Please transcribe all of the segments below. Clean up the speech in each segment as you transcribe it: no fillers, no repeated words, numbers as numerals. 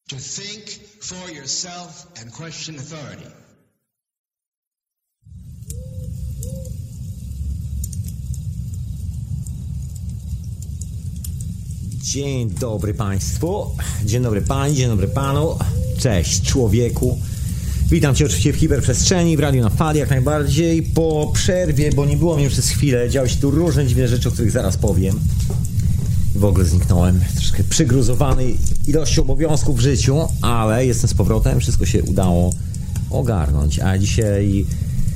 To think for yourself and question authority. Dzień dobry Państwu, dzień dobry Pani, dzień dobry Panu, cześć człowieku. Witam Cię oczywiście w hiperprzestrzeni, w Radiu na Fali jak najbardziej. Po przerwie, bo nie było mnie przez chwilę, działy się tu różne dziwne rzeczy, o których zaraz powiem. W ogóle zniknąłem troszkę przygruzowany ilością obowiązków w życiu, ale jestem z powrotem, wszystko się udało ogarnąć. A dzisiaj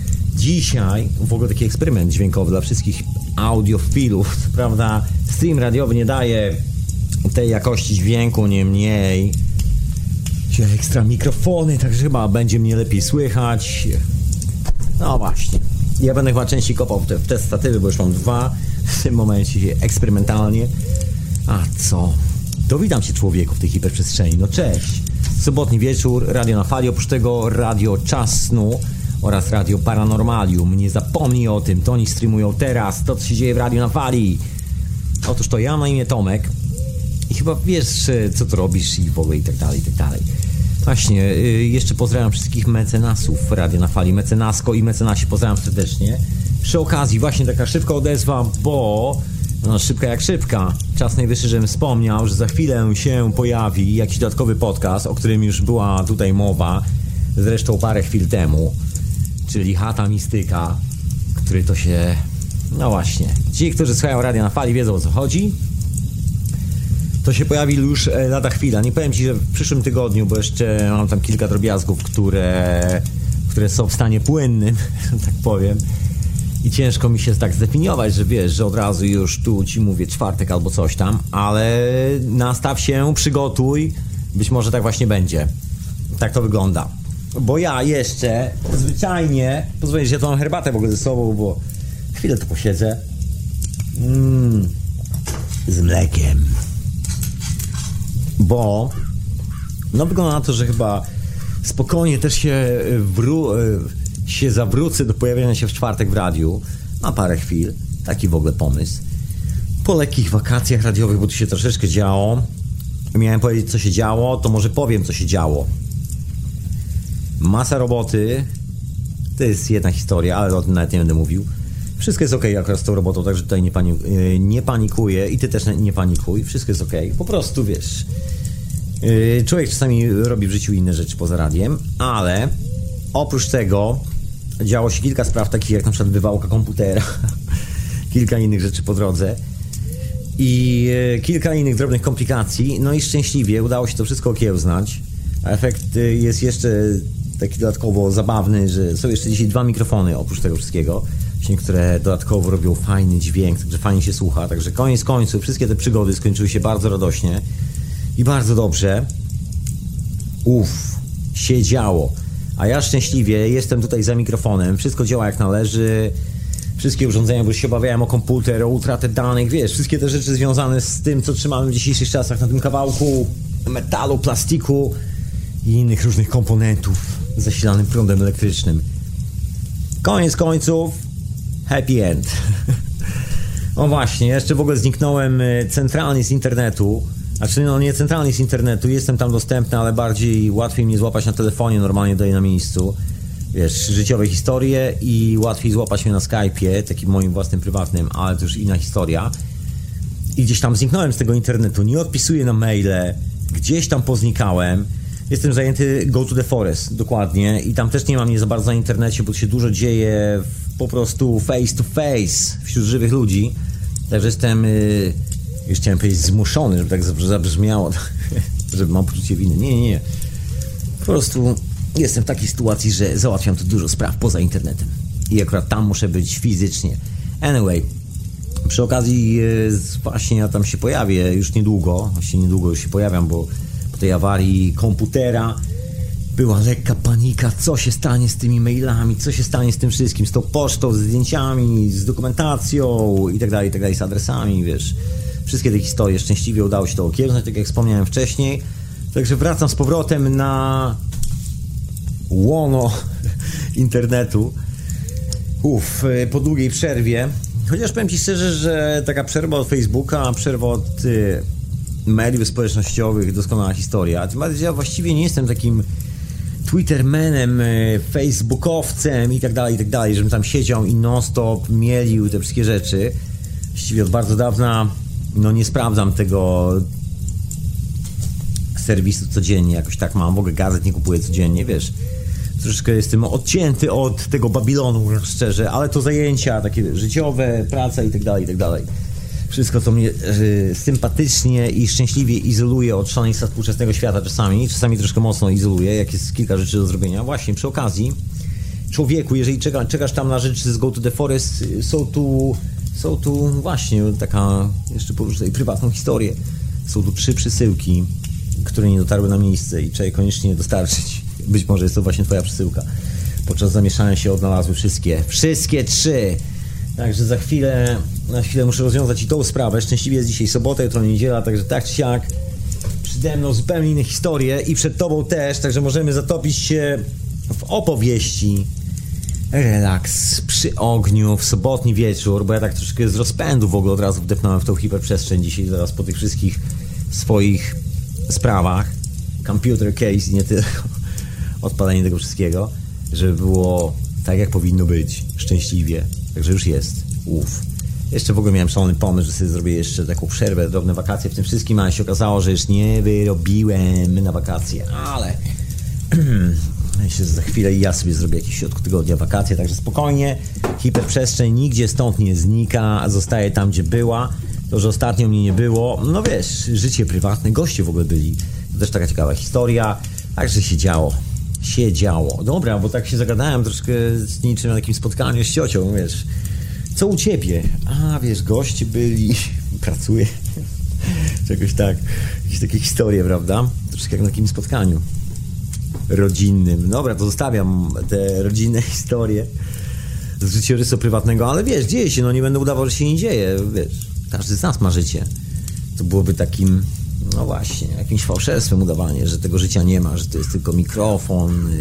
w ogóle taki eksperyment dźwiękowy dla wszystkich audiofilów. Co prawda stream radiowy nie daje tej jakości dźwięku, niemniej ekstra mikrofony, także chyba będzie mnie lepiej słychać. No właśnie. Ja będę chyba częściej kopał w te statywy, bo już mam 2 w tym momencie eksperymentalnie. A co? To witam Cię człowieku w tej hiperprzestrzeni. No cześć. Sobotni wieczór, Radio na Fali, oprócz tego Radio Czas Snu oraz Radio Paranormalium. Nie zapomnij o tym, to oni streamują teraz to, co się dzieje w Radio na Fali. Otóż to ja, na imię Tomek i chyba wiesz, co tu robisz i w ogóle i tak dalej, i tak dalej. Właśnie, jeszcze pozdrawiam wszystkich mecenasów Radio na Fali, mecenasko i mecenasi, pozdrawiam serdecznie. Przy okazji właśnie taka szybka odezwa, bo szybka jak szybka. Czas najwyższy, żebym wspomniał, że za chwilę się pojawi jakiś dodatkowy podcast, o którym już była tutaj mowa, zresztą parę chwil temu, czyli Chata Mistyka, który to się... No właśnie, ci, którzy słuchają Radia na Fali, wiedzą, o co chodzi. To się pojawi już lada chwila. Nie powiem Ci, że w przyszłym tygodniu, bo jeszcze mam tam kilka drobiazgów, które są w stanie płynnym, tak powiem. I ciężko mi się tak zdefiniować, że wiesz, że od razu już tu Ci mówię czwartek albo coś tam, ale nastaw się, przygotuj, być może tak właśnie będzie. Tak to wygląda. Bo ja jeszcze zwyczajnie, pozwolę, że ja tu mam herbatę w ogóle ze sobą, bo chwilę tu posiedzę. Z mlekiem. Bo wygląda na to, że chyba spokojnie też się zawrócę do pojawienia się w czwartek w radiu na parę chwil. Taki w ogóle pomysł. Po lekkich wakacjach radiowych, bo tu się troszeczkę działo. Miałem powiedzieć, co się działo, to może powiem, co się działo. Masa roboty. To jest jedna historia, ale o tym nawet nie będę mówił. Wszystko jest okej akurat z tą robotą, także tutaj nie panikuję i ty też nie panikuj. Wszystko jest okej. Po prostu wiesz, człowiek czasami robi w życiu inne rzeczy poza radiem, ale oprócz tego działo się kilka spraw takich jak na przykład wywałka komputera, kilka innych rzeczy po drodze i kilka innych drobnych komplikacji. No i szczęśliwie udało się to wszystko okiełznać. A efekt jest jeszcze taki dodatkowo zabawny, że są jeszcze dzisiaj 2 mikrofony oprócz tego wszystkiego, które dodatkowo robią fajny dźwięk, także fajnie się słucha. Także koniec końców wszystkie te przygody skończyły się bardzo radośnie i bardzo dobrze. Się działo. A ja szczęśliwie jestem tutaj za mikrofonem, wszystko działa jak należy, wszystkie urządzenia, bo się obawiałem o komputer, o utratę danych, wiesz, wszystkie te rzeczy związane z tym, co trzymamy w dzisiejszych czasach na tym kawałku metalu, plastiku i innych różnych komponentów zasilanym prądem elektrycznym. Koniec końców, happy end. O właśnie, jeszcze w ogóle zniknąłem centralnie z internetu. Znaczy, nie centralnie z internetu, jestem tam dostępny, ale łatwiej mnie złapać na telefonie, normalnie daję na miejscu. Wiesz, życiowe historie i łatwiej złapać mnie na Skype'ie, takim moim własnym, prywatnym, ale to już inna historia. I gdzieś tam zniknąłem z tego internetu, nie odpisuję na maile, gdzieś tam poznikałem. Jestem zajęty Go to the Forest, dokładnie. I tam też nie mam nie za bardzo na internecie, bo się dużo dzieje po prostu face to face wśród żywych ludzi. Także jestem, już chciałem powiedzieć zmuszony, żeby tak zabrzmiało, żeby mam poczucie winy. Nie. Po prostu jestem w takiej sytuacji, że załatwiam tu dużo spraw poza internetem. I akurat tam muszę być fizycznie. Anyway, przy okazji właśnie ja tam się pojawię już niedługo. Właściwie niedługo już się pojawiam, bo po tej awarii komputera była lekka panika, co się stanie z tymi mailami, co się stanie z tym wszystkim, z tą pocztą, z zdjęciami, z dokumentacją i tak dalej, z adresami, wiesz. Wszystkie te historie szczęśliwie udało się to okiełznać, tak jak wspomniałem wcześniej. Także wracam z powrotem na łono internetu. Po długiej przerwie. Chociaż powiem Ci szczerze, że taka przerwa od Facebooka, przerwa od mediów społecznościowych doskonała historia. Tym bardziej, ja właściwie nie jestem takim Twittermanem, facebookowcem i tak dalej, żebym tam siedział i non-stop mielił te wszystkie rzeczy. Właściwie od bardzo dawna nie sprawdzam tego serwisu codziennie, jakoś tak mam, w ogóle gazet nie kupuję codziennie, wiesz. Troszeczkę jestem odcięty od tego Babilonu, szczerze, ale to zajęcia takie życiowe, praca i tak dalej. Wszystko, co mnie sympatycznie i szczęśliwie izoluje od szaleństwa współczesnego świata czasami troszkę mocno izoluje, jak jest kilka rzeczy do zrobienia. Właśnie przy okazji, człowieku, jeżeli czekasz tam na rzeczy z Go to the Forest, są tu właśnie taka, jeszcze poruszę tutaj prywatną historię. Są tu 3 przesyłki, które nie dotarły na miejsce i trzeba je koniecznie dostarczyć. Być może jest to właśnie twoja przesyłka. Podczas zamieszania się odnalazły wszystkie 3. Także na chwilę muszę rozwiązać i tą sprawę. Szczęśliwie jest dzisiaj sobota, jutro niedziela, także tak czy siak przede mną zupełnie inne historie i przed tobą też, także możemy zatopić się w opowieści. Relaks przy ogniu w sobotni wieczór, bo ja tak troszkę z rozpędu w ogóle od razu wdepnąłem w tą hiperprzestrzeń dzisiaj, zaraz po tych wszystkich swoich sprawach. Computer case, nie tylko odpalenie tego wszystkiego, żeby było tak, jak powinno być, szczęśliwie. Także już jest. Jeszcze w ogóle miałem szalony pomysł, że sobie zrobię jeszcze taką przerwę, drobne wakacje w tym wszystkim, ale się okazało, że już nie wyrobiłem na wakacje, ale myślę, że za chwilę i ja sobie zrobię jakieś w środku tygodnia wakacje, także spokojnie, hiperprzestrzeń nigdzie stąd nie znika, zostaje tam, gdzie była. To, że ostatnio mnie nie było, no wiesz, życie prywatne, goście w ogóle byli, to też taka ciekawa historia, także się działo. Dobra, bo tak się zagadałem troszkę z niczym na takim spotkaniu z ciocią, wiesz, co u ciebie? A, wiesz, goście byli, pracuję, czegoś tak, jakieś takie historie, prawda? Troszkę jak na takim spotkaniu rodzinnym. Dobra, to zostawiam te rodzinne historie z życiorysu prywatnego, ale wiesz, dzieje się, nie będę udawał, że się nie dzieje, wiesz, każdy z nas ma życie. To byłoby takim, właśnie, jakimś fałszerstwem udawanie, że tego życia nie ma, że to jest tylko mikrofon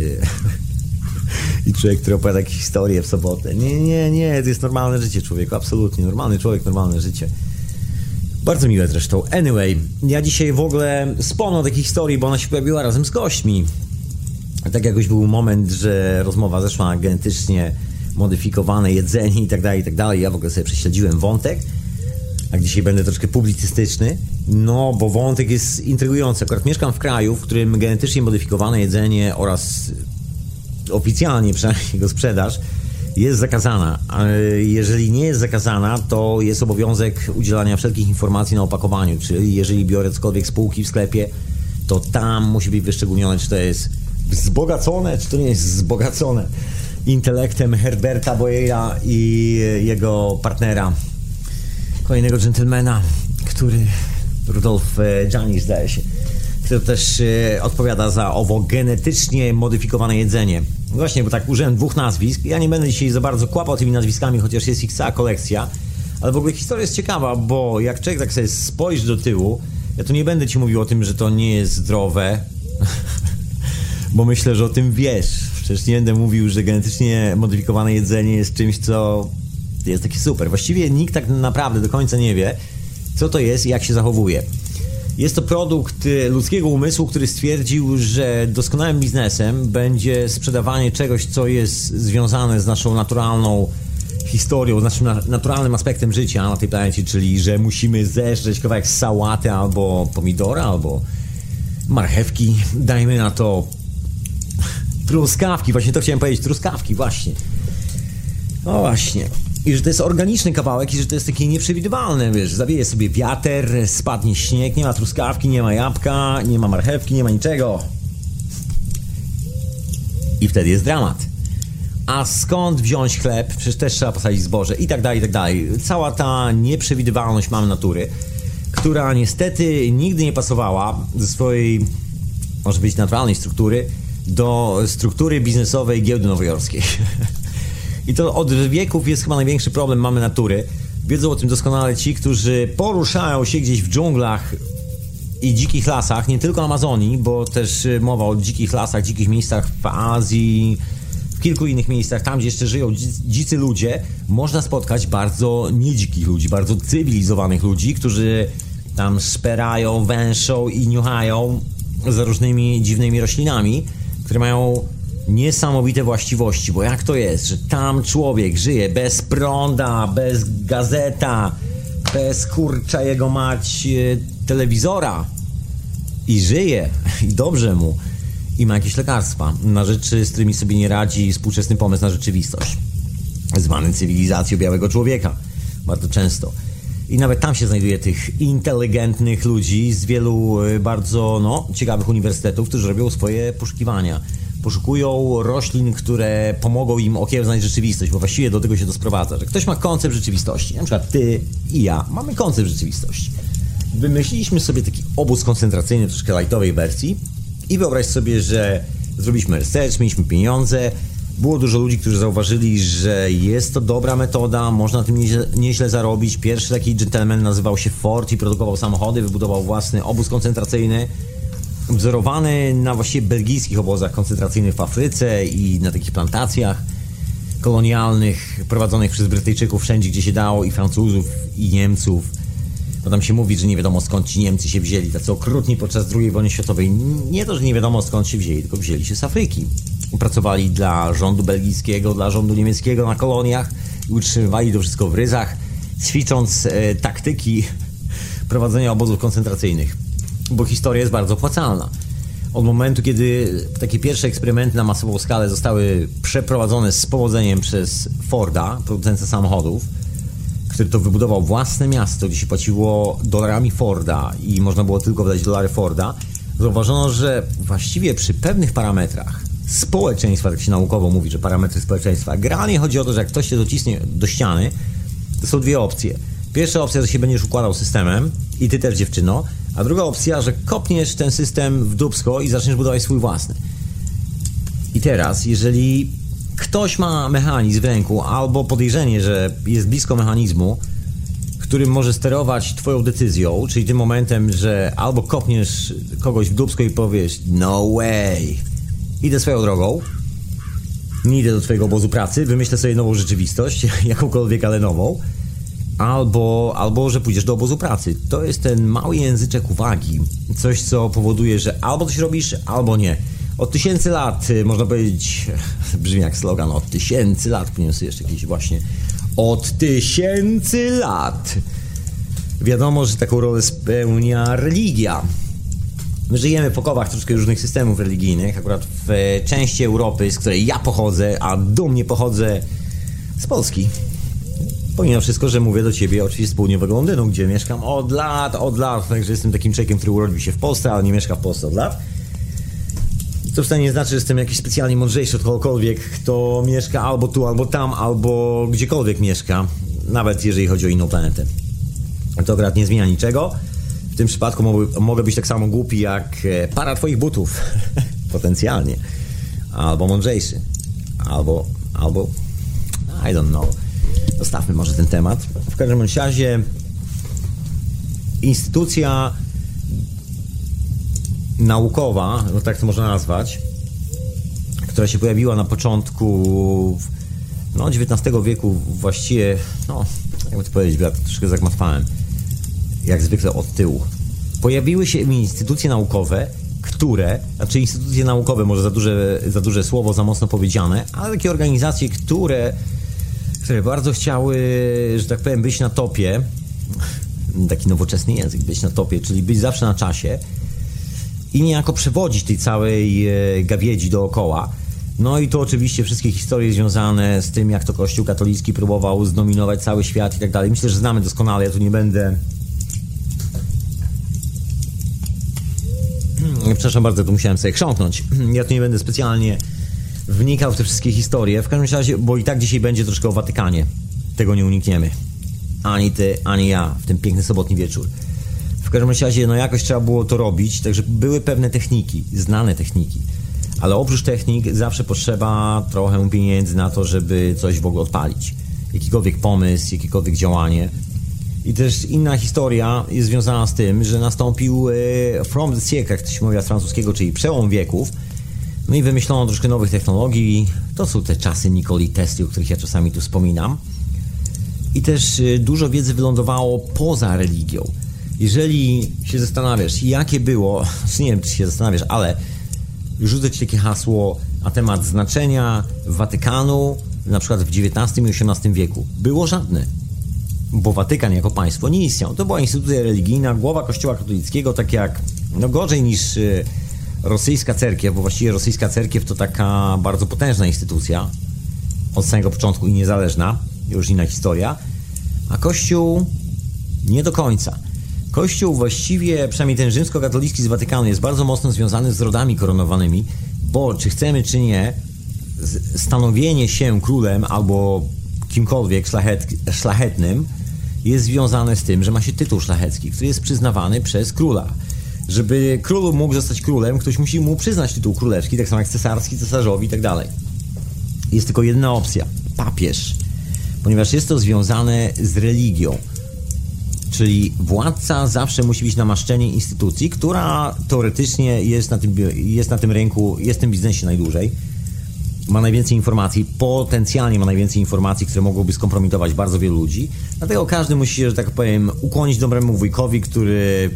i człowiek, który opowiada jakieś historie w sobotę. Nie, to jest normalne życie człowieku, absolutnie, normalny człowiek, normalne życie. Bardzo miłe zresztą. Anyway, ja dzisiaj w ogóle spłonął takiej historii, bo ona się pojawiła razem z gośćmi. Tak jakoś był moment, że rozmowa zeszła na genetycznie modyfikowane jedzenie i tak dalej. Ja w ogóle sobie prześledziłem wątek, a dzisiaj będę troszkę publicystyczny, bo wątek jest intrygujący. Akurat mieszkam w kraju, w którym genetycznie modyfikowane jedzenie oraz oficjalnie przynajmniej jego sprzedaż jest zakazana. Jeżeli nie jest zakazana, to jest obowiązek udzielania wszelkich informacji na opakowaniu, czyli jeżeli biorę cokolwiek z półki w sklepie, to tam musi być wyszczególnione, czy to jest wzbogacone, czy to nie jest wzbogacone intelektem Herberta Boyera i jego partnera, kolejnego dżentelmena, który Rudolf Giannis, zdaje się, który też odpowiada za owo genetycznie modyfikowane jedzenie. Właśnie, bo tak użyłem 2 nazwisk. Ja nie będę dzisiaj za bardzo kłapał tymi nazwiskami, chociaż jest ich cała kolekcja. Ale w ogóle historia jest ciekawa, bo jak człowiek tak sobie spojrzy do tyłu, ja tu nie będę ci mówił o tym, że to nie jest zdrowe, bo myślę, że o tym wiesz. Przecież nie będę mówił, że genetycznie modyfikowane jedzenie jest czymś, co jest takie super. Właściwie nikt tak naprawdę do końca nie wie, co to jest i jak się zachowuje. Jest to produkt ludzkiego umysłu, który stwierdził, że doskonałym biznesem będzie sprzedawanie czegoś, co jest związane z naszą naturalną historią, z naszym naturalnym aspektem życia na tej planecie, czyli że musimy zeżreć kawałek sałaty albo pomidora, albo marchewki, dajmy na to truskawki, właśnie to chciałem powiedzieć, truskawki, właśnie. No właśnie. I że to jest organiczny kawałek i że to jest takie nieprzewidywalne, wiesz, zawieje sobie wiatr, spadnie śnieg, nie ma truskawki, nie ma jabłka, nie ma marchewki, nie ma niczego. I wtedy jest dramat. A skąd wziąć chleb? Przecież też trzeba posadzić zboże i tak dalej. Cała ta nieprzewidywalność mamy natury, która niestety nigdy nie pasowała ze swojej, może być naturalnej struktury, do struktury biznesowej giełdy nowojorskiej. I to od wieków jest chyba największy problem mamy natury. Wiedzą o tym doskonale ci, którzy poruszają się gdzieś w dżunglach i dzikich lasach, nie tylko Amazonii, bo też mowa o dzikich lasach, dzikich miejscach w Azji, w kilku innych miejscach, tam gdzie jeszcze żyją dzicy ludzie, można spotkać bardzo niedzikich ludzi, bardzo cywilizowanych ludzi, którzy tam szperają, węszą i niuchają za różnymi dziwnymi roślinami, które mają niesamowite właściwości, bo jak to jest, że tam człowiek żyje bez prąda, bez gazeta, bez kurcza jego mać telewizora i żyje i dobrze mu i ma jakieś lekarstwa na rzeczy, z którymi sobie nie radzi współczesny pomysł na rzeczywistość, zwany cywilizacją białego człowieka bardzo często. I nawet tam się znajduje tych inteligentnych ludzi z wielu bardzo ciekawych uniwersytetów, którzy robią swoje poszukiwania. Poszukują roślin, które pomogą im okiełznać rzeczywistość, bo właściwie do tego się to sprowadza, że ktoś ma koncept rzeczywistości. Na przykład ty i ja mamy koncept rzeczywistości. Wymyśliliśmy sobie taki obóz koncentracyjny w troszkę lightowej wersji i wyobraź sobie, że zrobiliśmy research, mieliśmy pieniądze, było dużo ludzi, którzy zauważyli, że jest to dobra metoda, można tym nieźle zarobić. Pierwszy taki gentleman nazywał się Ford i produkował samochody, wybudował własny obóz koncentracyjny, wzorowany na właściwie belgijskich obozach koncentracyjnych w Afryce i na takich plantacjach kolonialnych prowadzonych przez Brytyjczyków wszędzie, gdzie się dało, i Francuzów, i Niemców. Bo tam się mówi, że nie wiadomo skąd ci Niemcy się wzięli, tacy okrutni podczas II wojny światowej. Nie to, że nie wiadomo skąd się wzięli, tylko wzięli się z Afryki. Pracowali dla rządu belgijskiego, dla rządu niemieckiego na koloniach i utrzymywali to wszystko w ryzach, ćwicząc taktyki prowadzenia obozów koncentracyjnych. Bo historia jest bardzo opłacalna. Od momentu, kiedy takie pierwsze eksperymenty na masową skalę zostały przeprowadzone z powodzeniem przez Forda, producenta samochodów, który to wybudował własne miasto, gdzie się płaciło dolarami Forda i można było tylko wydać dolary Forda, zauważono, że właściwie przy pewnych parametrach społeczeństwa, tak się naukowo mówi, że parametry społeczeństwa, generalnie chodzi o to, że jak ktoś się dociśnie do ściany, to są dwie opcje. Pierwsza opcja, że się będziesz układał systemem i ty też, dziewczyno, a druga opcja, że kopniesz ten system w dupsko i zaczniesz budować swój własny. I teraz, jeżeli ktoś ma mechanizm w ręku albo podejrzenie, że jest blisko mechanizmu, którym może sterować twoją decyzją, czyli tym momentem, że albo kopniesz kogoś w dupsko i powiesz no way, idę swoją drogą, nie idę do twojego obozu pracy, wymyślę sobie nową rzeczywistość, jakąkolwiek, ale nową, albo że pójdziesz do obozu pracy. To jest ten mały języczek uwagi, coś, co powoduje, że albo coś robisz, albo nie. Od 1000 lat, można powiedzieć, brzmi jak slogan, od 1000 lat, powinien sobie jeszcze jakieś właśnie, od 1000 lat. Wiadomo, że taką rolę spełnia religia. My żyjemy w okowach troszkę różnych systemów religijnych, akurat w części Europy, z której ja pochodzę, a dumnie pochodzę z Polski. Pomimo wszystko, że mówię do ciebie oczywiście z południowego Londynu, gdzie mieszkam od lat, także jestem takim człowiekiem, który urodził się w Polsce, ale nie mieszka w Polsce od lat. To wcale nie znaczy, że jestem jakiś specjalnie mądrzejszy od kogokolwiek, kto mieszka albo tu, albo tam, albo gdziekolwiek mieszka, nawet jeżeli chodzi o inną planetę. To akurat nie zmienia niczego. W tym przypadku mogę być tak samo głupi jak para twoich butów, potencjalnie, albo mądrzejszy, albo I don't know. Zostawmy może ten temat. W każdym razie instytucja naukowa, no tak to można nazwać, która się pojawiła na początku XIX wieku, właściwie, jakby to powiedzieć, ja troszkę zagmatwałem, jak zwykle od tyłu. Pojawiły się instytucje naukowe, instytucje naukowe, może za duże słowo, za mocno powiedziane, ale takie organizacje, które bardzo chciały, że tak powiem, być na topie, taki nowoczesny język, być na topie, czyli być zawsze na czasie i niejako przewodzić tej całej gawiedzi dookoła. No i to oczywiście wszystkie historie związane z tym, jak to Kościół katolicki próbował zdominować cały świat i tak dalej. Myślę, że znamy doskonale, ja tu nie będę... Przepraszam bardzo, tu musiałem sobie chrząknąć. Ja tu nie będę specjalnie wnikał w te wszystkie historie. W każdym razie, bo i tak dzisiaj będzie troszkę o Watykanie. Tego nie unikniemy. Ani ty, ani ja w ten piękny sobotni wieczór. W każdym razie, jakoś trzeba było to robić, także były pewne techniki, znane techniki. Ale oprócz technik zawsze potrzeba trochę pieniędzy na to, żeby coś w ogóle odpalić. Jakikolwiek pomysł, jakiekolwiek działanie. I też inna historia jest związana z tym, że nastąpił from the siècle, jak to się mówi z francuskiego, czyli przełom wieków. No i wymyślono troszkę nowych technologii. To są te czasy Nikoli Tesli, o których ja czasami tu wspominam. I też dużo wiedzy wylądowało poza religią. Jeżeli się zastanawiasz, jakie było, nie wiem, czy się zastanawiasz, ale rzucę ci takie hasło na temat znaczenia Watykanu, na przykład w XIX i XVIII wieku. Było żadne, bo Watykan jako państwo nie istniał. To była instytucja religijna, głowa Kościoła katolickiego, tak jak, gorzej niż rosyjska cerkiew, bo właściwie rosyjska cerkiew to taka bardzo potężna instytucja od samego początku i niezależna, już inna historia, a Kościół nie do końca. Kościół właściwie, przynajmniej ten rzymskokatolicki z Watykanu, jest bardzo mocno związany z rodami koronowanymi, bo czy chcemy, czy nie, stanowienie się królem albo kimkolwiek szlachetnym jest związane z tym, że ma się tytuł szlachecki, który jest przyznawany przez króla. Żeby król mógł zostać królem, ktoś musi mu przyznać tytuł królewski, tak samo jak cesarski, cesarzowi i tak dalej. Jest tylko jedna opcja, papież, ponieważ jest to związane z religią. Czyli władca zawsze musi być namaszczeniem instytucji, która teoretycznie jest na tym rynku, jest w tym biznesie najdłużej, ma najwięcej informacji, potencjalnie ma najwięcej informacji, które mogłyby skompromitować bardzo wielu ludzi. Dlatego każdy musi się, że tak powiem, ukłonić dobremu wujkowi, który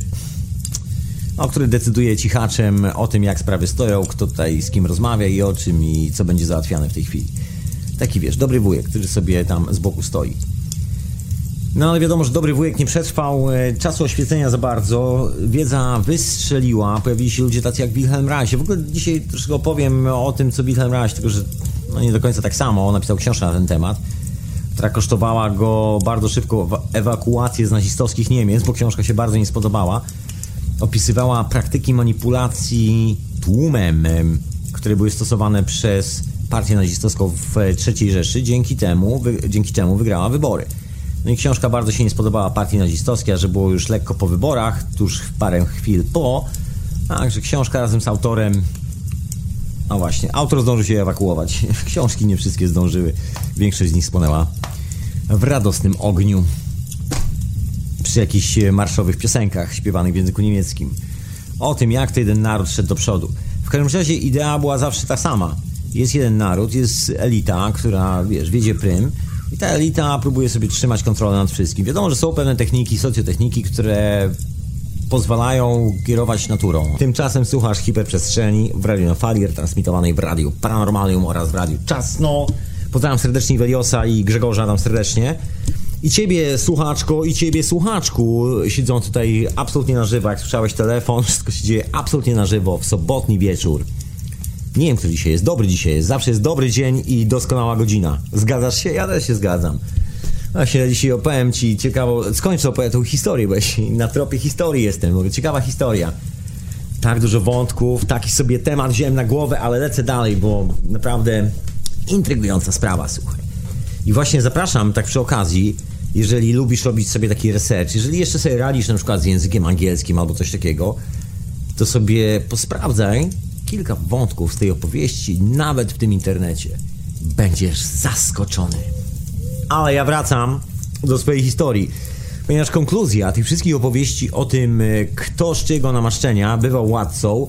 decyduje cichaczem o tym, jak sprawy stoją, kto tutaj z kim rozmawia i o czym i co będzie załatwiane w tej chwili. Taki, wiesz, dobry wujek, który sobie tam z boku stoi. No ale wiadomo, że dobry wujek nie przetrwał czasu oświecenia za bardzo. Wiedza wystrzeliła, pojawili się ludzie tacy jak Wilhelm Reich. W ogóle dzisiaj troszkę opowiem o tym, co Wilhelm Reich, tylko że nie do końca tak samo. Napisał książkę na ten temat, która kosztowała go bardzo szybko ewakuację z nazistowskich Niemiec, bo książka się bardzo nie spodobała. Opisywała praktyki manipulacji tłumem, które były stosowane przez partię nazistowską w III Rzeszy. Dzięki czemu wygrała wybory. No i książka bardzo się nie spodobała partii nazistowskiej, a że było już lekko po wyborach, tuż parę chwil po, także książka razem z autorem, no właśnie, autor zdążył się ewakuować. Książki nie wszystkie zdążyły, większość z nich spłonęła w radosnym ogniu przy jakichś marszowych piosenkach śpiewanych w języku niemieckim. O tym, jak to jeden naród szedł do przodu. W każdym razie idea była zawsze ta sama. Jest jeden naród, jest elita, która, wiesz, wiedzie prym, i ta elita próbuje sobie trzymać kontrolę nad wszystkim. Wiadomo, że są pewne techniki, socjotechniki, które pozwalają kierować naturą. Tymczasem słuchasz Hiperprzestrzeni w Radiu na Fali, transmitowanej w Radiu Paranormalium oraz w Radiu Czasno. Pozdrawiam serdecznie Weliosa i Grzegorza tam serdecznie. I ciebie, słuchaczko, i ciebie, słuchaczku, siedzą tutaj absolutnie na żywo. Jak słyszałeś telefon, wszystko się dzieje absolutnie na żywo w sobotni wieczór. Nie wiem, kto dzisiaj jest. Dobry dzisiaj jest. Zawsze jest dobry dzień i doskonała godzina. Zgadzasz się? Ja też się zgadzam. Właśnie ja dzisiaj opowiem ci ciekawo... Skończę opowiadać tą historię, bo na tropie historii jestem. Mówię, ciekawa historia. Tak dużo wątków, taki sobie temat wziąłem na głowę, ale lecę dalej, bo naprawdę intrygująca sprawa, słuchaj. I właśnie zapraszam tak przy okazji, jeżeli lubisz robić sobie taki research, jeżeli jeszcze sobie radzisz na przykład z językiem angielskim albo coś takiego, to sobie posprawdzaj kilka wątków z tej opowieści, nawet w tym internecie. Będziesz zaskoczony. Ale ja wracam do swojej historii, ponieważ konkluzja tych wszystkich opowieści o tym, kto z czyjego namaszczenia bywał władcą,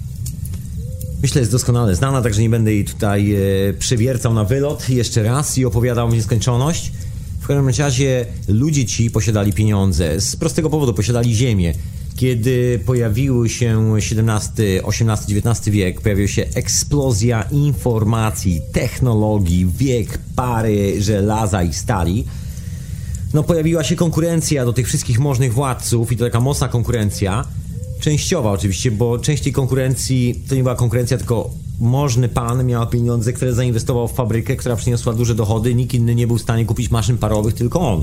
myślę, jest doskonale znana, także nie będę jej tutaj przewiercał na wylot jeszcze raz i opowiadał w nieskończoność. W każdym razie ludzie ci posiadali pieniądze. Z prostego powodu posiadali ziemię. Kiedy pojawiły się XVII, XVIII, XIX wiek, pojawiła się eksplozja informacji, technologii, wiek pary żelaza i stali, no pojawiła się konkurencja do tych wszystkich możnych władców i to taka mocna konkurencja, częściowa oczywiście, bo część tej konkurencji to nie była konkurencja, tylko możny pan miał pieniądze, które zainwestował w fabrykę, która przyniosła duże dochody, nikt inny nie był w stanie kupić maszyn parowych, tylko on.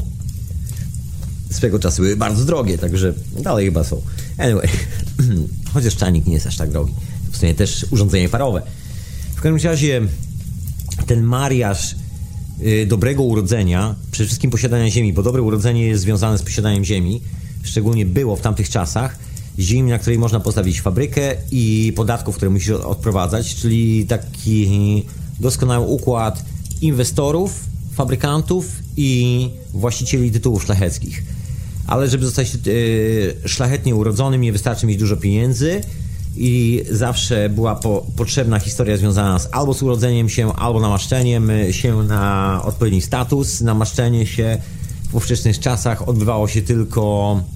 Swego czasu były bardzo drogie, także dalej chyba są. Anyway, chociaż czajnik nie jest aż tak drogi. W sumie też urządzenie parowe. W każdym razie ten mariaż dobrego urodzenia, przede wszystkim posiadania ziemi, bo dobre urodzenie jest związane z posiadaniem ziemi, szczególnie było w tamtych czasach, ziemi, na której można postawić fabrykę i podatków, które musisz odprowadzać, czyli taki doskonały układ inwestorów, fabrykantów i właścicieli tytułów szlacheckich. Ale żeby zostać szlachetnie urodzonym, nie wystarczy mieć dużo pieniędzy i zawsze była potrzebna historia związana albo z urodzeniem się, albo namaszczeniem się na odpowiedni status. Namaszczenie się w ówczesnych czasach odbywało się tylko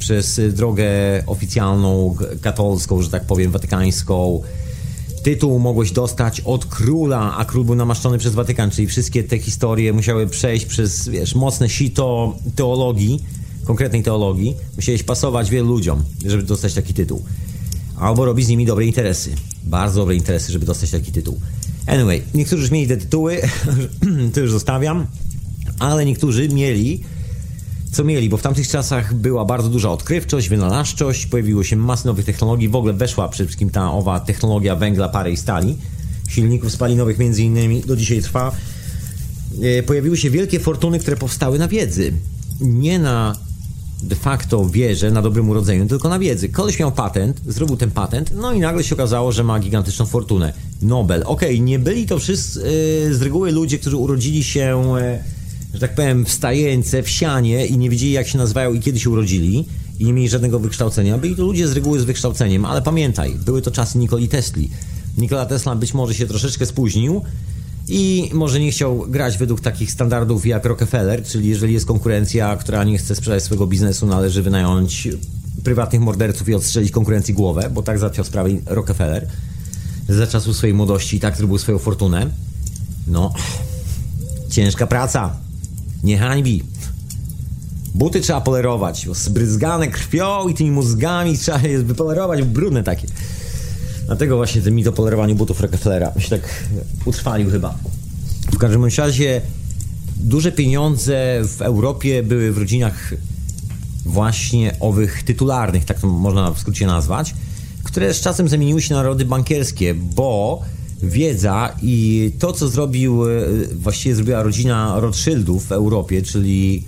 przez drogę oficjalną, katolicką, że tak powiem, watykańską. Tytuł mogłeś dostać od króla, a król był namaszczony przez Watykan, czyli wszystkie te historie musiały przejść przez, mocne sito teologii, konkretnej teologii. Musiałeś pasować wielu ludziom, żeby dostać taki tytuł. Albo robić z nimi dobre interesy. Bardzo dobre interesy, żeby dostać taki tytuł. Anyway, niektórzy już mieli te tytuły, to już zostawiam, ale niektórzy mieli, bo w tamtych czasach była bardzo duża odkrywczość, wynalazczość, pojawiło się masę nowych technologii, w ogóle weszła przede wszystkim ta owa technologia węgla, pary i stali, silników spalinowych między innymi, do dzisiaj trwa. Pojawiły się wielkie fortuny, które powstały na wiedzy. Nie na de facto wierze, na dobrym urodzeniu, tylko na wiedzy. Koleś miał patent, zrobił ten patent, no i nagle się okazało, że ma gigantyczną fortunę. Nobel. Okej, nie byli to wszyscy z reguły ludzie, którzy urodzili się, że tak powiem, w stajence, w sianie i nie wiedzieli, jak się nazywają i kiedy się urodzili i nie mieli żadnego wykształcenia. Byli to ludzie z reguły z wykształceniem, ale pamiętaj, były to czasy Nikoli Tesli. Nikola Tesla być może się troszeczkę spóźnił i może nie chciał grać według takich standardów jak Rockefeller, czyli jeżeli jest konkurencja, która nie chce sprzedać swojego biznesu, należy wynająć prywatnych morderców i odstrzelić konkurencji głowę, bo tak załatwiał sprawę Rockefeller za czasów swojej młodości i tak zrobił swoją fortunę. No, ciężka praca, nie hańbi. Buty trzeba polerować, zbryzgane krwią i tymi mózgami trzeba je wypolerować, brudne takie. Dlatego właśnie ten mit o polerowaniu butów Rockefellera się tak utrwalił chyba. W każdym razie duże pieniądze w Europie były w rodzinach właśnie owych tytularnych, tak to można w skrócie nazwać, które z czasem zamieniły się na rody bankierskie, bo wiedza i to, co właściwie zrobiła rodzina Rothschildów w Europie, czyli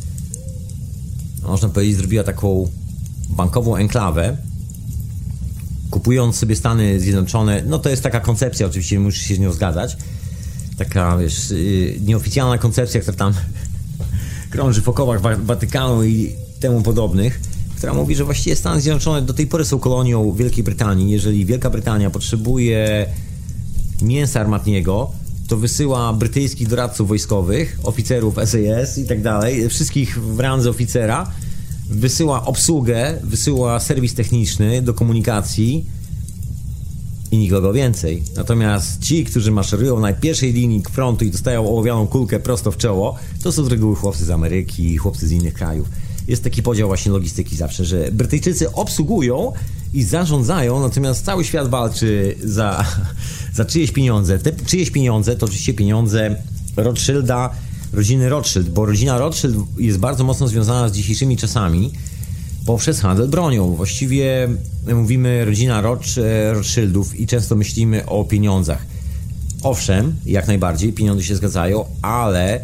można powiedzieć, zrobiła taką bankową enklawę, kupując sobie Stany Zjednoczone, no to jest taka koncepcja, oczywiście musisz się z nią zgadzać, taka, nieoficjalna koncepcja, która tam krąży w okołach Watykanu i temu podobnych, która mówi, że właściwie Stany Zjednoczone do tej pory są kolonią Wielkiej Brytanii. Jeżeli Wielka Brytania potrzebuje mięsa armatniego, to wysyła brytyjskich doradców wojskowych, oficerów SAS i tak dalej, wszystkich w randze oficera, wysyła obsługę, wysyła serwis techniczny do komunikacji i nikogo więcej. Natomiast ci, którzy maszerują na pierwszej linii frontu i dostają ołowianą kulkę prosto w czoło, to są z reguły chłopcy z Ameryki, chłopcy z innych krajów. Jest taki podział właśnie logistyki zawsze, że Brytyjczycy obsługują i zarządzają, natomiast cały świat walczy za czyjeś pieniądze. Te czyjeś pieniądze to oczywiście pieniądze Rothschilda, rodziny Rothschild, bo rodzina Rothschild jest bardzo mocno związana z dzisiejszymi czasami poprzez handel bronią. Właściwie mówimy rodzina Rothschildów i często myślimy o pieniądzach. Owszem, jak najbardziej, pieniądze się zgadzają, ale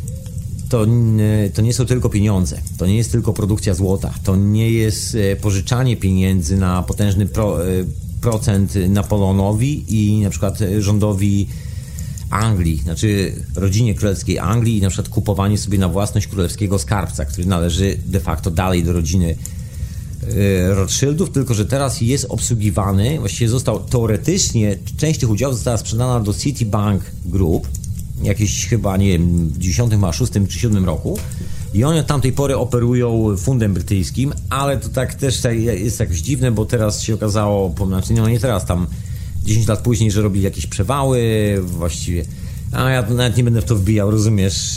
to nie są tylko pieniądze, to nie jest tylko produkcja złota, to nie jest pożyczanie pieniędzy na potężny procent Napoleonowi i na przykład rządowi Anglii, znaczy rodzinie królewskiej Anglii i na przykład kupowanie sobie na własność królewskiego skarbca, który należy de facto dalej do rodziny Rothschildów, tylko że teraz jest obsługiwany, właściwie został teoretycznie, część tych udziałów została sprzedana do Citibank Group, jakieś chyba, nie wiem, w 96 czy 7 roku i oni od tamtej pory operują fundem brytyjskim, ale to tak też jest jakoś dziwne, bo teraz się okazało, znaczy no nie teraz, tam 10 lat później, że robili jakieś przewały właściwie, a ja nawet nie będę w to wbijał, rozumiesz,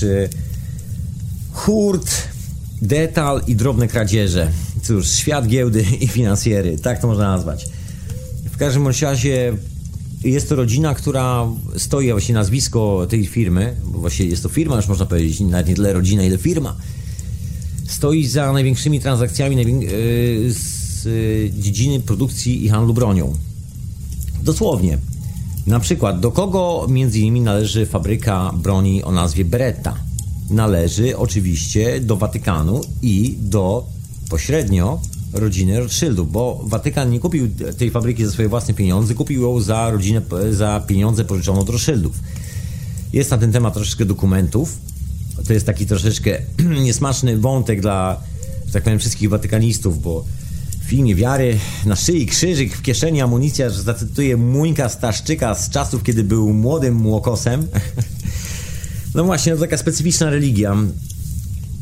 hurt, detal i drobne kradzieże. Cóż, świat giełdy i finansjery, tak to można nazwać. W każdym razie jest to rodzina, która stoi, właśnie nazwisko tej firmy, bo właściwie jest to firma, już można powiedzieć, nawet nie tyle rodzina, ile firma, stoi za największymi transakcjami z dziedziny produkcji i handlu bronią. Dosłownie. Na przykład, do kogo między innymi należy fabryka broni o nazwie Beretta? Należy oczywiście do Watykanu i do pośrednio rodziny Rothschildów, bo Watykan nie kupił tej fabryki za swoje własne pieniądze, kupił ją za pieniądze pożyczone od Rothschildów. Jest na ten temat troszeczkę dokumentów. To jest taki troszeczkę niesmaczny wątek dla, że tak powiem, wszystkich watykanistów, bo w filmie Wiary na szyi krzyżyk, w kieszeni amunicja, że zacytuję Muńka Staszczyka z czasów, kiedy był młodym młokosem. No właśnie, to taka specyficzna religia.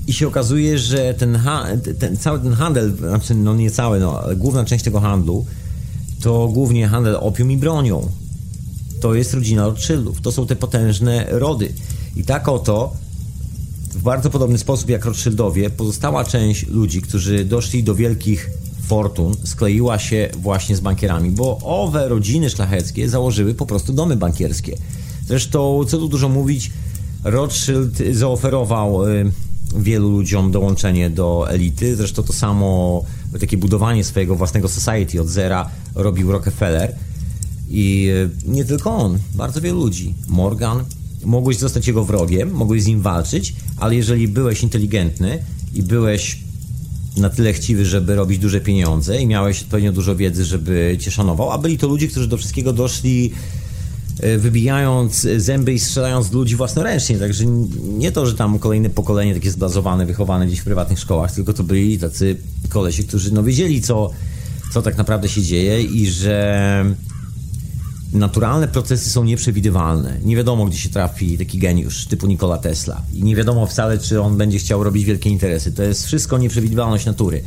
I się okazuje, że cały ten handel, znaczy no nie cały, ale główna część tego handlu to głównie handel opium i bronią. To jest rodzina Rothschildów. To są te potężne rody. I tak oto w bardzo podobny sposób jak Rothschildowie pozostała część ludzi, którzy doszli do wielkich fortun, skleiła się właśnie z bankierami, bo owe rodziny szlacheckie założyły po prostu domy bankierskie. Zresztą, co tu dużo mówić, Rothschild zaoferował wielu ludziom dołączenie do elity. Zresztą to samo, takie budowanie swojego własnego society od zera robił Rockefeller. I nie tylko on, bardzo wielu ludzi. Morgan, mogłeś zostać jego wrogiem, mogłeś z nim walczyć, ale jeżeli byłeś inteligentny i byłeś na tyle chciwy, żeby robić duże pieniądze i miałeś odpowiednio dużo wiedzy, żeby cię szanował, a byli to ludzie, którzy do wszystkiego doszli wybijając zęby i strzelając do ludzi własnoręcznie, także nie to, że tam kolejne pokolenie takie zbazowane, wychowane gdzieś w prywatnych szkołach, tylko to byli tacy kolesi, którzy no wiedzieli, co tak naprawdę się dzieje i że naturalne procesy są nieprzewidywalne. Nie wiadomo, gdzie się trafi taki geniusz typu Nikola Tesla i nie wiadomo wcale, czy on będzie chciał robić wielkie interesy. To jest wszystko nieprzewidywalność natury.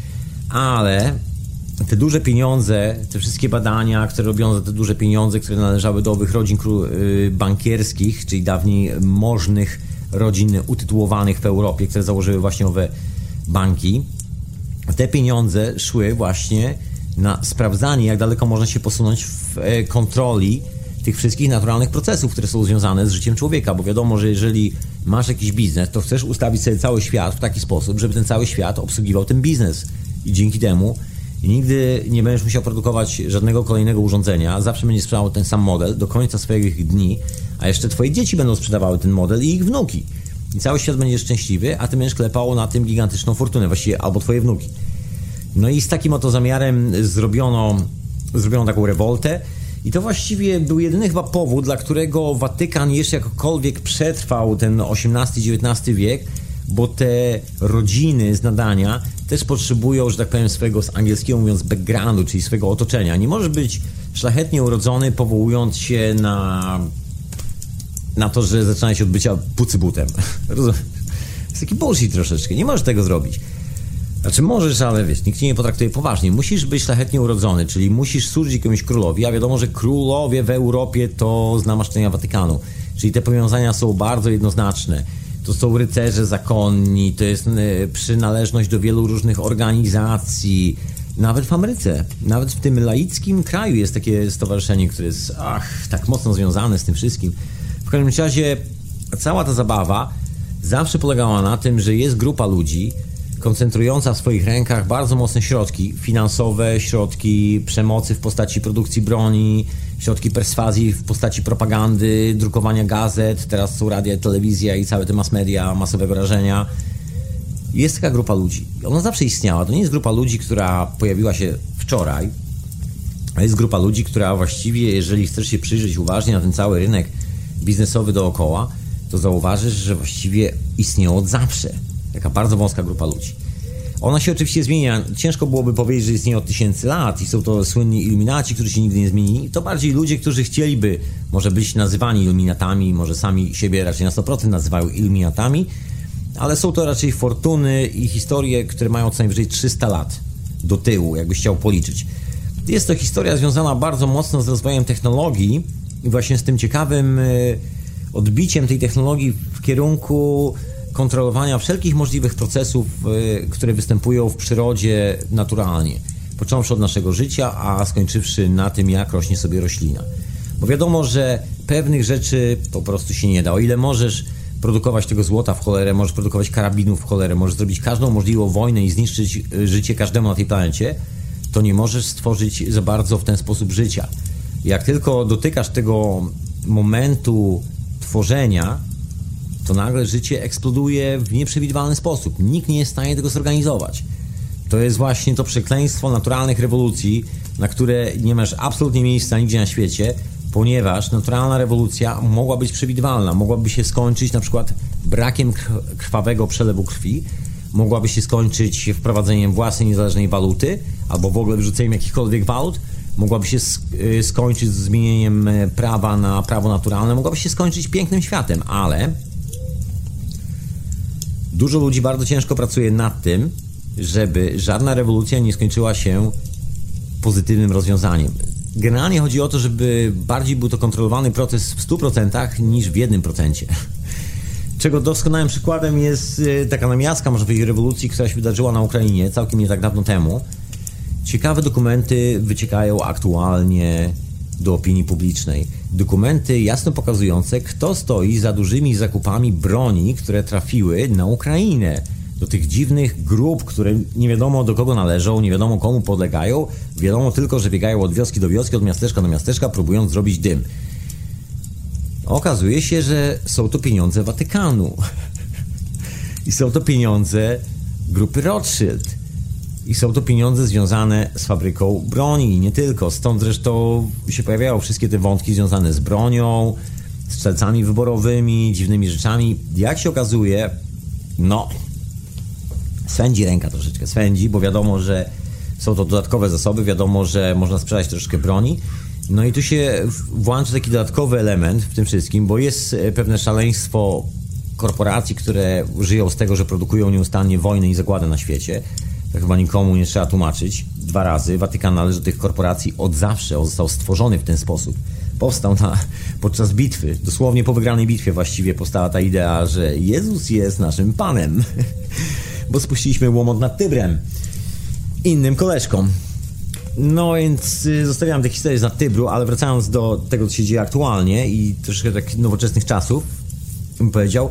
Ale te duże pieniądze, te wszystkie badania, które robiono za te duże pieniądze, które należały do owych rodzin bankierskich, czyli dawniej możnych rodzin utytułowanych w Europie, które założyły właśnie owe banki, te pieniądze szły właśnie na sprawdzanie, jak daleko można się posunąć w kontroli tych wszystkich naturalnych procesów, które są związane z życiem człowieka, bo wiadomo, że jeżeli masz jakiś biznes, to chcesz ustawić sobie cały świat w taki sposób, żeby ten cały świat obsługiwał ten biznes i dzięki temu nigdy nie będziesz musiał produkować żadnego kolejnego urządzenia, zawsze będziesz sprzedawał ten sam model do końca swoich dni, a jeszcze twoje dzieci będą sprzedawały ten model i ich wnuki. I cały świat będzie szczęśliwy, a ty będziesz klepało na tym gigantyczną fortunę, właściwie albo twoje wnuki. No i z takim oto zamiarem zrobiono taką rewoltę i to właściwie był jedyny chyba powód, dla którego Watykan jeszcze jakokolwiek przetrwał ten XVIII-XIX wiek, bo te rodziny z nadania też potrzebują, że tak powiem, swojego, z angielskiego mówiąc, backgroundu, czyli swojego otoczenia. Nie możesz być szlachetnie urodzony, powołując się na to, że zaczyna się od bycia pucybutem. To jest taki bullshit troszeczkę. Nie możesz tego zrobić. Znaczy możesz, ale wiesz, nikt cię nie potraktuje poważnie. Musisz być szlachetnie urodzony, czyli musisz służyć jakiemuś królowi, a wiadomo, że królowie w Europie to z namaszczenia Watykanu. Czyli te powiązania są bardzo jednoznaczne. To są rycerze zakonni, to jest przynależność do wielu różnych organizacji. Nawet w Ameryce, nawet w tym laickim kraju jest takie stowarzyszenie, które jest tak mocno związane z tym wszystkim. W każdym razie cała ta zabawa zawsze polegała na tym, że jest grupa ludzi koncentrująca w swoich rękach bardzo mocne środki finansowe, środki przemocy w postaci produkcji broni, środki perswazji w postaci propagandy, drukowania gazet, teraz są radia, telewizja i całe te mass media masowego rażenia. Jest taka grupa ludzi. Ona zawsze istniała. To nie jest grupa ludzi, która pojawiła się wczoraj, a jest grupa ludzi, która właściwie, jeżeli chcesz się przyjrzeć uważnie na ten cały rynek biznesowy dookoła, to zauważysz, że właściwie istnieje od zawsze. Taka bardzo wąska grupa ludzi. Ona się oczywiście zmienia. Ciężko byłoby powiedzieć, że istnieje od 1000 lat i są to słynni iluminaci, którzy się nigdy nie zmienili. To bardziej ludzie, którzy chcieliby może być nazywani iluminatami, może sami siebie raczej na 100% nazywają iluminatami, ale są to raczej fortuny i historie, które mają co najwyżej 300 lat do tyłu, jakbyś chciał policzyć. Jest to historia związana bardzo mocno z rozwojem technologii i właśnie z tym ciekawym odbiciem tej technologii w kierunku kontrolowania wszelkich możliwych procesów, które występują w przyrodzie naturalnie. Począwszy od naszego życia, a skończywszy na tym, jak rośnie sobie roślina. Bo wiadomo, że pewnych rzeczy po prostu się nie da. O ile możesz produkować tego złota w cholerę, możesz produkować karabinów w cholerę, możesz zrobić każdą możliwą wojnę i zniszczyć życie każdemu na tej planecie, to nie możesz stworzyć za bardzo w ten sposób życia. Jak tylko dotykasz tego momentu tworzenia, to nagle życie eksploduje w nieprzewidywalny sposób. Nikt nie jest w stanie tego zorganizować. To jest właśnie to przekleństwo naturalnych rewolucji, na które nie masz absolutnie miejsca nigdzie na świecie, ponieważ naturalna rewolucja mogła być przewidywalna. Mogłaby się skończyć na przykład brakiem krwawego przelewu krwi, mogłaby się skończyć wprowadzeniem własnej niezależnej waluty, albo w ogóle wyrzuceniem jakichkolwiek walut, mogłaby się skończyć z zmienieniem prawa na prawo naturalne, mogłaby się skończyć pięknym światem, ale Dużo ludzi bardzo ciężko pracuje nad tym, żeby żadna rewolucja nie skończyła się pozytywnym rozwiązaniem. Generalnie chodzi o to, żeby bardziej był to kontrolowany proces w 100% niż w 1%. Czego doskonałym przykładem jest taka namiastka, można powiedzieć, rewolucji, która się wydarzyła na Ukrainie całkiem nie tak dawno temu. Ciekawe dokumenty wyciekają aktualnie do opinii publicznej. Dokumenty jasno pokazujące, kto stoi za dużymi zakupami broni, które trafiły na Ukrainę. Do tych dziwnych grup, które nie wiadomo do kogo należą, nie wiadomo komu podlegają. Wiadomo tylko, że biegają od wioski do wioski, od miasteczka do miasteczka, próbując zrobić dym. Okazuje się, że są to pieniądze Watykanu. I są to pieniądze grupy Rothschild. I są to pieniądze związane z fabryką broni i nie tylko. Stąd zresztą się pojawiają wszystkie te wątki związane z bronią, strzelcami wyborowymi, dziwnymi rzeczami. Jak się okazuje, swędzi ręka troszeczkę, bo wiadomo, że są to dodatkowe zasoby, wiadomo, że można sprzedać troszeczkę broni. No i tu się włącza taki dodatkowy element w tym wszystkim, bo jest pewne szaleństwo korporacji, które żyją z tego, że produkują nieustannie wojny i zagładę na świecie. To chyba nikomu nie trzeba tłumaczyć. 2 razy. Watykan należy do tych korporacji od zawsze. On został stworzony w ten sposób. Powstał podczas bitwy. Dosłownie po wygranej bitwie właściwie powstała ta idea, że Jezus jest naszym Panem. Bo spuściliśmy łomot nad Tybrem. Innym koleżkom. No więc zostawiam tę historię za Tybru, ale wracając do tego, co się dzieje aktualnie i troszkę tak nowoczesnych czasów, bym powiedział,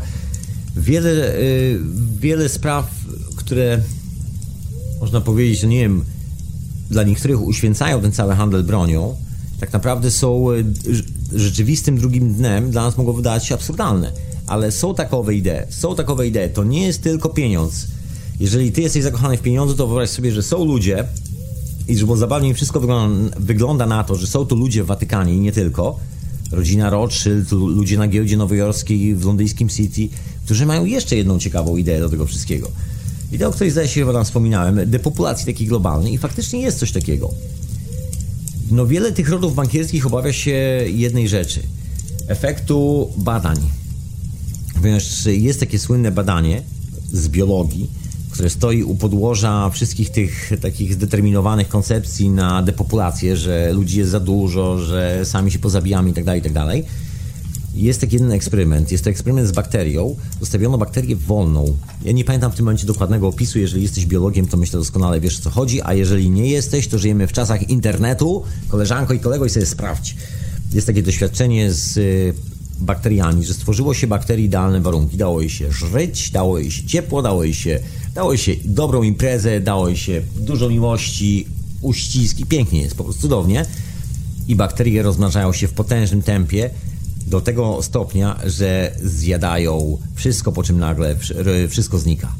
wiele spraw, które można powiedzieć, że nie wiem, dla niektórych uświęcają ten cały handel bronią, tak naprawdę są rzeczywistym drugim dnem, dla nas mogą wydawać się absurdalne. Ale są takowe idee. To nie jest tylko pieniądz. Jeżeli ty jesteś zakochany w pieniądzu, to wyobraź sobie, że są ludzie i żeby zabawnie wszystko wygląda na to, że są tu ludzie w Watykanie i nie tylko, rodzina Rothschild, ludzie na giełdzie nowojorskiej, w londyńskim City, którzy mają jeszcze jedną ciekawą ideę do tego wszystkiego. Ideę, o której zdaje się, chyba tam wspominałem, depopulacji takiej globalnej i faktycznie jest coś takiego. Wiele tych rodów bankierskich obawia się jednej rzeczy. Efektu badań. Ponieważ jest takie słynne badanie z biologii, które stoi u podłoża wszystkich tych takich zdeterminowanych koncepcji na depopulację, że ludzi jest za dużo, że sami się pozabijamy itd. Jest taki jeden eksperyment. Jest to eksperyment z bakterią. Zostawiono bakterię wolną. Ja nie pamiętam w tym momencie dokładnego opisu. Jeżeli jesteś biologiem, to myślę doskonale wiesz, o co chodzi, a jeżeli nie jesteś, to żyjemy w czasach internetu. Koleżanko i kolego, i sobie sprawdź. Jest takie doświadczenie z bakteriami, że stworzyło się bakterii idealne warunki. Dało jej się żyć, dało jej się ciepło, dało jej się dobrą imprezę, dało jej się dużo miłości, uściski. Pięknie jest, po prostu cudownie. I bakterie rozmnażają się w potężnym tempie do tego stopnia, że zjadają wszystko, po czym nagle wszystko znika.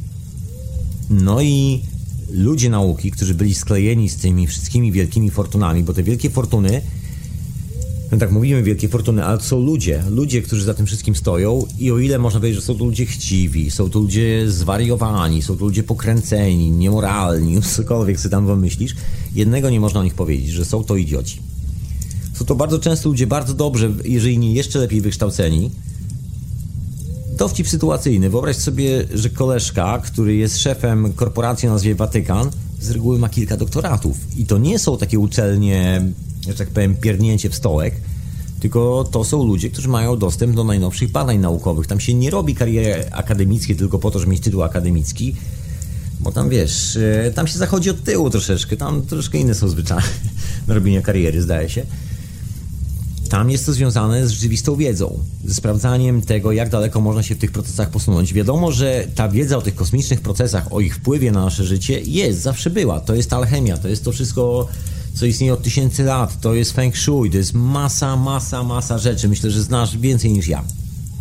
No i ludzie nauki, którzy byli sklejeni z tymi wszystkimi wielkimi fortunami, bo te wielkie fortuny, tak mówimy wielkie fortuny, ale to są ludzie, którzy za tym wszystkim stoją i o ile można powiedzieć, że są to ludzie chciwi, są to ludzie zwariowani, są to ludzie pokręceni, niemoralni, cokolwiek sobie tam wymyślisz, jednego nie można o nich powiedzieć, że są to idioci. Są to bardzo często ludzie bardzo dobrze, jeżeli nie jeszcze lepiej wykształceni. Dowcip sytuacyjny. Wyobraź sobie, że koleżka, który jest szefem korporacji o nazwie Watykan, z reguły ma kilka doktoratów. I to nie są takie uczelnie, że tak powiem, pierdnięcie w stołek, tylko to są ludzie, którzy mają dostęp do najnowszych badań naukowych. Tam się nie robi kariery akademickiej tylko po to, żeby mieć tytuł akademicki, bo tam wiesz, tam się zachodzi od tyłu troszeczkę, tam troszkę inne są zwyczaje na robienie kariery, zdaje się. Tam jest to związane z rzeczywistą wiedzą, ze sprawdzaniem tego, jak daleko można się w tych procesach posunąć. Wiadomo, że ta wiedza o tych kosmicznych procesach, o ich wpływie na nasze życie jest, zawsze była. To jest alchemia, to jest to wszystko, co istnieje od 1000 lat. To jest feng shui, to jest masa rzeczy. Myślę, że znasz więcej niż ja.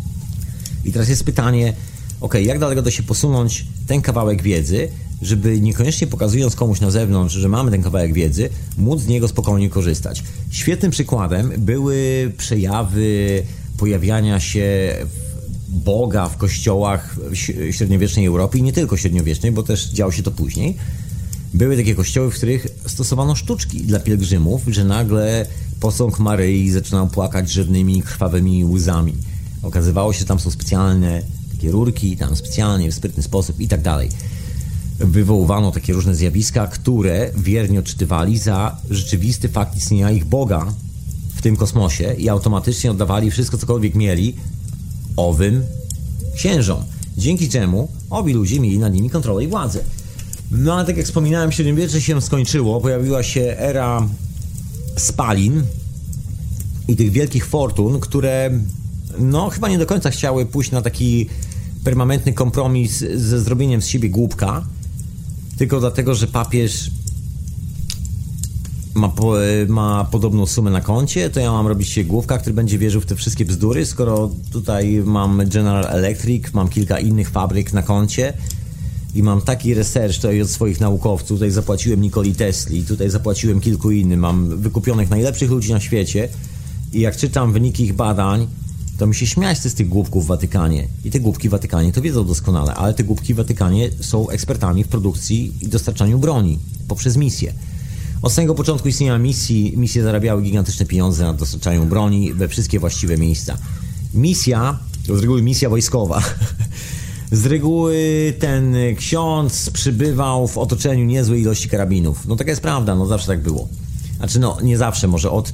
I teraz jest pytanie, jak daleko da się posunąć ten kawałek wiedzy, żeby niekoniecznie pokazując komuś na zewnątrz, że mamy ten kawałek wiedzy, móc z niego spokojnie korzystać. Świetnym przykładem były przejawy pojawiania się Boga w kościołach średniowiecznej Europy i nie tylko średniowiecznej, bo też działo się to później. Były takie kościoły, w których stosowano sztuczki dla pielgrzymów, że nagle posąg Maryi zaczynał płakać rzewnymi, krwawymi łzami. Okazywało się, że tam są specjalne takie rurki, tam specjalnie, w sprytny sposób i tak dalej. Wywoływano takie różne zjawiska, które wiernie odczytywali za rzeczywisty fakt istnienia ich Boga w tym kosmosie i automatycznie oddawali wszystko, cokolwiek mieli owym księżom. Dzięki czemu owi ludzie mieli nad nimi kontrolę i władzę. No ale tak jak wspominałem, średniowiecze się skończyło, pojawiła się era spalin i tych wielkich fortun, które no chyba nie do końca chciały pójść na taki permanentny kompromis ze zrobieniem z siebie głupka, tylko dlatego, że papież ma podobną sumę na koncie, to ja mam robić się główka, który będzie wierzył w te wszystkie bzdury, skoro tutaj mam General Electric, mam kilka innych fabryk na koncie i mam taki research tutaj od swoich naukowców, tutaj zapłaciłem Nikoli Tesli, tutaj zapłaciłem kilku innym, mam wykupionych najlepszych ludzi na świecie i jak czytam wyniki ich badań, to mi się śmiać z tych głupków w Watykanie. I te głupki w Watykanie to wiedzą doskonale, ale te głupki w Watykanie są ekspertami w produkcji i dostarczaniu broni poprzez misję. Od samego początku istnienia misje zarabiały gigantyczne pieniądze na dostarczaniu broni we wszystkie właściwe miejsca. Misja, to z reguły misja wojskowa. Z reguły ten ksiądz przybywał w otoczeniu niezłej ilości karabinów. No taka jest prawda, no zawsze tak było. Znaczy no nie zawsze, może od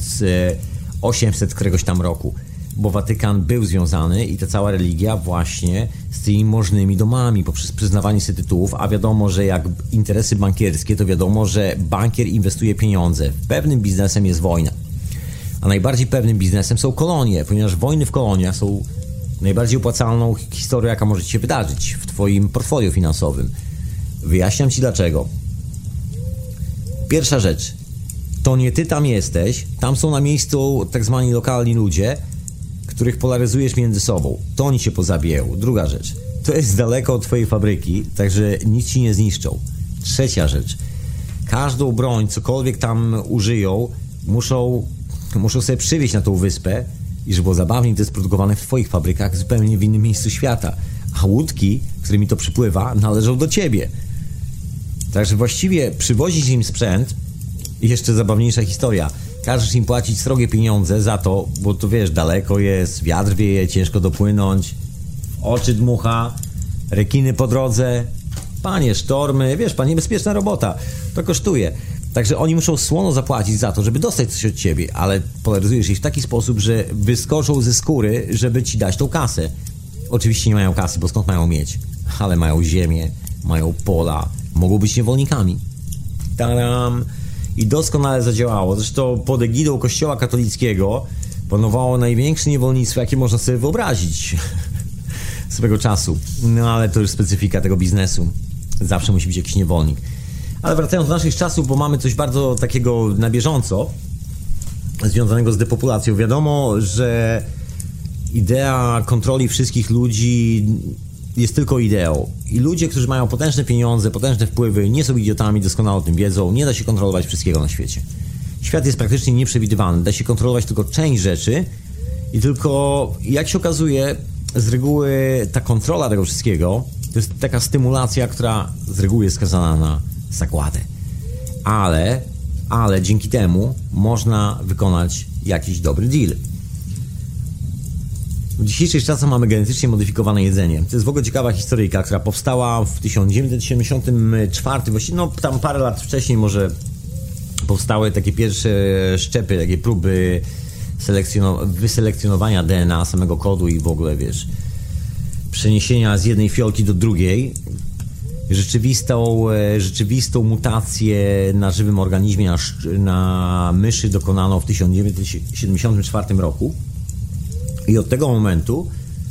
1800 któregoś tam roku. Bo Watykan był związany i ta cała religia właśnie z tymi możnymi domami poprzez przyznawanie sobie tytułów, a wiadomo, że jak interesy bankierskie, to wiadomo, że bankier inwestuje pieniądze. Pewnym biznesem jest wojna, a najbardziej pewnym biznesem są kolonie, ponieważ wojny w koloniach są najbardziej opłacalną historią, jaka może ci się wydarzyć w twoim portfolio finansowym. Wyjaśniam ci dlaczego. Pierwsza rzecz, to nie ty tam jesteś, tam są na miejscu tak zwani lokalni ludzie, których polaryzujesz między sobą. To oni cię pozabijają. Druga rzecz. To jest daleko od twojej fabryki, także nic ci nie zniszczą. Trzecia rzecz. Każdą broń, cokolwiek tam użyją, muszą sobie przywieźć na tą wyspę i żeby było zabawniej, to jest produkowane w twoich fabrykach zupełnie w innym miejscu świata. A łódki, którymi to przypływa, należą do ciebie. Także właściwie przywozić im sprzęt i jeszcze zabawniejsza historia. Każesz im płacić srogie pieniądze za to, bo to wiesz, daleko jest, wiatr wieje, ciężko dopłynąć, oczy dmucha, rekiny po drodze, panie, sztormy, wiesz, pan, niebezpieczna robota, to kosztuje. Także oni muszą słono zapłacić za to, żeby dostać coś od ciebie, ale polaryzujesz ich w taki sposób, że wyskoczą ze skóry, żeby ci dać tą kasę. Oczywiście nie mają kasy, bo skąd mają mieć? Ale mają ziemię, mają pola, mogą być niewolnikami. Tadam! I doskonale zadziałało. Zresztą pod egidą Kościoła katolickiego panowało największe niewolnictwo, jakie można sobie wyobrazić swego czasu. No ale to już specyfika tego biznesu. Zawsze musi być jakiś niewolnik. Ale wracając do naszych czasów, bo mamy coś bardzo takiego na bieżąco związanego z depopulacją. Wiadomo, że idea kontroli wszystkich ludzi jest tylko ideą. I ludzie, którzy mają potężne pieniądze, potężne wpływy, nie są idiotami, doskonale o tym wiedzą. Nie da się kontrolować wszystkiego na świecie. Świat jest praktycznie nieprzewidywalny. Da się kontrolować tylko część rzeczy i tylko, jak się okazuje, z reguły ta kontrola tego wszystkiego to jest taka stymulacja, która z reguły jest skazana na zagładę. Ale dzięki temu można wykonać jakiś dobry deal. W dzisiejszych czasach mamy genetycznie modyfikowane jedzenie. To jest w ogóle ciekawa historyjka, która powstała w 1974, właściwie no tam parę lat wcześniej może powstały takie pierwsze szczepy, takie próby wyselekcjonowania DNA samego kodu i w ogóle, wiesz, przeniesienia z jednej fiolki do drugiej. Rzeczywistą mutację na żywym organizmie, na myszy dokonano w 1974 roku. I od tego momentu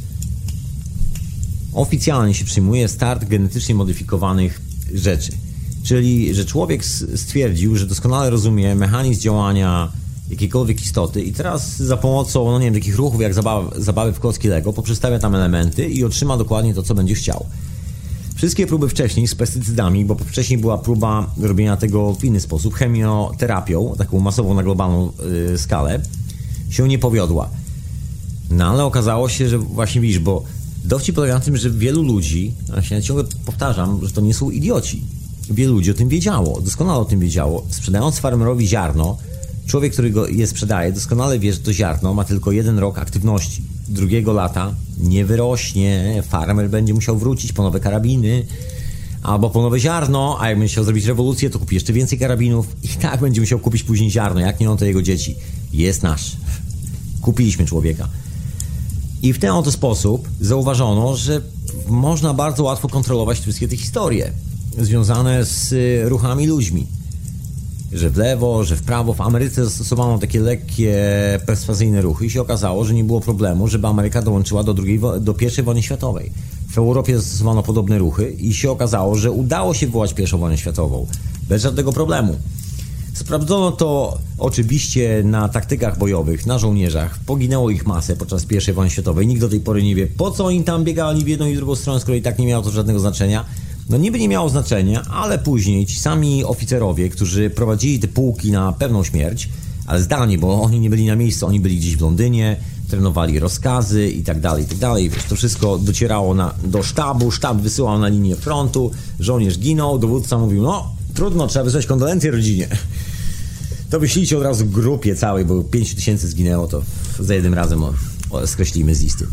oficjalnie się przyjmuje start genetycznie modyfikowanych rzeczy. Czyli, że człowiek stwierdził, że doskonale rozumie mechanizm działania jakiejkolwiek istoty i teraz za pomocą, no nie wiem, takich ruchów jak zabawy w klocki Lego poprzestawia tam elementy i otrzyma dokładnie to, co będzie chciał. Wszystkie próby wcześniej z pestycydami, bo wcześniej była próba robienia tego w inny sposób, chemioterapią, taką masową na globalną skalę, się nie powiodła. No ale okazało się, że właśnie widzisz, bo dowcip polega na tym, że wielu ludzi, ja ciągle powtarzam, że to nie są idioci. Wielu ludzi o tym wiedziało, doskonale o tym wiedziało. Sprzedając farmerowi ziarno, człowiek, który je sprzedaje, doskonale wie, że to ziarno ma tylko 1 rok aktywności. drugiego lata nie wyrośnie. Farmer będzie musiał wrócić po nowe karabiny albo po nowe ziarno, a jak będzie chciał zrobić rewolucję, to kupi jeszcze więcej karabinów i tak będzie musiał kupić później ziarno. Jak nie on, to jego dzieci. Jest nasz. Kupiliśmy człowieka. I w ten oto sposób zauważono, że można bardzo łatwo kontrolować wszystkie te historie związane z ruchami ludźmi. Że w lewo, że w prawo. W Ameryce zastosowano takie lekkie, perswazyjne ruchy i się okazało, że nie było problemu, żeby Ameryka dołączyła do I wojny światowej. W Europie zastosowano podobne ruchy i się okazało, że udało się wywołać I wojnę światową. Bez żadnego problemu. Sprawdzono to oczywiście na taktykach bojowych, na żołnierzach. Poginęło ich masę podczas I wojny światowej. Nikt do tej pory nie wie, po co oni tam biegali w jedną i drugą stronę, skoro i tak nie miało to żadnego znaczenia. No niby nie miało znaczenia, ale później ci sami oficerowie, którzy prowadzili te pułki na pewną śmierć, ale zdalnie, bo oni nie byli na miejscu, oni byli gdzieś w Londynie, trenowali rozkazy i tak dalej, i tak dalej. Wiesz, to wszystko docierało do sztabu, sztab wysyłał na linię frontu, żołnierz ginął, dowódca mówił, no trudno, trzeba wysłać kondolencje rodzinie. To wyślijcie od razu grupie całej, bo 5000 zginęło, to za jednym razem skreślimy z listy.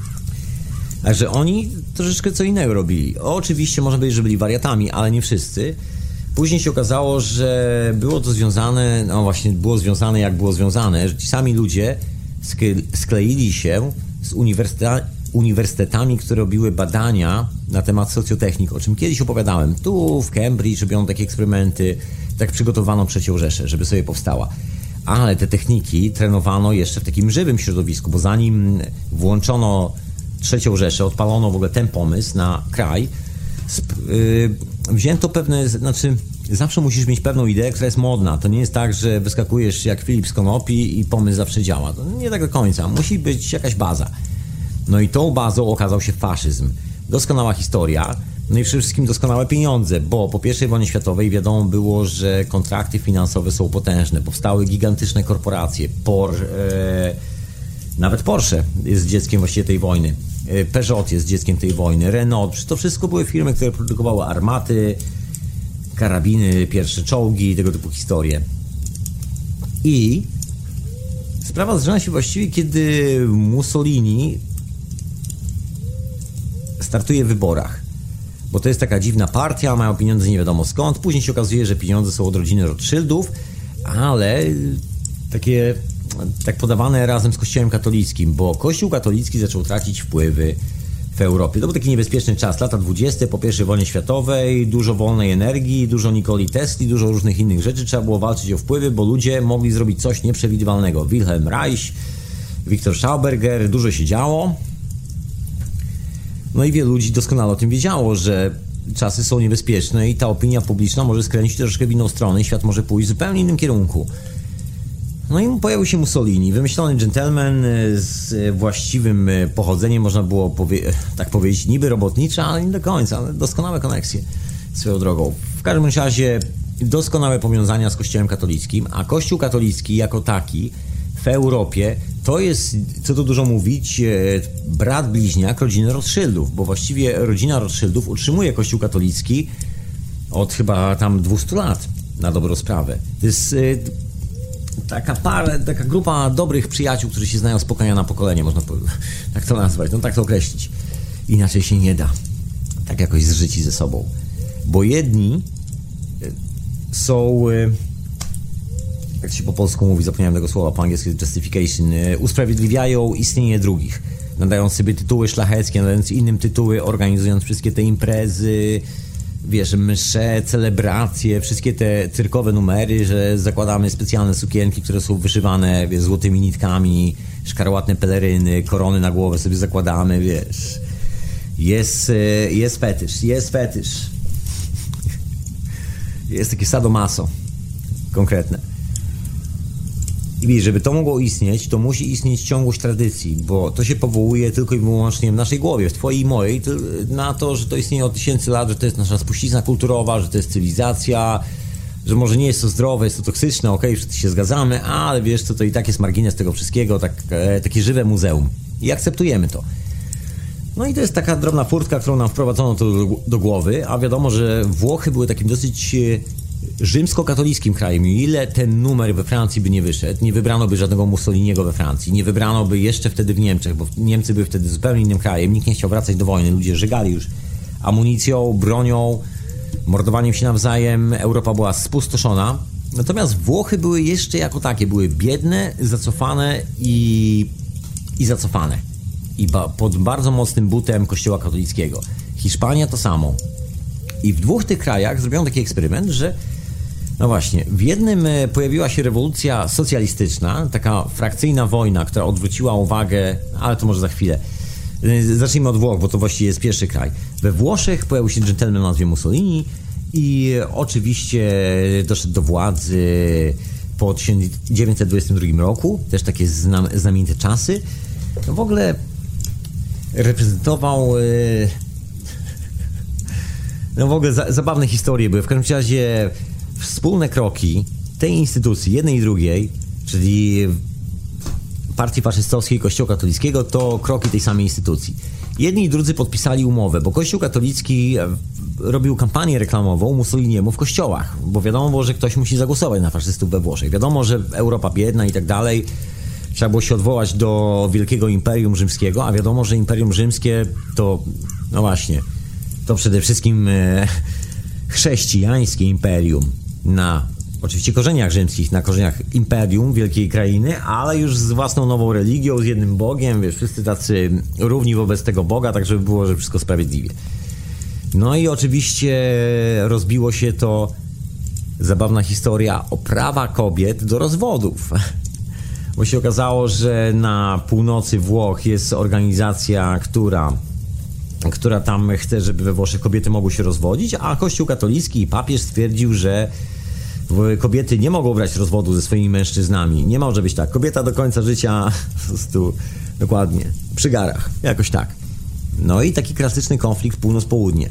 Także oni troszeczkę co innego robili. Oczywiście można powiedzieć, że byli wariatami, ale nie wszyscy. Później się okazało, że było to związane, no właśnie było związane jak było związane, że ci sami ludzie skleili się z uniwersytetami, które robiły badania na temat socjotechnik, o czym kiedyś opowiadałem. Tu w Cambridge robiono takie eksperymenty, tak przygotowano III Rzeszę, żeby sobie powstała. Ale te techniki trenowano jeszcze w takim żywym środowisku, bo zanim włączono III Rzeszę, odpalono w ogóle ten pomysł na kraj, wzięto pewne, znaczy zawsze musisz mieć pewną ideę, która jest modna. To nie jest tak, że wyskakujesz jak Filip z konopi i pomysł zawsze działa. To nie tak do końca. Musi być jakaś baza. No i tą bazą okazał się faszyzm. Doskonała historia, no i przede wszystkim doskonałe pieniądze, bo po I wojnie światowej wiadomo było, że kontrakty finansowe są potężne. Powstały gigantyczne korporacje. Nawet Porsche jest dzieckiem właściwie tej wojny. Peugeot jest dzieckiem tej wojny. Renault. To wszystko były firmy, które produkowały armaty, karabiny, pierwsze czołgi, tego typu historie. I sprawa zaczyna się właściwie, kiedy Mussolini startuje w wyborach. Bo to jest taka dziwna partia, mają pieniądze nie wiadomo skąd. Później się okazuje, że pieniądze są od rodziny Rothschildów, ale tak podawane razem z Kościołem katolickim, bo Kościół katolicki zaczął tracić wpływy w Europie. To był taki niebezpieczny czas, lata 20. po I wojnie światowej, dużo wolnej energii, dużo Nikoli Tesli, dużo różnych innych rzeczy. Trzeba było walczyć o wpływy, bo ludzie mogli zrobić coś nieprzewidywalnego. Wilhelm Reich, Viktor Schauberger, dużo się działo. No i wielu ludzi doskonale o tym wiedziało, że czasy są niebezpieczne i ta opinia publiczna może skręcić troszkę w inną stronę i świat może pójść w zupełnie innym kierunku. No i pojawił się Mussolini, wymyślony dżentelmen z właściwym pochodzeniem, można było tak powiedzieć, niby robotniczy, ale nie do końca, ale doskonałe koneksje swoją drogą. W każdym razie doskonałe powiązania z Kościołem katolickim, a Kościół katolicki jako taki w Europie to jest, co tu dużo mówić, brat bliźniak rodziny Rothschildów, bo właściwie rodzina Rothschildów utrzymuje Kościół katolicki od chyba tam 200 lat, na dobrą sprawę. To jest taka grupa dobrych przyjaciół, którzy się znają z pokolenia na pokolenie, można tak to nazwać, no tak to określić. Inaczej się nie da. Tak jakoś zżyci ze sobą. Bo jedni są, jak się po polsku mówi, zapomniałem tego słowa, po angielsku justification, usprawiedliwiają istnienie drugich. Nadając sobie tytuły szlacheckie, nadając innym tytuły, organizując wszystkie te imprezy, wiesz, msze, celebracje, wszystkie te cyrkowe numery, że zakładamy specjalne sukienki, które są wyszywane, wiesz, złotymi nitkami, szkarłatne peleryny, korony na głowę sobie zakładamy, wiesz. Jest fetysz. Jest takie sadomaso konkretne. I widzisz, żeby to mogło istnieć, to musi istnieć ciągłość tradycji, bo to się powołuje tylko i wyłącznie w naszej głowie, w twojej i mojej, na to, że to istnieje od tysięcy lat, że to jest nasza spuścizna kulturowa, że to jest cywilizacja, że może nie jest to zdrowe, jest to toksyczne, okej, wszyscy się zgadzamy, ale wiesz co, to i tak jest margines tego wszystkiego, takie żywe muzeum i akceptujemy to. No i to jest taka drobna furtka, którą nam wprowadzono to do głowy, a wiadomo, że Włochy były takim dosyć rzymskokatolickim krajem, ile ten numer we Francji by nie wyszedł, nie wybrano by żadnego Mussoliniego we Francji, nie wybrano by jeszcze wtedy w Niemczech, bo Niemcy były wtedy zupełnie innym krajem, nikt nie chciał wracać do wojny, ludzie żegali już amunicją, bronią, mordowaniem się nawzajem, Europa była spustoszona. Natomiast Włochy były jeszcze jako takie, były biedne, zacofane i zacofane. I pod bardzo mocnym butem kościoła katolickiego. Hiszpania to samo. I w dwóch tych krajach zrobiono taki eksperyment, że no właśnie, w jednym pojawiła się rewolucja socjalistyczna, taka frakcyjna wojna, która odwróciła uwagę, ale to może za chwilę. Zacznijmy od Włoch, bo to właściwie jest pierwszy kraj. We Włoszech pojawił się dżentelmen o nazwie Mussolini i oczywiście doszedł do władzy po 1922 roku, też takie znamienite czasy. No w ogóle reprezentował no w ogóle zabawne historie były. W każdym razie wspólne kroki tej instytucji, jednej i drugiej, czyli partii faszystowskiej i Kościoła katolickiego, to kroki tej samej instytucji. Jedni i drudzy podpisali umowę, bo Kościół katolicki robił kampanię reklamową Mussoliniemu w kościołach, bo wiadomo było, że ktoś musi zagłosować na faszystów we Włoszech. Wiadomo, że Europa biedna i tak dalej. Trzeba było się odwołać do wielkiego Imperium Rzymskiego, a wiadomo, że Imperium Rzymskie to, no właśnie, to przede wszystkim chrześcijańskie imperium na oczywiście korzeniach rzymskich, na korzeniach imperium wielkiej krainy, ale już z własną nową religią, z jednym Bogiem, wiesz, wszyscy tacy równi wobec tego Boga, tak żeby było, że wszystko sprawiedliwie. No i oczywiście rozbiło się to, zabawna historia, o prawa kobiet do rozwodów. Bo się okazało, że na północy Włoch jest organizacja, która tam chce, żeby we Włoszech kobiety mogły się rozwodzić, a Kościół katolicki i papież stwierdził, że kobiety nie mogą brać rozwodu ze swoimi mężczyznami. Nie może być tak. Kobieta do końca życia po prostu dokładnie przy garach. Jakoś tak. No i taki klasyczny konflikt północ-południe.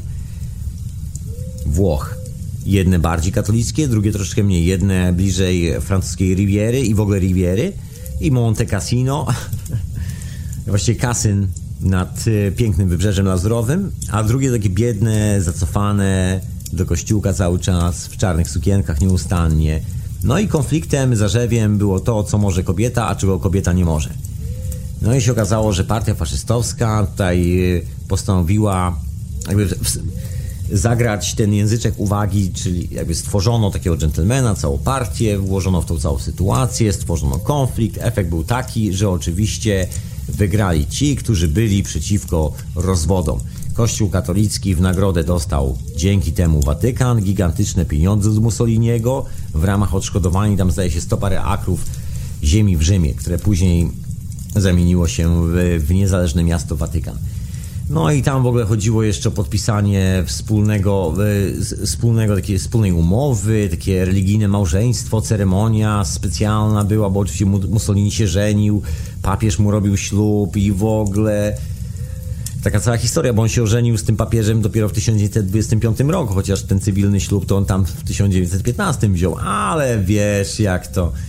Włoch. Jedne bardziej katolickie, drugie troszeczkę mniej. Jedne bliżej francuskiej Riviery i w ogóle Riviery i Monte Cassino. Właściwie kasyn nad pięknym wybrzeżem lazurowym, a drugie takie biedne, zacofane do kościółka cały czas, w czarnych sukienkach nieustannie. No i konfliktem, zarzewiem było to, co może kobieta, a czego kobieta nie może. No i się okazało, że partia faszystowska tutaj postanowiła jakby zagrać ten języczek uwagi, czyli jakby stworzono takiego dżentelmena, całą partię, włożono w tą całą sytuację, stworzono konflikt. Efekt był taki, że oczywiście wygrali ci, którzy byli przeciwko rozwodom. Kościół katolicki w nagrodę dostał dzięki temu Watykan, gigantyczne pieniądze z Mussoliniego, w ramach odszkodowań, tam zdaje się 100 parę akrów ziemi w Rzymie, które później zamieniło się w niezależne miasto Watykan. No i tam w ogóle chodziło jeszcze o podpisanie takiej wspólnej umowy, takie religijne małżeństwo, ceremonia specjalna była, bo oczywiście Mussolini się żenił, papież mu robił ślub i w ogóle taka cała historia, bo on się ożenił z tym papieżem dopiero w 1925 roku, chociaż ten cywilny ślub to on tam w 1915 wziął, ale wiesz jak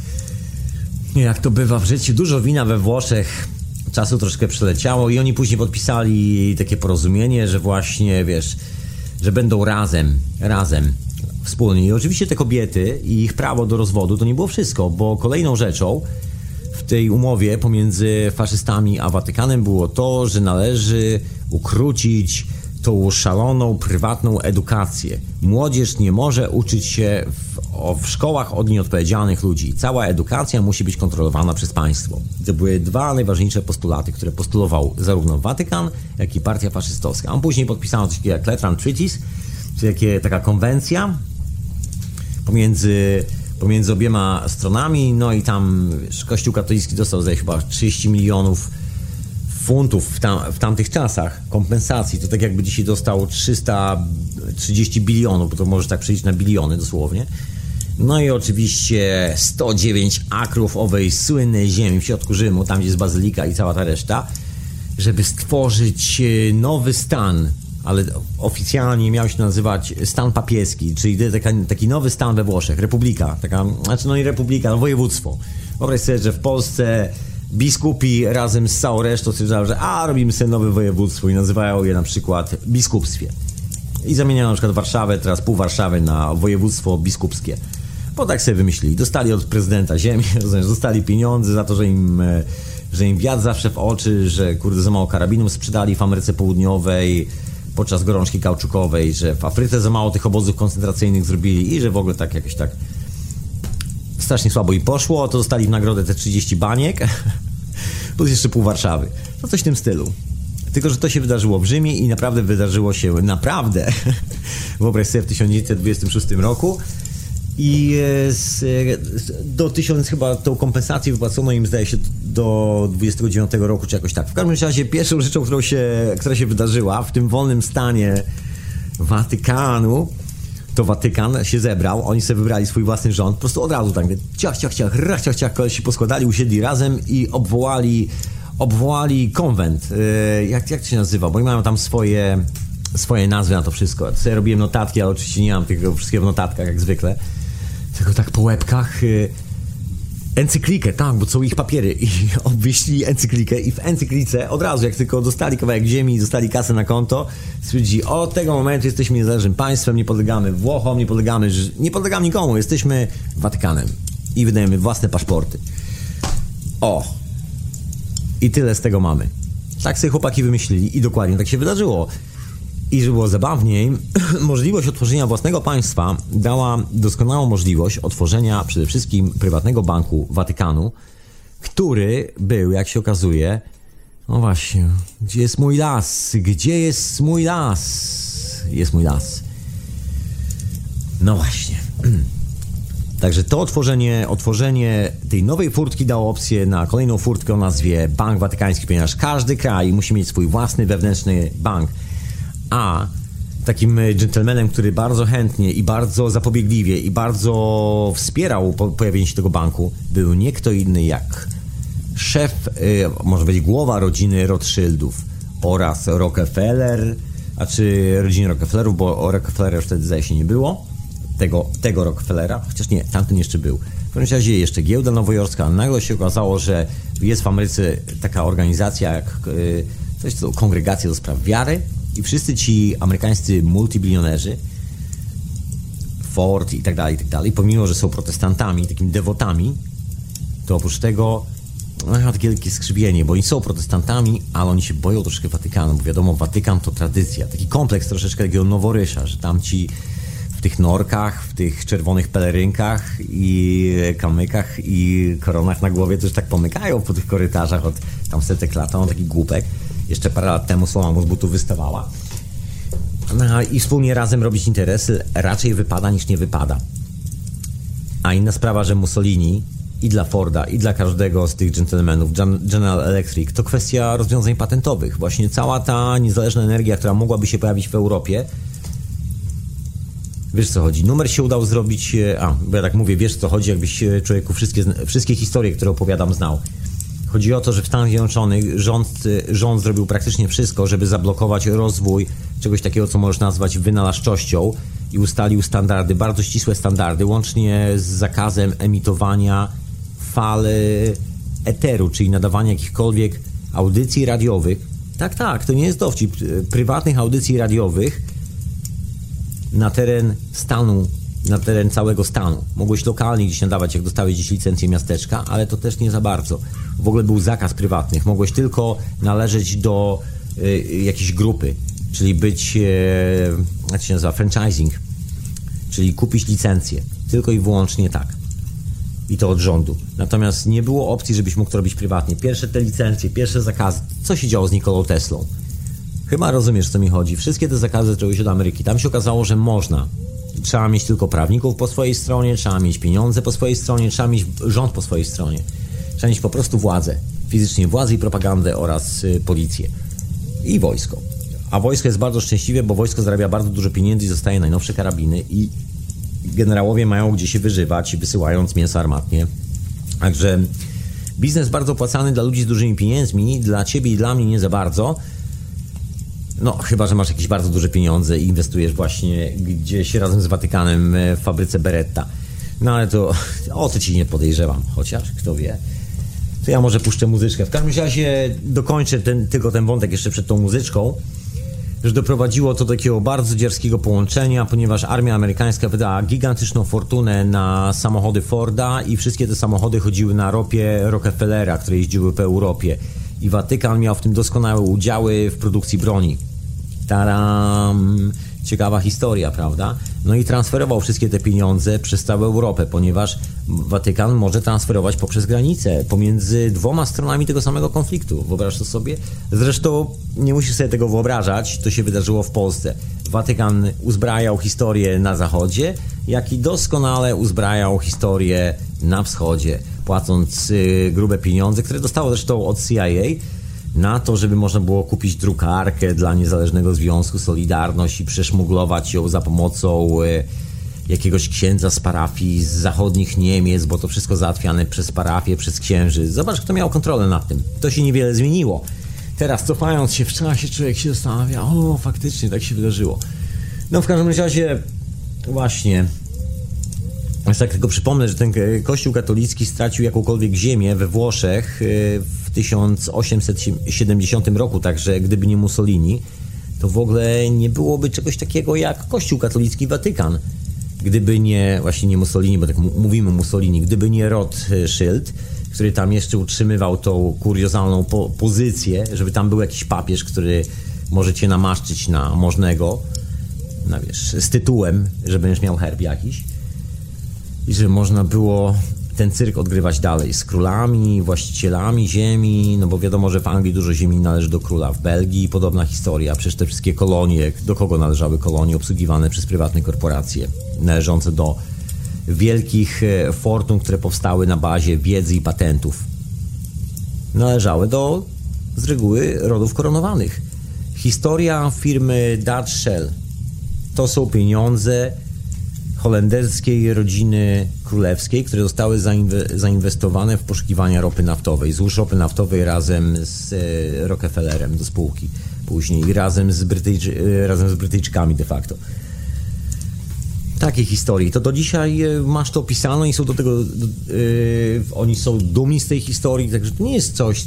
to bywa w życiu, dużo wina we Włoszech. Czasu troszkę przeleciało i oni później podpisali takie porozumienie, że właśnie, wiesz, że będą razem, wspólnie. I oczywiście te kobiety i ich prawo do rozwodu to nie było wszystko, bo kolejną rzeczą w tej umowie pomiędzy faszystami a Watykanem było to, że należy ukrócić tą szaloną, prywatną edukację. Młodzież nie może uczyć się w szkołach od nieodpowiedzialnych ludzi. Cała edukacja musi być kontrolowana przez państwo. To były dwa najważniejsze postulaty, które postulował zarówno Watykan, jak i partia faszystowska. On później podpisano coś takiego jak Lettran Treaties, czyli taka konwencja pomiędzy obiema stronami, no i tam wiesz, Kościół katolicki dostał chyba 30 milionów funtów w tamtych czasach kompensacji. To tak jakby dzisiaj dostał 330 bilionów, bo to może tak przejść na biliony dosłownie. No i oczywiście 109 akrów owej słynnej ziemi w środku Rzymu, tam gdzie jest bazylika i cała ta reszta, żeby stworzyć nowy stan, ale oficjalnie miał się nazywać stan papieski, czyli taki nowy stan we Włoszech, republika, województwo. Wyobraź sobie, że w Polsce biskupi razem z całą resztą stwierdzają, że robimy sobie nowe województwo i nazywają je na przykład biskupstwie. I zamieniają na przykład Warszawę, teraz pół Warszawy na województwo biskupskie. Bo tak sobie wymyślili. Dostali od prezydenta ziemi, dostali pieniądze za to, że im wiatr zawsze w oczy, że kurde za mało karabinów sprzedali w Ameryce Południowej podczas gorączki kauczukowej, że w Afryce za mało tych obozów koncentracyjnych zrobili i że w ogóle tak jakoś tak strasznie słabo i poszło, to dostali w nagrodę te 30 baniek plus jeszcze pół Warszawy. To coś w tym stylu. Tylko że to się wydarzyło w Rzymie i naprawdę wydarzyło się wyobraź sobie w 1926 roku i do 1000 chyba tą kompensację wypłacono im, zdaje się, do 29 roku, czy jakoś tak. W każdym razie pierwszą rzeczą, która się wydarzyła w tym wolnym stanie Watykanu, to Watykan się zebrał, oni sobie wybrali swój własny rząd, po prostu od razu tak, ciach, kolesi poskładali, usiedli razem i obwołali konwent. Jak to się nazywa? Bo oni mają tam swoje nazwy na to wszystko. Ja sobie robiłem notatki, ale oczywiście nie mam tego wszystkiego w notatkach, jak zwykle. Tylko tak po łebkach. Encyklikę, tak, bo są ich papiery. I obwieścili encyklikę i w encyklice od razu, jak tylko dostali kawałek ziemi i dostali kasę na konto, stwierdzili, od tego momentu jesteśmy niezależnym państwem, nie podlegamy Włochom, nie podlegamy nikomu, jesteśmy Watykanem. I wydajemy własne paszporty. I tyle z tego mamy. Tak sobie chłopaki wymyślili i dokładnie tak się wydarzyło. I żeby było zabawniej, możliwość otworzenia własnego państwa dała doskonałą możliwość otworzenia przede wszystkim prywatnego banku Watykanu, który był, jak się okazuje, no właśnie, gdzie jest mój las? Gdzie jest mój las? Jest mój las. No właśnie. Także to otworzenie tej nowej furtki dało opcję na kolejną furtkę o nazwie Bank Watykański, ponieważ każdy kraj musi mieć swój własny wewnętrzny bank. A takim dżentelmenem, który bardzo chętnie i bardzo zapobiegliwie i bardzo wspierał pojawienie się tego banku, był nie kto inny jak szef, może być głowa rodziny Rothschildów oraz Rockefeller, a czy rodziny Rockefellerów, bo o Rockefellera już wtedy zdaje się nie było, tego Rockefellera, chociaż nie, tamten jeszcze był. W każdym razie jeszcze giełda nowojorska, nagle się okazało, że jest w Ameryce taka organizacja jak Kongregacja do Spraw Wiary i wszyscy ci amerykańscy multibilionerzy, Ford i tak dalej, pomimo, że są protestantami, takimi dewotami, to oprócz tego mają takie wielkie skrzywienie, bo oni są protestantami, ale oni się boją troszkę Watykanu, bo wiadomo, Watykan to tradycja, taki kompleks troszeczkę takiego noworysza, że tam ci w tych norkach, w tych czerwonych pelerynkach i kamykach i koronach na głowie też tak pomykają po tych korytarzach od tam setek lat, on taki głupek. Jeszcze parę lat temu słoma mu z butów wystawała. No i wspólnie razem robić interesy raczej wypada niż nie wypada. A inna sprawa, że Mussolini i dla Forda, i dla każdego z tych dżentelmenów, General Electric, to kwestia rozwiązań patentowych. Właśnie cała ta niezależna energia, która mogłaby się pojawić w Europie. Wiesz co chodzi? Numer się udał zrobić... bo ja tak mówię, wiesz co chodzi, jakbyś człowieku wszystkie historie, które opowiadam, znał. Chodzi o to, że w Stanach Zjednoczonych rząd zrobił praktycznie wszystko, żeby zablokować rozwój czegoś takiego, co możesz nazwać wynalazczością i ustalił standardy, bardzo ścisłe standardy, łącznie z zakazem emitowania fal eteru, czyli nadawania jakichkolwiek audycji radiowych. Tak, to nie jest dowcip. Prywatnych audycji radiowych na teren stanu, na teren całego stanu. Mogłeś lokalnie gdzieś nadawać, jak dostałeś gdzieś licencję miasteczka, ale to też nie za bardzo. W ogóle był zakaz prywatnych. Mogłeś tylko należeć do jakiejś grupy, czyli być, jak się nazywa, franchising, czyli kupić licencję. Tylko i wyłącznie tak. I to od rządu. Natomiast nie było opcji, żebyś mógł to robić prywatnie. Pierwsze te licencje, pierwsze zakazy. Co się działo z Nikolą Teslą? Chyba rozumiesz, co mi chodzi. Wszystkie te zakazy zaczęły się do Ameryki. Tam się okazało, że można. Trzeba mieć tylko prawników po swojej stronie, trzeba mieć pieniądze po swojej stronie, trzeba mieć rząd po swojej stronie. Trzeba mieć po prostu władzę. Fizycznie władzę i propagandę oraz policję. I wojsko. A wojsko jest bardzo szczęśliwe, bo wojsko zarabia bardzo dużo pieniędzy i dostaje najnowsze karabiny i generałowie mają gdzie się wyżywać, wysyłając mięso armatnie. Także biznes bardzo opłacany dla ludzi z dużymi pieniędzmi, dla ciebie i dla mnie nie za bardzo. No, chyba że masz jakieś bardzo duże pieniądze i inwestujesz właśnie gdzieś razem z Watykanem w fabryce Beretta. No ale to o to ci nie podejrzewam, chociaż kto wie. To ja może puszczę muzyczkę. W każdym razie dokończę tylko ten wątek jeszcze przed tą muzyczką. że doprowadziło to do takiego bardzo dziarskiego połączenia, ponieważ armia amerykańska wydała gigantyczną fortunę na samochody Forda i wszystkie te samochody chodziły na ropie Rockefellera, które jeździły po Europie. I Watykan miał w tym doskonałe udziały w produkcji broni. Taram! Ciekawa historia, prawda? No i transferował wszystkie te pieniądze przez całą Europę, ponieważ Watykan może transferować poprzez granicę pomiędzy dwoma stronami tego samego konfliktu. Wyobraź to sobie? Zresztą nie musisz sobie tego wyobrażać, to się wydarzyło w Polsce. Watykan uzbrajał historię na zachodzie, jak i doskonale uzbrajał historię na wschodzie, płacąc grube pieniądze, które dostało zresztą od CIA, na to, żeby można było kupić drukarkę dla niezależnego związku Solidarność i przeszmuglować ją za pomocą jakiegoś księdza z parafii z zachodnich Niemiec, bo to wszystko załatwiane przez parafię, przez księży. Zobacz, kto miał kontrolę nad tym. To się niewiele zmieniło. Teraz cofając się w czasie, człowiek się zastanawia, o, faktycznie tak się wydarzyło. No w każdym razie właśnie, jeszcze tak tylko przypomnę, że ten Kościół katolicki stracił jakąkolwiek ziemię we Włoszech w 1870 roku, także gdyby nie Mussolini, to w ogóle nie byłoby czegoś takiego jak Kościół katolicki Watykan. Gdyby nie, właśnie nie Mussolini, bo tak mówimy Mussolini, gdyby nie Rothschild, który tam jeszcze utrzymywał tą kuriozalną pozycję, żeby tam był jakiś papież, który może cię namaszczyć na możnego, no wiesz, z tytułem, że będziesz miał herb jakiś. I że można było ten cyrk odgrywać dalej z królami, właścicielami ziemi, no bo wiadomo, że w Anglii dużo ziemi należy do króla, w Belgii podobna historia, przecież te wszystkie kolonie, do kogo należały kolonie obsługiwane przez prywatne korporacje, należące do wielkich fortun, które powstały na bazie wiedzy i patentów. Należały do, z reguły, rodów koronowanych. Historia firmy Dutch Shell to są pieniądze holenderskiej rodziny królewskiej, które zostały zainwestowane w poszukiwania ropy naftowej, złóż ropy naftowej razem z Rockefellerem do spółki później i razem z Brytyjczykami de facto. Takie historie. To do dzisiaj masz to opisane i są do tego oni są dumni z tej historii, także to nie jest coś,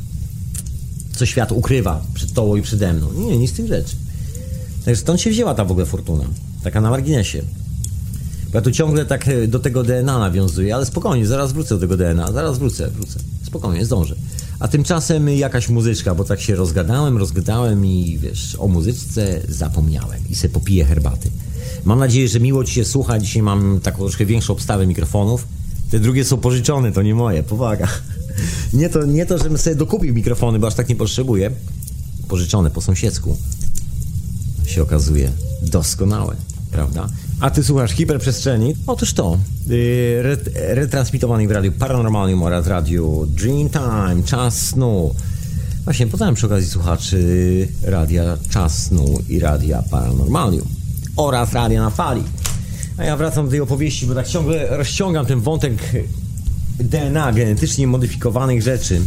co świat ukrywa przed tobą i przede mną. Nie, nic z tych rzeczy. Także stąd się wzięła ta w ogóle fortuna. Taka na marginesie. Ja tu ciągle tak do tego DNA nawiązuję, ale spokojnie, zaraz wrócę do tego DNA, zaraz wrócę. Spokojnie, zdążę. A tymczasem jakaś muzyczka, bo tak się rozgadałem i wiesz, o muzyczce zapomniałem i se popiję herbaty. Mam nadzieję, że miło ci się słucha. Dzisiaj mam taką troszkę większą obstawę mikrofonów. Te drugie są pożyczone, to nie moje, powaga. Nie to, żebym sobie dokupił mikrofony, bo aż tak nie potrzebuję. Pożyczone po sąsiedzku. Się okazuje doskonałe, prawda? A ty słuchasz Hiperprzestrzeni? Otóż to, retransmitowanej w Radiu Paranormalium oraz Radiu Dreamtime, Czas Snu. Właśnie poznałem przy okazji słuchaczy Radia Czas Snu i Radia Paranormalium oraz Radia na Fali. A ja wracam do tej opowieści, bo tak ciągle rozciągam ten wątek DNA, genetycznie modyfikowanych rzeczy.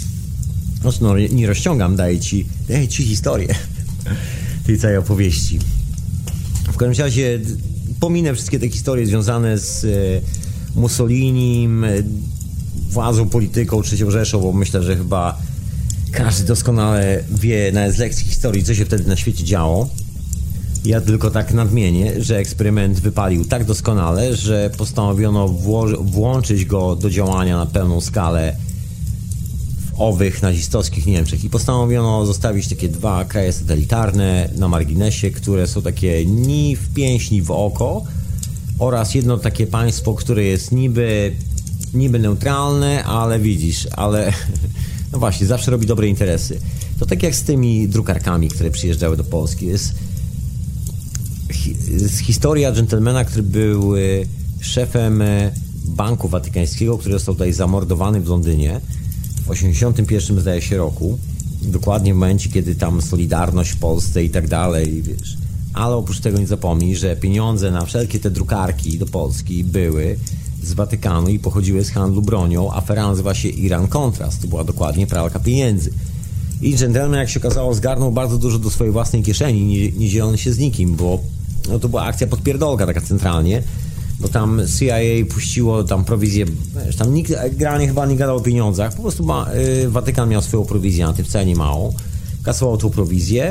No nie rozciągam, daję ci historię tej całej opowieści. W każdym razie pominę wszystkie te historie związane z Mussolinim, władzą, polityką, III Rzeszą, bo myślę, że chyba każdy doskonale wie nawet z lekcji historii, co się wtedy na świecie działo. Ja tylko tak nadmienię, że eksperyment wypalił tak doskonale, że postanowiono włączyć go do działania na pełną skalę w owych nazistowskich Niemczech i postanowiono zostawić takie dwa kraje satelitarne na marginesie, które są takie ni w pięść, ni w oko, oraz jedno takie państwo, które jest niby neutralne, ale widzisz, no właśnie, zawsze robi dobre interesy. To tak jak z tymi drukarkami, które przyjeżdżały do Polski. Jest historia dżentelmena, który był szefem Banku Watykańskiego, który został tutaj zamordowany w Londynie w 81, zdaje się, roku. Dokładnie w momencie, kiedy tam Solidarność w Polsce i tak dalej, wiesz. Ale oprócz tego nie zapomnij, że pieniądze na wszelkie te drukarki do Polski były z Watykanu i pochodziły z handlu bronią. Afera nazywa się Iran-Contras. To była dokładnie pralka pieniędzy. I dżentelmen, jak się okazało, zgarnął bardzo dużo do swojej własnej kieszeni, nie dzieląc się z nikim, bo no, to była akcja podpierdolka taka centralnie, bo tam CIA puściło tam prowizję, wiesz, tam nikt generalnie chyba nie gadał o pieniądzach, po prostu Watykan miał swoją prowizję na tym, wcale nie małą, kasował tą prowizję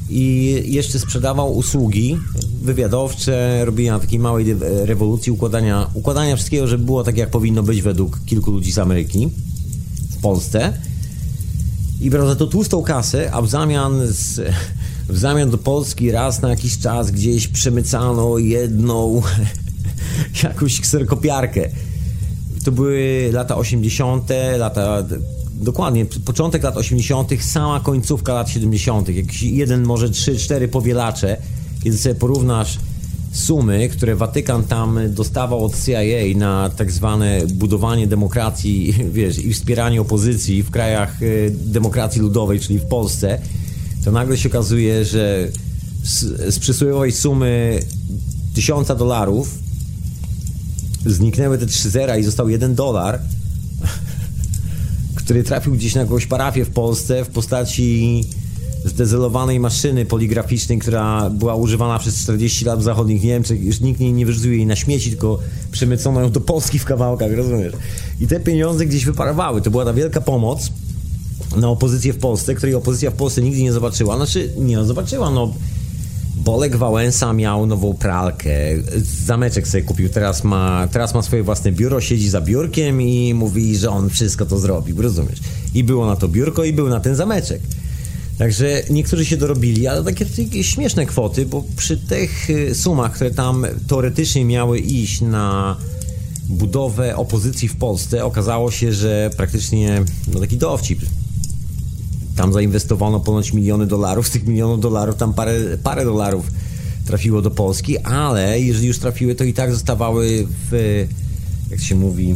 i jeszcze sprzedawał usługi wywiadowcze, robienia takiej małej rewolucji, układania wszystkiego, żeby było tak, jak powinno być według kilku ludzi z Ameryki w Polsce. I brał za to tłustą kasę, a w zamian do Polski raz na jakiś czas gdzieś przemycano jedną jakąś kserokopiarkę. To były lata 80., dokładnie, początek lat 80., sama końcówka lat 70., jakiś jeden, może 3-4 powielacze. Kiedy sobie porównasz sumy, które Watykan tam dostawał od CIA na tak zwane budowanie demokracji, wiesz, i wspieranie opozycji w krajach demokracji ludowej, czyli w Polsce, to nagle się okazuje, że z przysłowiowej sumy $1000 zniknęły te 3 zera i został $1, który trafił gdzieś na jakąś parafię w Polsce w postaci zdezelowanej maszyny poligraficznej, która była używana przez 40 lat w zachodnich Niemczech. Już nikt nie wyrzucił jej na śmieci, tylko przemycono ją do Polski w kawałkach, rozumiesz? I te pieniądze gdzieś wyparowały. To była ta wielka pomoc na opozycję w Polsce, której opozycja w Polsce nigdy nie zobaczyła. Znaczy, nie zobaczyła, no. Bolek Wałęsa miał nową pralkę, zameczek sobie kupił, teraz ma swoje własne biuro, siedzi za biurkiem i mówi, że on wszystko to zrobi, rozumiesz? I było na to biurko i był na ten zameczek. Także niektórzy się dorobili, ale takie śmieszne kwoty, bo przy tych sumach, które tam teoretycznie miały iść na budowę opozycji w Polsce, okazało się, że praktycznie, no taki dowcip. Tam zainwestowano ponoć miliony dolarów, z tych milionów dolarów tam parę dolarów trafiło do Polski, ale jeżeli już trafiły, to i tak zostawały jak się mówi,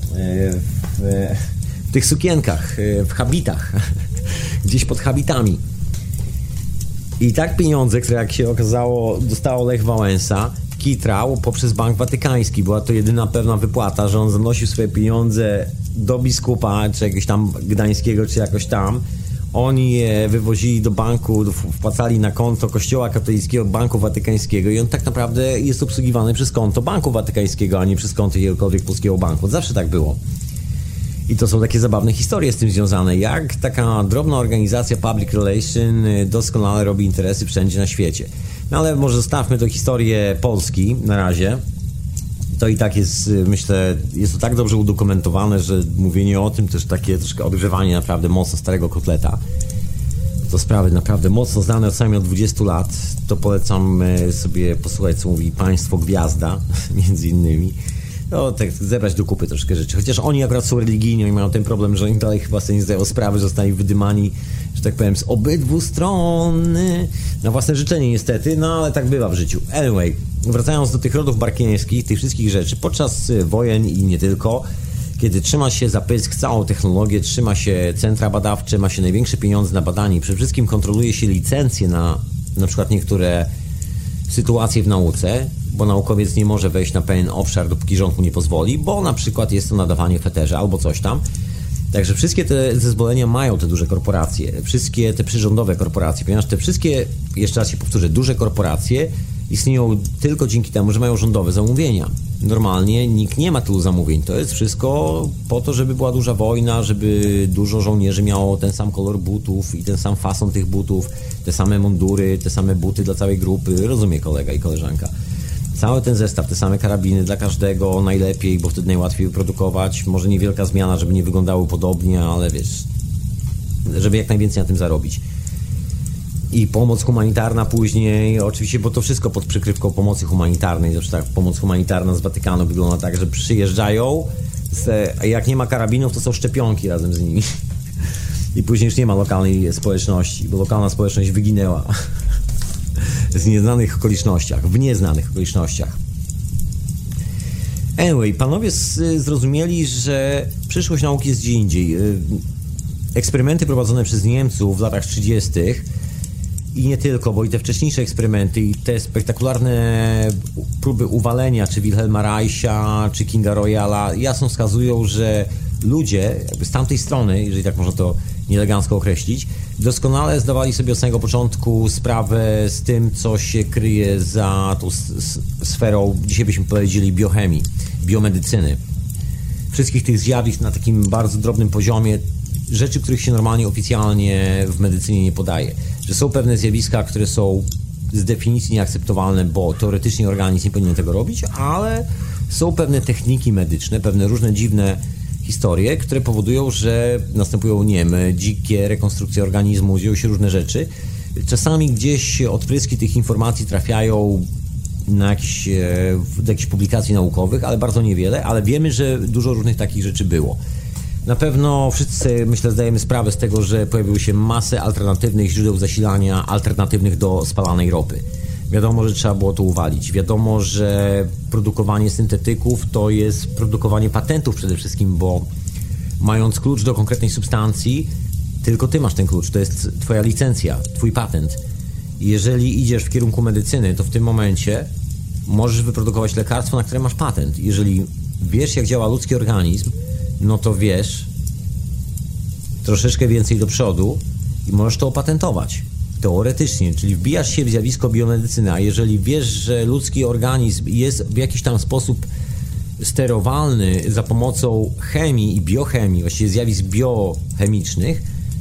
w tych sukienkach, w habitach, gdzieś pod habitami. I tak pieniądze, które jak się okazało dostało Lech Wałęsa, kitrał poprzez Bank Watykański. Była to jedyna pewna wypłata, że on zanosił swoje pieniądze do biskupa, czy jakiegoś tam gdańskiego, czy jakoś tam. Oni je wywozili do banku, wpłacali na konto Kościoła Katolickiego Banku Watykańskiego i on tak naprawdę jest obsługiwany przez konto Banku Watykańskiego, a nie przez konto jakiegokolwiek polskiego banku. Zawsze tak było. I to są takie zabawne historie z tym związane, jak taka drobna organizacja Public Relation doskonale robi interesy wszędzie na świecie. No ale może zostawmy tę historię Polski na razie. To i tak jest, myślę, jest to tak dobrze udokumentowane, że mówienie o tym też takie troszkę odgrzewanie naprawdę mocno starego kotleta. To sprawy naprawdę mocno znane od 20 lat. To polecam sobie posłuchać, co mówi Państwo Gwiazda, między innymi. No, tak zebrać do kupy troszkę rzeczy. Chociaż oni akurat są religijni i mają ten problem, że oni dalej chyba sobie nie zdają sprawy, że zostali wydymani, że tak powiem, z obydwu stron na własne życzenie niestety, no ale tak bywa w życiu. Anyway, wracając do tych rodów barkieńskich, tych wszystkich rzeczy, podczas wojen i nie tylko, kiedy trzyma się za pysk całą technologię, trzyma się centra badawcze, ma się największe pieniądze na badanie, przede wszystkim kontroluje się licencje na przykład niektóre sytuacje w nauce, bo naukowiec nie może wejść na pewien obszar, dopóki rząd mu nie pozwoli, bo na przykład jest to nadawanie feterza albo coś tam. Także wszystkie te zezwolenia mają te duże korporacje, wszystkie te przyrządowe korporacje, ponieważ te wszystkie, jeszcze raz się powtórzę, duże korporacje istnieją tylko dzięki temu, że mają rządowe zamówienia. Normalnie nikt nie ma tylu zamówień. To jest wszystko po to, żeby była duża wojna, żeby dużo żołnierzy miało ten sam kolor butów i ten sam fason tych butów, te same mundury, te same buty dla całej grupy. Rozumie kolega i koleżanka. Cały ten zestaw, te same karabiny dla każdego najlepiej, bo wtedy najłatwiej wyprodukować. Może niewielka zmiana, żeby nie wyglądały podobnie, ale wiesz, żeby jak najwięcej na tym zarobić. I pomoc humanitarna później, oczywiście, bo to wszystko pod przykrywką pomocy humanitarnej. Zresztą tak, pomoc humanitarna z Watykanu wygląda tak, że przyjeżdżają, a jak nie ma karabinów, to są szczepionki razem z nimi. I później już nie ma lokalnej społeczności, bo lokalna społeczność wyginęła. W nieznanych okolicznościach. Anyway, panowie zrozumieli, że przyszłość nauki jest gdzie indziej. Eksperymenty prowadzone przez Niemców w latach 30. i nie tylko, bo i te wcześniejsze eksperymenty i te spektakularne próby uwalenia czy Wilhelma Reicha, czy Kinga Royala jasno wskazują, że ludzie jakby z tamtej strony, jeżeli tak można to nieelegancko określić, doskonale zdawali sobie od samego początku sprawę z tym, co się kryje za tą sferą, dzisiaj byśmy powiedzieli, biochemii, biomedycyny. Wszystkich tych zjawisk na takim bardzo drobnym poziomie rzeczy, których się normalnie oficjalnie w medycynie nie podaje. Że są pewne zjawiska, które są z definicji nieakceptowalne, bo teoretycznie organizm nie powinien tego robić, ale są pewne techniki medyczne, pewne różne dziwne historie, które powodują, że następują, nie wiem, dzikie rekonstrukcje organizmu, dzieją się różne rzeczy. Czasami gdzieś odpryski tych informacji trafiają na do jakichś publikacji naukowych, ale bardzo niewiele, ale wiemy, że dużo różnych takich rzeczy było. Na pewno wszyscy, myślę, zdajemy sprawę z tego, że pojawiły się masę alternatywnych źródeł zasilania, alternatywnych do spalanej ropy. Wiadomo, że trzeba było to uwalić. Wiadomo, że produkowanie syntetyków to jest produkowanie patentów przede wszystkim, bo mając klucz do konkretnej substancji, tylko ty masz ten klucz, to jest twoja licencja, twój patent. I jeżeli idziesz w kierunku medycyny, to w tym momencie możesz wyprodukować lekarstwo, na które masz patent. Jeżeli wiesz, jak działa ludzki organizm, no to wiesz troszeczkę więcej do przodu i możesz to opatentować. Teoretycznie, czyli wbijasz się w zjawisko biomedycyny, a jeżeli wiesz, że ludzki organizm jest w jakiś tam sposób sterowalny za pomocą chemii i biochemii, właściwie zjawisk biochemicznych,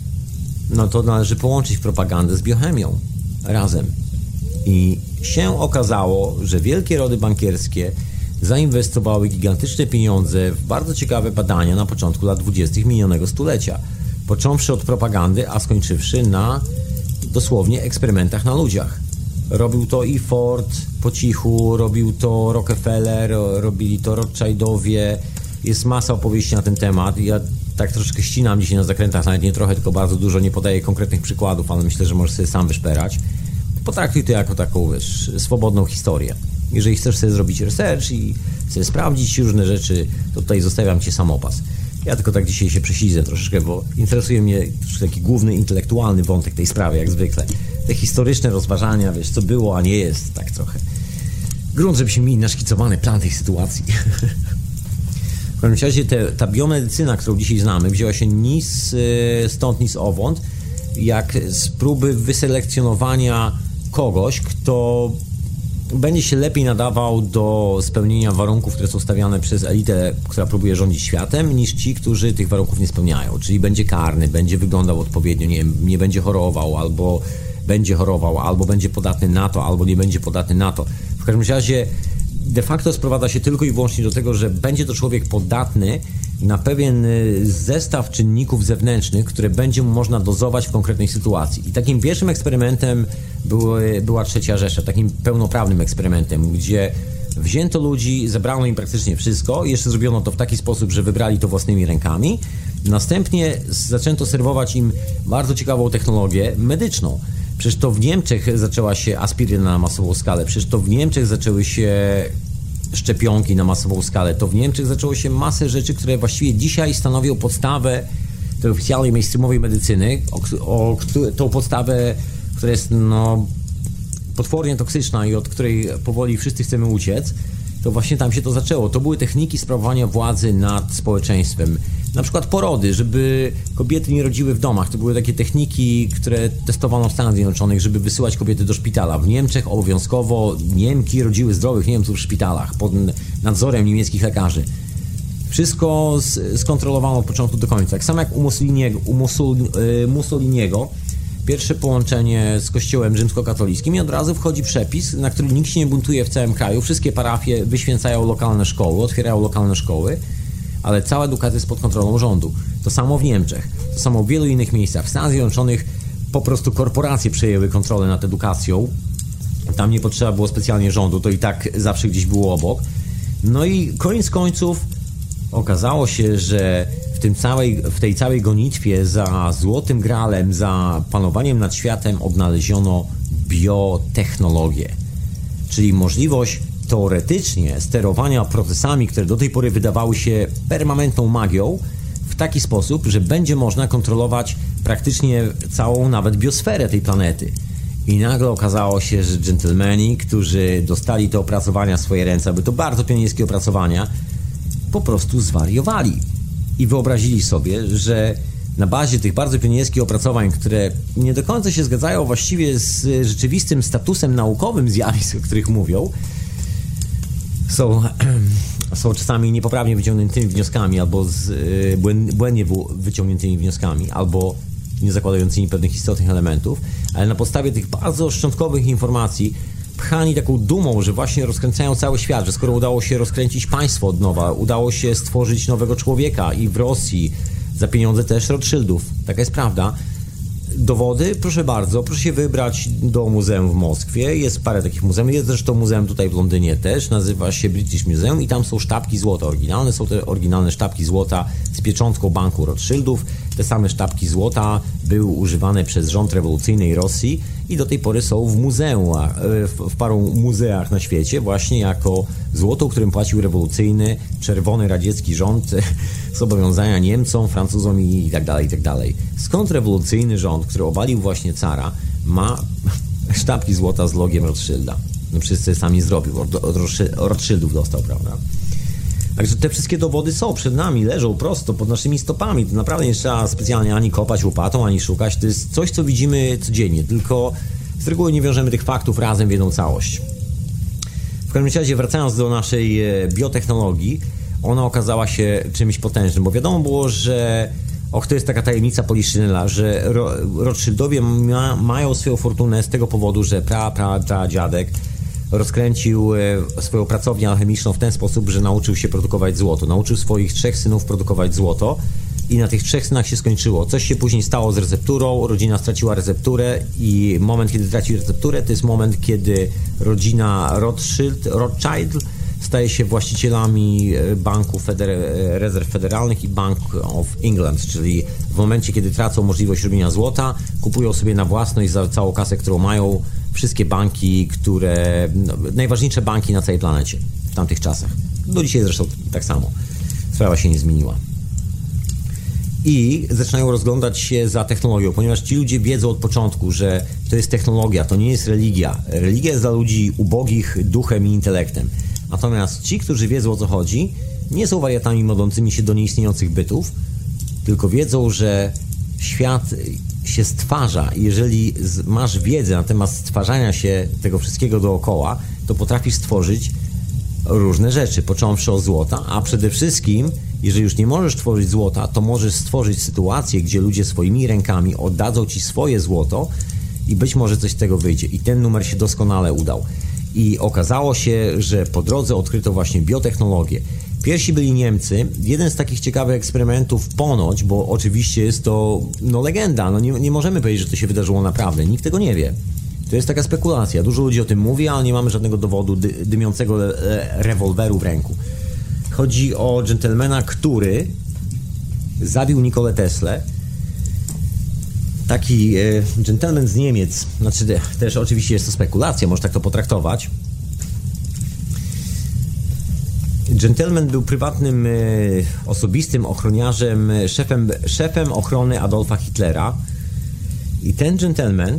no to należy połączyć propagandę z biochemią razem. I się okazało, że wielkie rody bankierskie zainwestowały gigantyczne pieniądze w bardzo ciekawe badania na początku lat 20. minionego stulecia. Począwszy od propagandy, a skończywszy na dosłownie eksperymentach na ludziach. Robił to i Ford po cichu, robił to Rockefeller, robili to Rothschildowie. Jest masa opowieści na ten temat. Ja tak troszeczkę ścinam dzisiaj na zakrętach, nawet nie trochę, tylko bardzo dużo, nie podaję konkretnych przykładów, ale myślę, że możesz sobie sam wyszperać. Potraktuj to jako taką, wiesz, swobodną historię. Jeżeli chcesz sobie zrobić research i sobie sprawdzić różne rzeczy, to tutaj zostawiam Cię samopas. Ja tylko tak dzisiaj się prześlizę troszeczkę, bo interesuje mnie taki główny intelektualny wątek tej sprawy, jak zwykle. Te historyczne rozważania, wiesz, co było, a nie jest, tak trochę. Grunt, żebyśmy mieli naszkicowany plan tej sytuacji. W każdym razie ta biomedycyna, którą dzisiaj znamy, wzięła się ni stąd, ni zowąd, jak z próby wyselekcjonowania kogoś, kto będzie się lepiej nadawał do spełnienia warunków, które są stawiane przez elitę, która próbuje rządzić światem, niż ci, którzy tych warunków nie spełniają. Czyli będzie karny, będzie wyglądał odpowiednio, nie będzie chorował, albo będzie chorował, albo będzie podatny na to, albo nie będzie podatny na to. W każdym razie de facto sprowadza się tylko i wyłącznie do tego, że będzie to człowiek podatny na pewien zestaw czynników zewnętrznych, które będzie mu można dozować w konkretnej sytuacji. I takim pierwszym eksperymentem była Trzecia Rzesza, takim pełnoprawnym eksperymentem, gdzie wzięto ludzi, zebrano im praktycznie wszystko i jeszcze zrobiono to w taki sposób, że wybrali to własnymi rękami. Następnie zaczęto serwować im bardzo ciekawą technologię medyczną. Przecież to w Niemczech zaczęła się aspiryna na masową skalę, przecież to w Niemczech zaczęły się szczepionki na masową skalę, to w Niemczech zaczęło się masę rzeczy, które właściwie dzisiaj stanowią podstawę tej oficjalnej mainstreamowej medycyny, tą podstawę, która jest potwornie toksyczna i od której powoli wszyscy chcemy uciec, to właśnie tam się to zaczęło. To były techniki sprawowania władzy nad społeczeństwem. Na przykład porody, żeby kobiety nie rodziły w domach. To były takie techniki, które testowano w Stanach Zjednoczonych, żeby wysyłać kobiety do szpitala. W Niemczech obowiązkowo Niemki rodziły zdrowych Niemców w szpitalach pod nadzorem niemieckich lekarzy. Wszystko skontrolowano od początku do końca. Tak samo jak u Mussoliniego, pierwsze połączenie z kościołem rzymskokatolickim i od razu wchodzi przepis, na który nikt się nie buntuje w całym kraju. Wszystkie parafie wyświęcają lokalne szkoły, otwierają lokalne szkoły, ale cała edukacja jest pod kontrolą rządu. To samo w Niemczech, to samo w wielu innych miejscach. W Stanach Zjednoczonych po prostu korporacje przejęły kontrolę nad edukacją. Tam nie potrzeba było specjalnie rządu, to i tak zawsze gdzieś było obok. No i koniec końców okazało się, że w tej całej gonitwie za złotym gralem, za panowaniem nad światem odnaleziono biotechnologię. Czyli możliwość teoretycznie sterowania procesami, które do tej pory wydawały się permanentną magią, w taki sposób, że będzie można kontrolować praktycznie całą nawet biosferę tej planety. I nagle okazało się, że dżentelmeni, którzy dostali te opracowania w swoje ręce, były to bardzo pionierskie opracowania, po prostu zwariowali. I wyobrazili sobie, że na bazie tych bardzo pionierskich opracowań, które nie do końca się zgadzają właściwie z rzeczywistym statusem naukowym zjawisk, o których mówią, są są czasami niepoprawnie wyciągniętymi wnioskami, albo błędnie wyciągniętymi wnioskami, albo nie zakładającymi pewnych istotnych elementów, ale na podstawie tych bardzo szczątkowych informacji pchani taką dumą, że właśnie rozkręcają cały świat, że skoro udało się rozkręcić państwo od nowa, udało się stworzyć nowego człowieka i w Rosji za pieniądze też Rothschildów, taka jest prawda. Dowody? Proszę bardzo, proszę się wybrać do muzeum w Moskwie, jest parę takich muzeów, jest zresztą muzeum tutaj w Londynie też, nazywa się British Museum i tam są sztabki złota oryginalne, są te oryginalne sztabki złota z pieczątką banku Rothschildów. Te same sztabki złota były używane przez rząd rewolucyjnej Rosji i do tej pory są w muzeum, w paru muzeach na świecie właśnie jako złoto, którym płacił rewolucyjny, czerwony radziecki rząd zobowiązania Niemcom, Francuzom i tak dalej, i tak dalej. Skąd rewolucyjny rząd, który obalił właśnie cara, sztabki złota z logiem Rothschilda? No przecież sobie sam nie zrobił, Rothschildów dostał, prawda? Także te wszystkie dowody są przed nami, leżą prosto pod naszymi stopami. To naprawdę nie trzeba specjalnie ani kopać łopatą, ani szukać. To jest coś, co widzimy codziennie, tylko z reguły nie wiążemy tych faktów razem w jedną całość. W każdym razie, wracając do naszej biotechnologii, ona okazała się czymś potężnym, bo wiadomo było, że to jest taka tajemnica Poliszynela, że Rothschildowie mają swoją fortunę z tego powodu, że dziadek rozkręcił swoją pracownię alchemiczną w ten sposób, że nauczył się produkować złoto. Nauczył swoich 3 synów produkować złoto i na tych 3 synach się skończyło. Coś się później stało z recepturą, rodzina straciła recepturę i moment, kiedy traci recepturę, to jest moment, kiedy rodzina Rothschild staje się właścicielami Banku Rezerw Federalnych i Bank of England, czyli w momencie, kiedy tracą możliwość robienia złota, kupują sobie na własność za całą kasę, którą mają, wszystkie banki, najważniejsze banki na całej planecie w tamtych czasach. Do dzisiaj zresztą tak samo. Sprawa się nie zmieniła. I zaczynają rozglądać się za technologią, ponieważ ci ludzie wiedzą od początku, że to jest technologia, to nie jest religia. Religia jest dla ludzi ubogich duchem i intelektem. Natomiast ci, którzy wiedzą, o co chodzi, nie są wariatami modlącymi się do nieistniejących bytów, tylko wiedzą, że świat się stwarza i jeżeli masz wiedzę na temat stwarzania się tego wszystkiego dookoła, to potrafisz stworzyć różne rzeczy, począwszy od złota, a przede wszystkim, jeżeli już nie możesz tworzyć złota, to możesz stworzyć sytuację, gdzie ludzie swoimi rękami oddadzą ci swoje złoto i być może coś z tego wyjdzie. I ten numer się doskonale udał. I okazało się, że po drodze odkryto właśnie biotechnologię. Pierwsi byli Niemcy. Jeden z takich ciekawych eksperymentów ponoć, bo oczywiście jest to legenda, nie możemy powiedzieć, że to się wydarzyło naprawdę. Nikt tego nie wie. To jest taka spekulacja. Dużo ludzi o tym mówi, ale nie mamy żadnego dowodu dymiącego rewolweru w ręku. Chodzi o dżentelmena, który zabił Nikolę Teslę. Taki dżentelmen z Niemiec, znaczy też oczywiście jest to spekulacja, można tak to potraktować. Dżentelmen był prywatnym, osobistym ochroniarzem, szefem ochrony Adolfa Hitlera. I ten dżentelmen,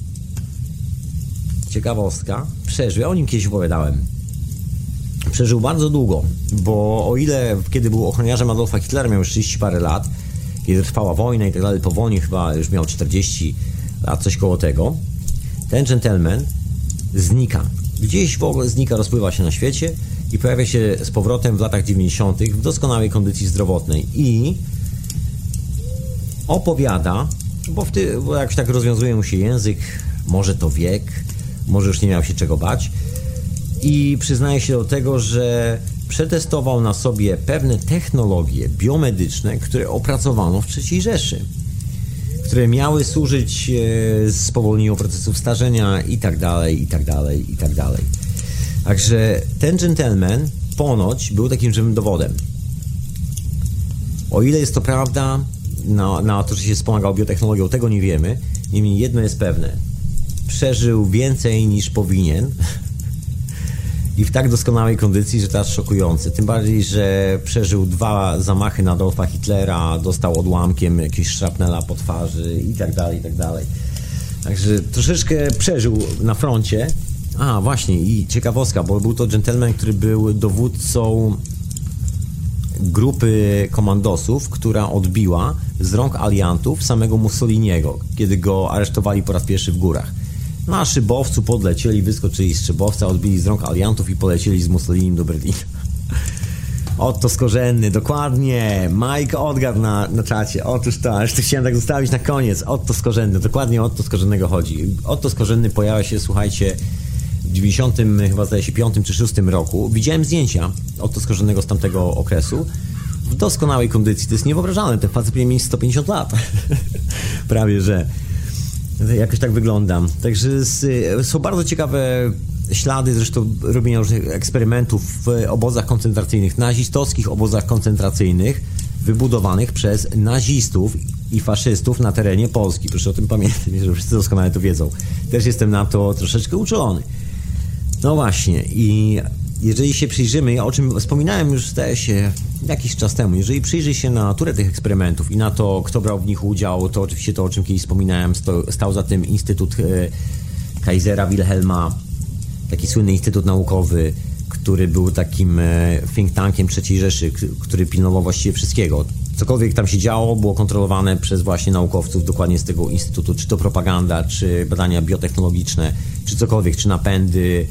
ciekawostka, przeżył, ja o nim kiedyś opowiadałem, przeżył bardzo długo, bo o ile kiedy był ochroniarzem Adolfa Hitlera miał już 30 parę lat, kiedy trwała wojna i tak dalej, po wojnie chyba już miał 40 lat, coś koło tego, ten dżentelmen znika. Gdzieś w ogóle znika, rozpływa się na świecie i pojawia się z powrotem w latach 90. w doskonałej kondycji zdrowotnej i opowiada, bo jakoś tak rozwiązuje mu się język, może to wiek, może już nie miał się czego bać i przyznaje się do tego, że przetestował na sobie pewne technologie biomedyczne, które opracowano w III Rzeszy, które miały służyć spowolnieniu procesów starzenia i tak dalej, i tak dalej, i tak dalej. Także ten gentleman ponoć był takim żywym dowodem. O ile jest to prawda, na to, że się wspomagał biotechnologią, tego nie wiemy. Niemniej jedno jest pewne. Przeżył więcej niż powinien i w tak doskonałej kondycji, że to aż szokujące. Tym bardziej, że przeżył 2 zamachy na Adolfa Hitlera, dostał odłamkiem jakiegoś szrapnela po twarzy i tak dalej, i tak dalej. Także troszeczkę przeżył na froncie. A, właśnie, i ciekawostka, bo był to dżentelmen, który był dowódcą grupy komandosów, która odbiła z rąk aliantów samego Mussoliniego, kiedy go aresztowali po raz pierwszy w górach. Na szybowcu podlecieli, wyskoczyli z szybowca, odbili z rąk aliantów i polecieli z Mussolinim do Berlina. Otto Skorzenny, dokładnie. Mike odgadł na czacie. Otóż to, aż to chciałem tak zostawić na koniec. Otto Skorzenny, dokładnie o Otto Skorzennego chodzi. Otto Skorzenny pojawia się, słuchajcie, w 90, chyba zdaje się 5 czy 6 roku. Widziałem zdjęcia Otto Skorzennego z tamtego okresu w doskonałej kondycji. To jest niewyobrażalne, ten facet powinien mieć 150 lat. Prawie, że jakoś tak wyglądam. Także są bardzo ciekawe ślady, zresztą robienia różnych eksperymentów w obozach koncentracyjnych, nazistowskich obozach koncentracyjnych wybudowanych przez nazistów i faszystów na terenie Polski. Proszę o tym pamiętać, że wszyscy doskonale to wiedzą. Też jestem na to troszeczkę uczulony. No właśnie, i jeżeli się przyjrzymy, o czym wspominałem już, zdaje się, jakiś czas temu, jeżeli przyjrzy się na naturę tych eksperymentów i na to, kto brał w nich udział, to oczywiście to, o czym kiedyś wspominałem, stał za tym Instytut Kaisera Wilhelma, taki słynny instytut naukowy, który był takim think tankiem III Rzeszy, który pilnował właściwie wszystkiego. Cokolwiek tam się działo, było kontrolowane przez właśnie naukowców dokładnie z tego instytutu, czy to propaganda, czy badania biotechnologiczne, czy cokolwiek, czy napędy.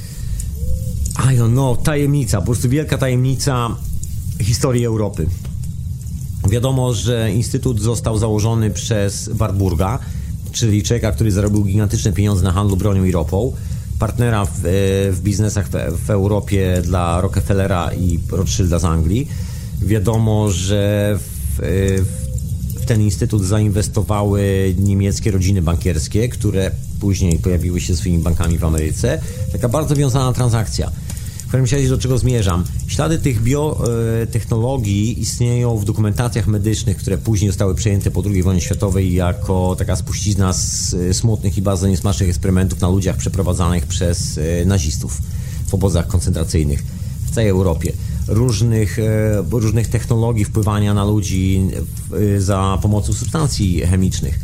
Tajemnica, po prostu wielka tajemnica historii Europy. Wiadomo, że instytut został założony przez Warburga, czyli człowieka, który zarobił gigantyczne pieniądze na handlu bronią i ropą, partnera w biznesach w Europie dla Rockefellera i Rothschilda z Anglii. Wiadomo, że w ten instytut zainwestowały niemieckie rodziny bankierskie, które później pojawiły się swoimi bankami w Ameryce. Taka bardzo wiązana transakcja. W każdym razie, do czego zmierzam? Ślady tych biotechnologii istnieją w dokumentacjach medycznych, które później zostały przejęte po II wojnie światowej jako taka spuścizna z smutnych i bardzo niesmacznych eksperymentów na ludziach przeprowadzanych przez nazistów w obozach koncentracyjnych w całej Europie. Różnych technologii wpływania na ludzi za pomocą substancji chemicznych.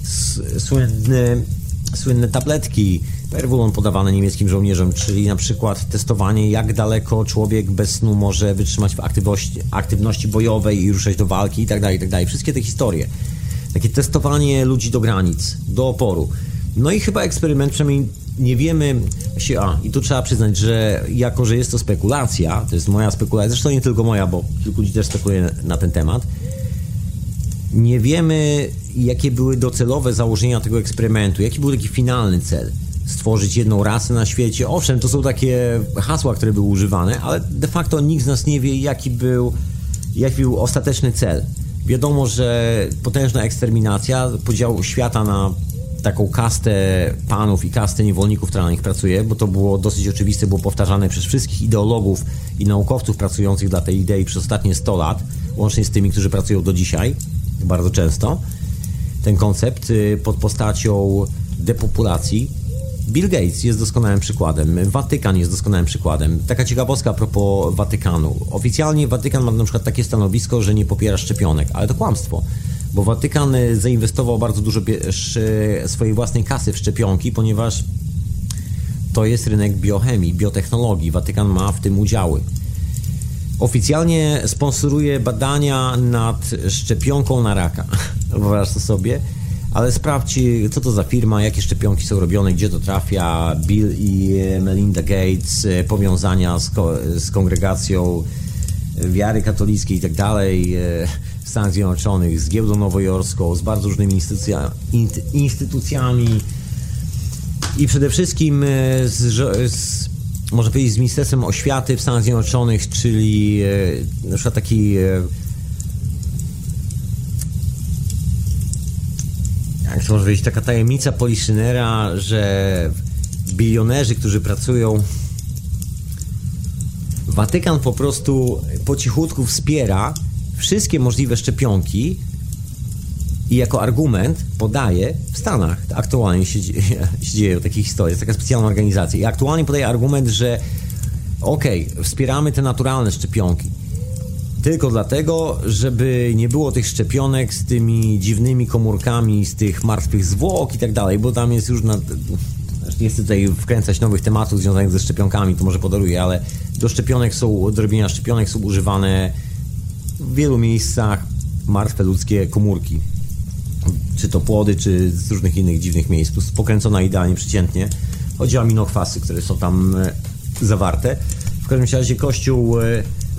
Słynne tabletki Perwulon podawane niemieckim żołnierzom, czyli na przykład testowanie, jak daleko człowiek bez snu może wytrzymać w aktywności bojowej i ruszać do walki itd., itd. Wszystkie te historie. Takie testowanie ludzi do granic, do oporu. No i chyba eksperyment, przynajmniej nie wiemy i tu trzeba przyznać, że jako, że jest to spekulacja, to jest moja spekulacja, zresztą nie tylko moja, bo kilku ludzi też spekuluje na ten temat, nie wiemy, jakie były docelowe założenia tego eksperymentu, jaki był taki finalny cel. Stworzyć jedną rasę na świecie. Owszem, to są takie hasła, które były używane, ale de facto nikt z nas nie wie, jaki był ostateczny cel. Wiadomo, że potężna eksterminacja, podział świata na taką kastę panów i kastę niewolników, która na nich pracuje, bo to było dosyć oczywiste, było powtarzane przez wszystkich ideologów i naukowców pracujących dla tej idei przez ostatnie 100 lat, łącznie z tymi, którzy pracują do dzisiaj, bardzo często. Ten koncept pod postacią depopulacji. Bill Gates jest doskonałym przykładem, Watykan jest doskonałym przykładem. Taka ciekawostka a propos Watykanu. Oficjalnie Watykan ma na przykład takie stanowisko, że nie popiera szczepionek, ale to kłamstwo, bo Watykan zainwestował bardzo dużo swojej własnej kasy w szczepionki, ponieważ to jest rynek biochemii, biotechnologii. Watykan ma w tym udziały. Oficjalnie sponsoruje badania nad szczepionką na raka. Wyobraź to sobie. Ale sprawdźcie, co to za firma, jakie szczepionki są robione, gdzie to trafia. Bill i Melinda Gates, powiązania z kongregacją wiary katolickiej i tak dalej w Stanach Zjednoczonych, z giełdą nowojorską, z bardzo różnymi instytucjami i przede wszystkim można powiedzieć z Ministerstwem Oświaty w Stanach Zjednoczonych, czyli na przykład taki jak to może powiedzieć, taka tajemnica Poliszynela, że bilionerzy, którzy pracują, Watykan po prostu po cichutku wspiera wszystkie możliwe szczepionki i jako argument podaje w Stanach, aktualnie się dzieje takie historie, jest taka specjalna organizacja i aktualnie podaje argument, że wspieramy te naturalne szczepionki tylko dlatego, żeby nie było tych szczepionek z tymi dziwnymi komórkami, z tych martwych zwłok i tak dalej, bo tam jest już nie chcę tutaj wkręcać nowych tematów związanych ze szczepionkami, to może podaruję, ale do robienia szczepionek są używane w wielu miejscach martwe ludzkie komórki. Czy to płody, czy z różnych innych dziwnych miejsc. Po prostu pokręcona idealnie, przeciętnie. Chodzi o aminokwasy, które są tam zawarte. W każdym razie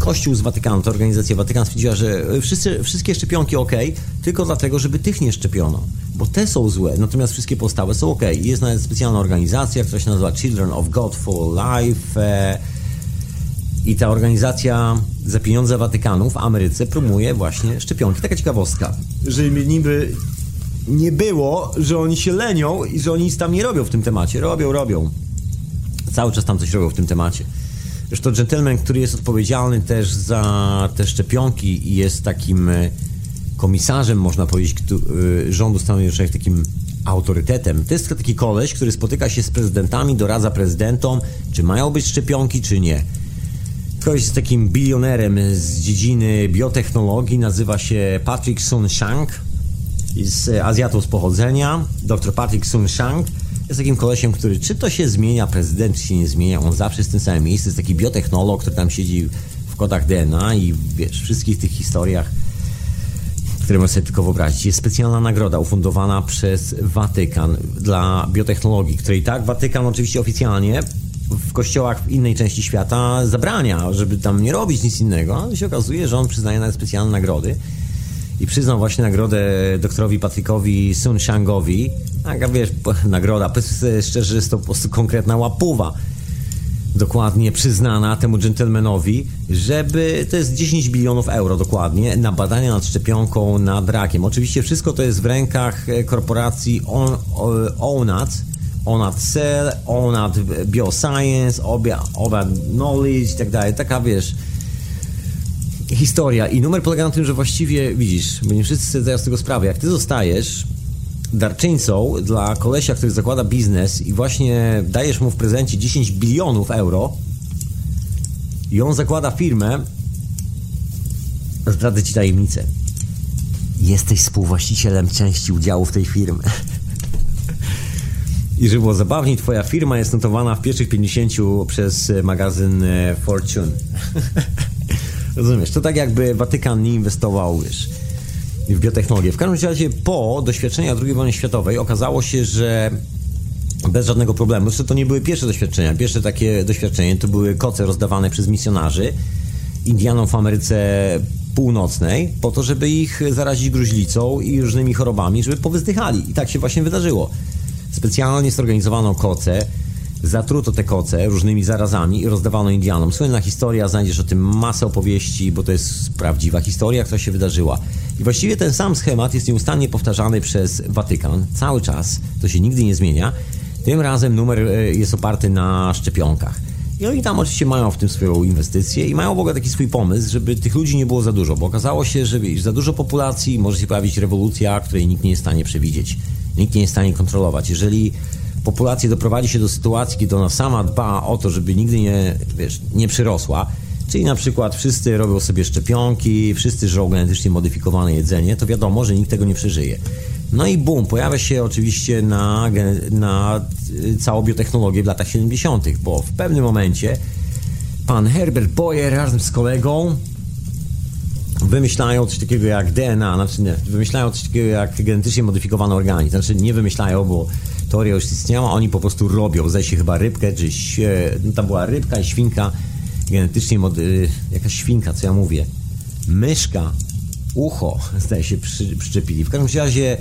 Kościół z Watykanu, ta organizacja Watykan stwierdziła, że wszystkie szczepionki ok, tylko dlatego, żeby tych nie szczepiono, bo te są złe, natomiast wszystkie pozostałe są ok. Jest nawet specjalna organizacja, która się nazywa Children of God for Life i ta organizacja za pieniądze Watykanu w Ameryce promuje właśnie szczepionki. Taka ciekawostka, że niby nie było, że oni się lenią i że oni nic tam nie robią w tym temacie. Robią. Cały czas tam coś robią w tym temacie. Zresztą gentleman, który jest odpowiedzialny też za te szczepionki i jest takim komisarzem, można powiedzieć, rządu Stanów Zjednoczonych, takim autorytetem. To jest taki koleś, który spotyka się z prezydentami, doradza prezydentom, czy mają być szczepionki, czy nie. Koleś jest takim bilionerem z dziedziny biotechnologii, nazywa się Patrick Soon-Shiong, jest Azjatą z pochodzenia. Dr Patrick Soon-Shiong jest takim kolesiem, który czy to się zmienia, prezydent czy się nie zmienia, on zawsze jest w tym samym miejscu, jest taki biotechnolog, który tam siedzi w kodach DNA i wiesz, wszystkich tych historiach, które możesz sobie tylko wyobrazić. Jest specjalna nagroda ufundowana przez Watykan dla biotechnologii, której tak Watykan oczywiście oficjalnie w kościołach w innej części świata zabrania, żeby tam nie robić nic innego, ale się okazuje, że on przyznaje nawet specjalne nagrody i przyznał właśnie nagrodę doktorowi Patrickowi Soon-Shiong-owi. Taka wiesz, nagroda, powiedzmy sobie szczerze, jest to po prostu konkretna łapuwa dokładnie przyznana temu dżentelmenowi, żeby, to jest 10 bilionów euro dokładnie, na badania nad szczepionką nad rakiem. Oczywiście wszystko to jest w rękach korporacji Onad Cell, Onad Bioscience, Onad Knowledge i tak dalej. Taka wiesz, historia. I numer polega na tym, że właściwie widzisz, bo nie wszyscy sobie zdają z tego sprawę, jak ty zostajesz darczyńcą dla kolesia, który zakłada biznes i właśnie dajesz mu w prezencie 10 bilionów euro i on zakłada firmę, zdradzę ci tajemnicę. Jesteś współwłaścicielem części udziału w tej firmie. I żeby było zabawniej, twoja firma jest notowana w pierwszych 50 przez magazyn Fortune. Rozumiesz? To tak jakby Watykan nie inwestował, wiesz, w biotechnologię. W każdym razie po doświadczeniach II wojny światowej okazało się, że bez żadnego problemu. Zresztą to nie były pierwsze doświadczenia. Pierwsze takie doświadczenie to były koce rozdawane przez misjonarzy Indianom w Ameryce Północnej po to, żeby ich zarazić gruźlicą i różnymi chorobami, żeby powyzdychali. I tak się właśnie wydarzyło. Specjalnie zorganizowano koce, zatruto te koce różnymi zarazami i rozdawano Indianom. Słynna historia, znajdziesz o tym masę opowieści, bo to jest prawdziwa historia, która się wydarzyła. I właściwie ten sam schemat jest nieustannie powtarzany przez Watykan. Cały czas. To się nigdy nie zmienia. Tym razem numer jest oparty na szczepionkach. I oni tam oczywiście mają w tym swoją inwestycję i mają w ogóle taki swój pomysł, żeby tych ludzi nie było za dużo, bo okazało się, że wiesz, za dużo populacji może się pojawić rewolucja, której nikt nie jest w stanie przewidzieć. Nikt nie jest w stanie kontrolować. Jeżeli populację doprowadzi się do sytuacji, kiedy ona sama dba o to, żeby nigdy nie przyrosła, czyli na przykład wszyscy robią sobie szczepionki, wszyscy żrą genetycznie modyfikowane jedzenie, to wiadomo, że nikt tego nie przeżyje. No i bum, pojawia się oczywiście na całą biotechnologię w latach 70., bo w pewnym momencie pan Herbert Boyer razem z kolegą wymyślają coś takiego jak DNA, znaczy nie, wymyślają coś takiego jak genetycznie modyfikowany organizm. Znaczy nie wymyślają, bo teoria już istniała, oni po prostu robią. Zdaje się chyba rybkę, czy tam była rybka i świnka genetycznie jakaś świnka, co ja mówię? Myszka, ucho, zdaje się przyczepili. W każdym razie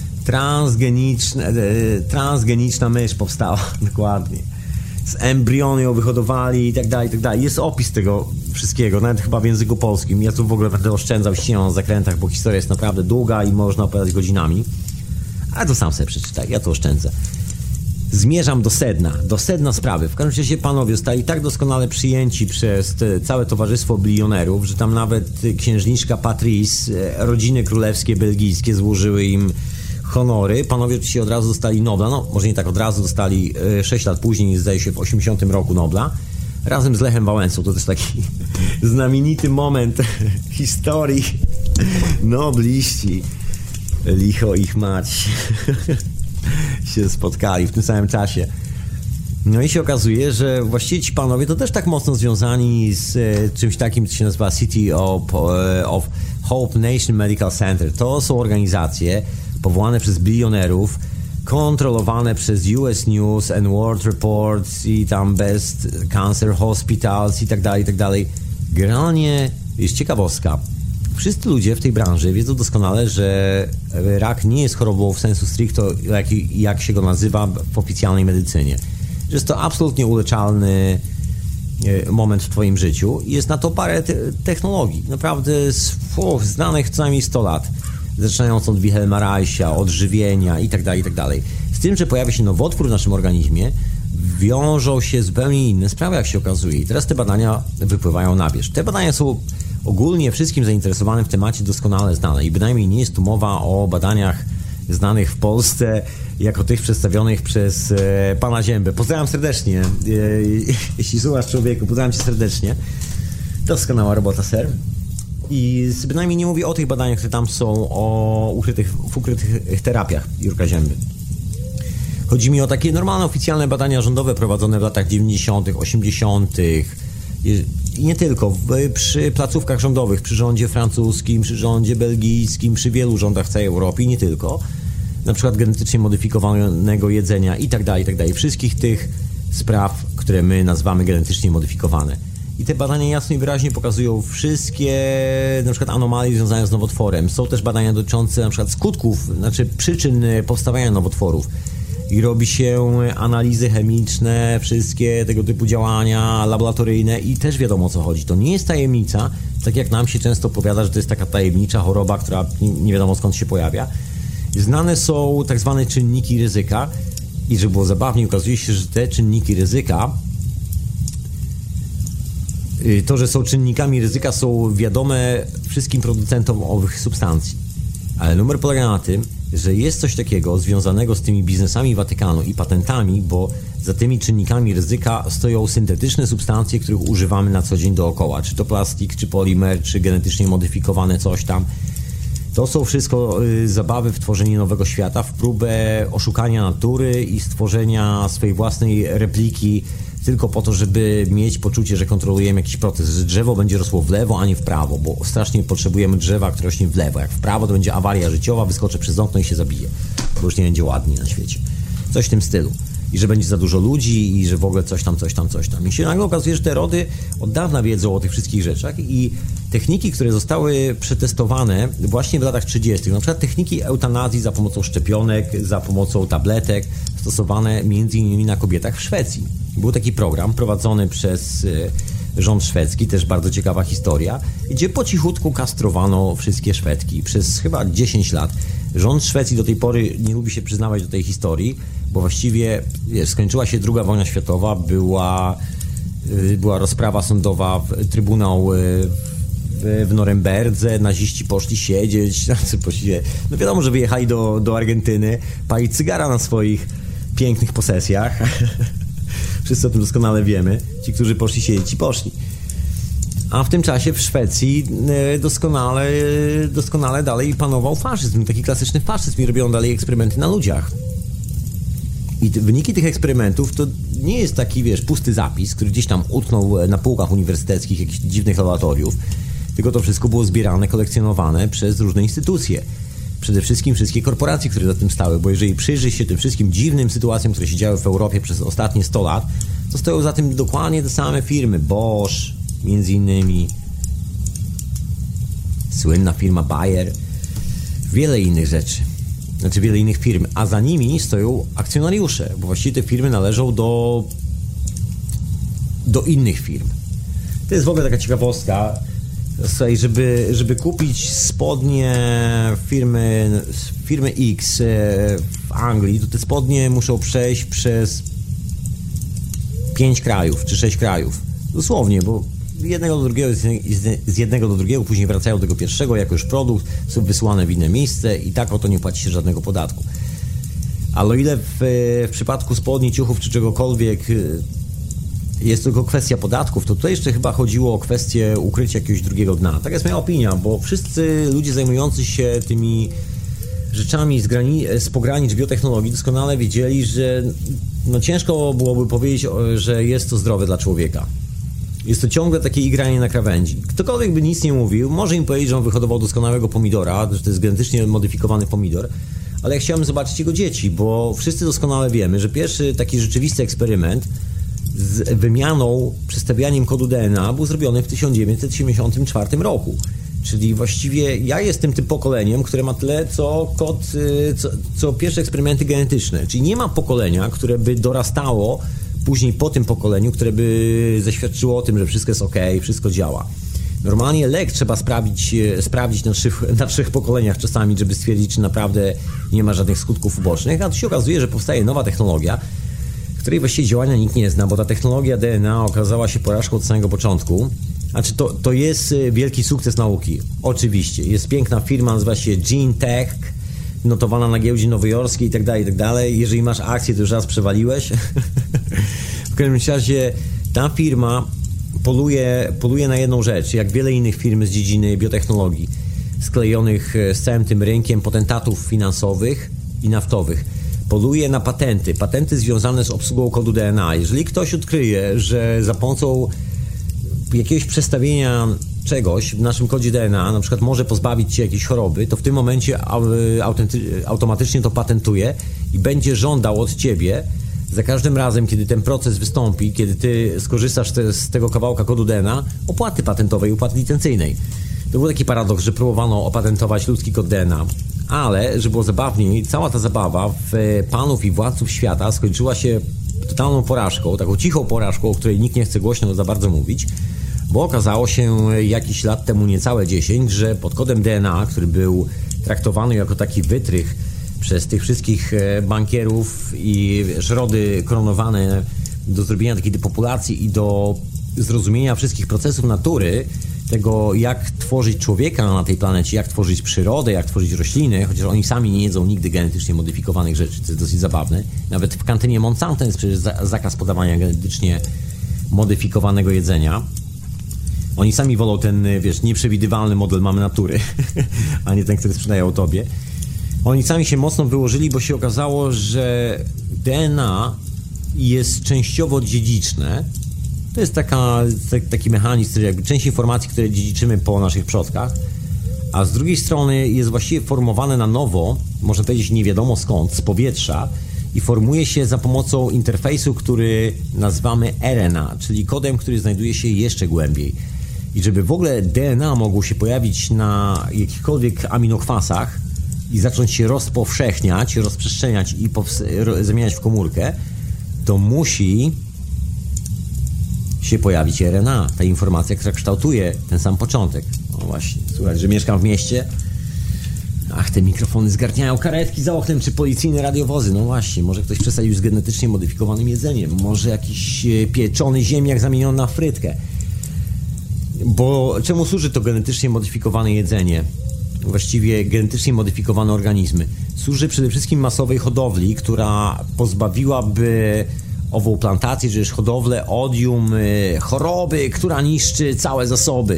transgeniczna mysz powstała, dokładnie. Z embrionu ją wyhodowali i tak dalej, i tak dalej. Jest opis tego wszystkiego, nawet chyba w języku polskim. Ja tu w ogóle będę oszczędzał, ścinał na zakrętach, bo historia jest naprawdę długa i można opowiadać godzinami. Ale to sam sobie przeczytaj, ja to oszczędzę. Zmierzam do sedna sprawy. W każdym razie panowie zostali tak doskonale przyjęci przez całe towarzystwo bilionerów, że tam nawet księżniczka Patrice, rodziny królewskie belgijskie złożyły im honory. Panowie oczywiście od razu dostali Nobla, no może nie tak od razu, dostali 6 lat później, zdaje się w 80 roku Nobla, razem z Lechem Wałęsą. To też taki znamienity moment historii. Nobliści, licho ich mać, się spotkali w tym samym czasie. No i się okazuje, że właściwie ci panowie to też tak mocno związani z czymś takim, co się nazywa City of Hope Nation Medical Center. To są organizacje powołane przez bilionerów, kontrolowane przez US News and World Reports i tam Best Cancer Hospitals i tak dalej, Generalnie jest ciekawostka. Wszyscy ludzie w tej branży wiedzą doskonale, że rak nie jest chorobą w sensu stricto, jak się go nazywa w oficjalnej medycynie. Że jest to absolutnie uleczalny moment w twoim życiu i jest na to parę technologii. Naprawdę znanych co najmniej 100 lat. Zaczynając od Wilhelma Reicha, od żywienia itd., itd. Z tym, że pojawia się nowotwór w naszym organizmie, wiążą się zupełnie inne sprawy, jak się okazuje. I teraz te badania wypływają na wierzch. Te badania są ogólnie wszystkim zainteresowanym w temacie doskonale znane i bynajmniej nie jest tu mowa o badaniach znanych w Polsce jako tych przedstawionych przez pana Ziębę. Pozdrawiam serdecznie. Jeśli słuchasz, człowieku, pozdrawiam cię serdecznie. Doskonała robota, ser. I bynajmniej nie mówię o tych badaniach, które tam są w ukrytych terapiach Jurka Zięby. Chodzi mi o takie normalne, oficjalne badania rządowe prowadzone w latach 90., 80. I nie tylko. Przy placówkach rządowych, przy rządzie francuskim, przy rządzie belgijskim, przy wielu rządach w całej Europie i nie tylko. Na przykład genetycznie modyfikowanego jedzenia i tak dalej. Wszystkich tych spraw, które my nazywamy genetycznie modyfikowane. I te badania jasno i wyraźnie pokazują wszystkie na przykład anomalie związane z nowotworem. Są też badania dotyczące na przykład skutków, znaczy przyczyn powstawania nowotworów. I robi się analizy chemiczne, wszystkie tego typu działania laboratoryjne i też wiadomo, o co chodzi. To nie jest tajemnica, tak jak nam się często opowiada, że to jest taka tajemnicza choroba, która nie wiadomo skąd się pojawia. Znane są tak zwane czynniki ryzyka i żeby było zabawniej, okazuje się, że te czynniki ryzyka, to, że są czynnikami ryzyka, są wiadome wszystkim producentom owych substancji. Ale numer polega na tym, że jest coś takiego związanego z tymi biznesami Watykanu i patentami, bo za tymi czynnikami ryzyka stoją syntetyczne substancje, których używamy na co dzień dookoła. Czy to plastik, czy polimer, czy genetycznie modyfikowane coś tam. To są wszystko zabawy w tworzenie nowego świata, w próbę oszukania natury i stworzenia swojej własnej repliki tylko po to, żeby mieć poczucie, że kontrolujemy jakiś proces, że drzewo będzie rosło w lewo, a nie w prawo, bo strasznie potrzebujemy drzewa, które rośnie w lewo. Jak w prawo, to będzie awaria życiowa, wyskoczę przez okno i się zabije, bo już nie będzie ładnie na świecie. Coś w tym stylu. I że będzie za dużo ludzi i że w ogóle coś tam. I się nagle okazuje, że te rody od dawna wiedzą o tych wszystkich rzeczach i techniki, które zostały przetestowane właśnie w latach 30., na przykład techniki eutanazji za pomocą szczepionek, za pomocą tabletek, stosowane m.in. na kobietach w Szwecji. Był taki program prowadzony przez rząd szwedzki, też bardzo ciekawa historia, gdzie po cichutku kastrowano wszystkie Szwedki przez chyba 10 lat. Rząd Szwecji do tej pory nie lubi się przyznawać do tej historii, bo właściwie skończyła się II wojna światowa, była rozprawa sądowa, trybunał w Norymberdze, naziści poszli siedzieć, no wiadomo, że wyjechali do Argentyny, palić cygara na swoich pięknych posesjach. Wszyscy o tym doskonale wiemy. Ci, którzy poszli siedzieć, ci poszli. A w tym czasie w Szwecji doskonale dalej panował faszyzm, taki klasyczny faszyzm i robiono dalej eksperymenty na ludziach. I wyniki tych eksperymentów to nie jest taki, pusty zapis, który gdzieś tam utknął na półkach uniwersyteckich jakichś dziwnych laboratoriów, tylko to wszystko było zbierane, kolekcjonowane przez różne instytucje. Przede wszystkim wszystkie korporacje, które za tym stały, bo jeżeli przyjrzy się tym wszystkim dziwnym sytuacjom, które się działy w Europie przez ostatnie 100 lat, to stoją za tym dokładnie te same firmy. Bosch, między innymi, słynna firma Bayer, wiele innych rzeczy. Znaczy wiele innych firm, a za nimi stoją akcjonariusze, bo właściwie te firmy należą do innych firm. To jest w ogóle taka ciekawostka. Słuchaj, żeby kupić spodnie firmy X w Anglii, to te spodnie muszą przejść przez 5 krajów czy 6 krajów. Dosłownie, bo z jednego do drugiego, później wracają do tego pierwszego jako już produkt, są wysyłane w inne miejsce i tak oto nie płaci się żadnego podatku. Ale o ile w przypadku spodni, ciuchów czy czegokolwiek jest tylko kwestia podatków, to tutaj jeszcze chyba chodziło o kwestię ukrycia jakiegoś drugiego dna. Tak jest moja opinia, bo wszyscy ludzie zajmujący się tymi rzeczami z pogranicz biotechnologii doskonale wiedzieli, że ciężko byłoby powiedzieć, że jest to zdrowe dla człowieka. Jest to ciągle takie igranie na krawędzi. Ktokolwiek by nic nie mówił, może im powiedzieć, że on wyhodował doskonałego pomidora, że to jest genetycznie modyfikowany pomidor, ale ja chciałem zobaczyć jego dzieci, bo wszyscy doskonale wiemy, że pierwszy taki rzeczywisty eksperyment z wymianą, przestawianiem kodu DNA był zrobiony w 1974 roku. Czyli właściwie ja jestem tym pokoleniem, które ma tyle, co pierwsze eksperymenty genetyczne. Czyli nie ma pokolenia, które by dorastało później po tym pokoleniu, które by zaświadczyło o tym, że wszystko jest okej, wszystko działa. Normalnie lek trzeba sprawdzić na 3 pokoleniach czasami, żeby stwierdzić, czy naprawdę nie ma żadnych skutków ubocznych, a tu się okazuje, że powstaje nowa technologia, której właściwie działania nikt nie zna, bo ta technologia DNA okazała się porażką od samego początku. Znaczy to jest wielki sukces nauki. Oczywiście. Jest piękna firma, nazywa się GeneTech, notowana na giełdzie nowojorskiej i tak dalej. Jeżeli masz akcję, to już raz przewaliłeś. W każdym razie ta firma poluje na jedną rzecz, jak wiele innych firm z dziedziny biotechnologii, sklejonych z całym tym rynkiem potentatów finansowych i naftowych. Poluje na patenty związane z obsługą kodu DNA. Jeżeli ktoś odkryje, że za pomocą jakiegoś przestawienia czegoś w naszym kodzie DNA na przykład może pozbawić cię jakiejś choroby, to w tym momencie automatycznie to patentuje i będzie żądał od ciebie za każdym razem, kiedy ten proces wystąpi, kiedy ty skorzystasz z tego kawałka kodu DNA, opłaty patentowej, opłaty licencyjnej. To był taki paradoks, że próbowano opatentować ludzki kod DNA, ale, że było zabawniej, cała ta zabawa w panów i władców świata skończyła się totalną porażką, taką cichą porażką, o której nikt nie chce głośno za bardzo mówić, bo okazało się jakiś lat temu, niecałe 10, że pod kodem DNA, który był traktowany jako taki wytrych przez tych wszystkich bankierów i rody koronowane do zrobienia takiej depopulacji i do zrozumienia wszystkich procesów natury, tego jak tworzyć człowieka na tej planecie, jak tworzyć przyrodę, jak tworzyć rośliny, chociaż oni sami nie jedzą nigdy genetycznie modyfikowanych rzeczy, co jest dosyć zabawne. Nawet w kantynie Monsanto jest przecież zakaz podawania genetycznie modyfikowanego jedzenia. Oni sami wolą ten, nieprzewidywalny model mamy natury, a nie ten, który sprzedają tobie. Oni sami się mocno wyłożyli, bo się okazało, że DNA jest częściowo dziedziczne. To jest taki mechanizm, który jakby część informacji, które dziedziczymy po naszych przodkach, a z drugiej strony jest właściwie formowane na nowo, można powiedzieć nie wiadomo skąd, z powietrza i formuje się za pomocą interfejsu, który nazywamy RNA, czyli kodem, który znajduje się jeszcze głębiej. I żeby w ogóle DNA mogło się pojawić na jakichkolwiek aminokwasach i zacząć się rozpowszechniać, rozprzestrzeniać i zamieniać w komórkę, to musi się pojawić RNA, ta informacja, która kształtuje ten sam początek. No właśnie, słuchaj, że mieszkam w mieście. Ach, te mikrofony zgarniają karetki za oknem, czy policyjne radiowozy. No właśnie, może ktoś przesadził z genetycznie modyfikowanym jedzeniem. Może jakiś pieczony ziemniak zamieniony na frytkę. Bo czemu służy to genetycznie modyfikowane jedzenie? Właściwie genetycznie modyfikowane organizmy. Służy przede wszystkim masowej hodowli, która pozbawiłaby ową plantację, czy też hodowlę, odium, choroby, która niszczy całe zasoby.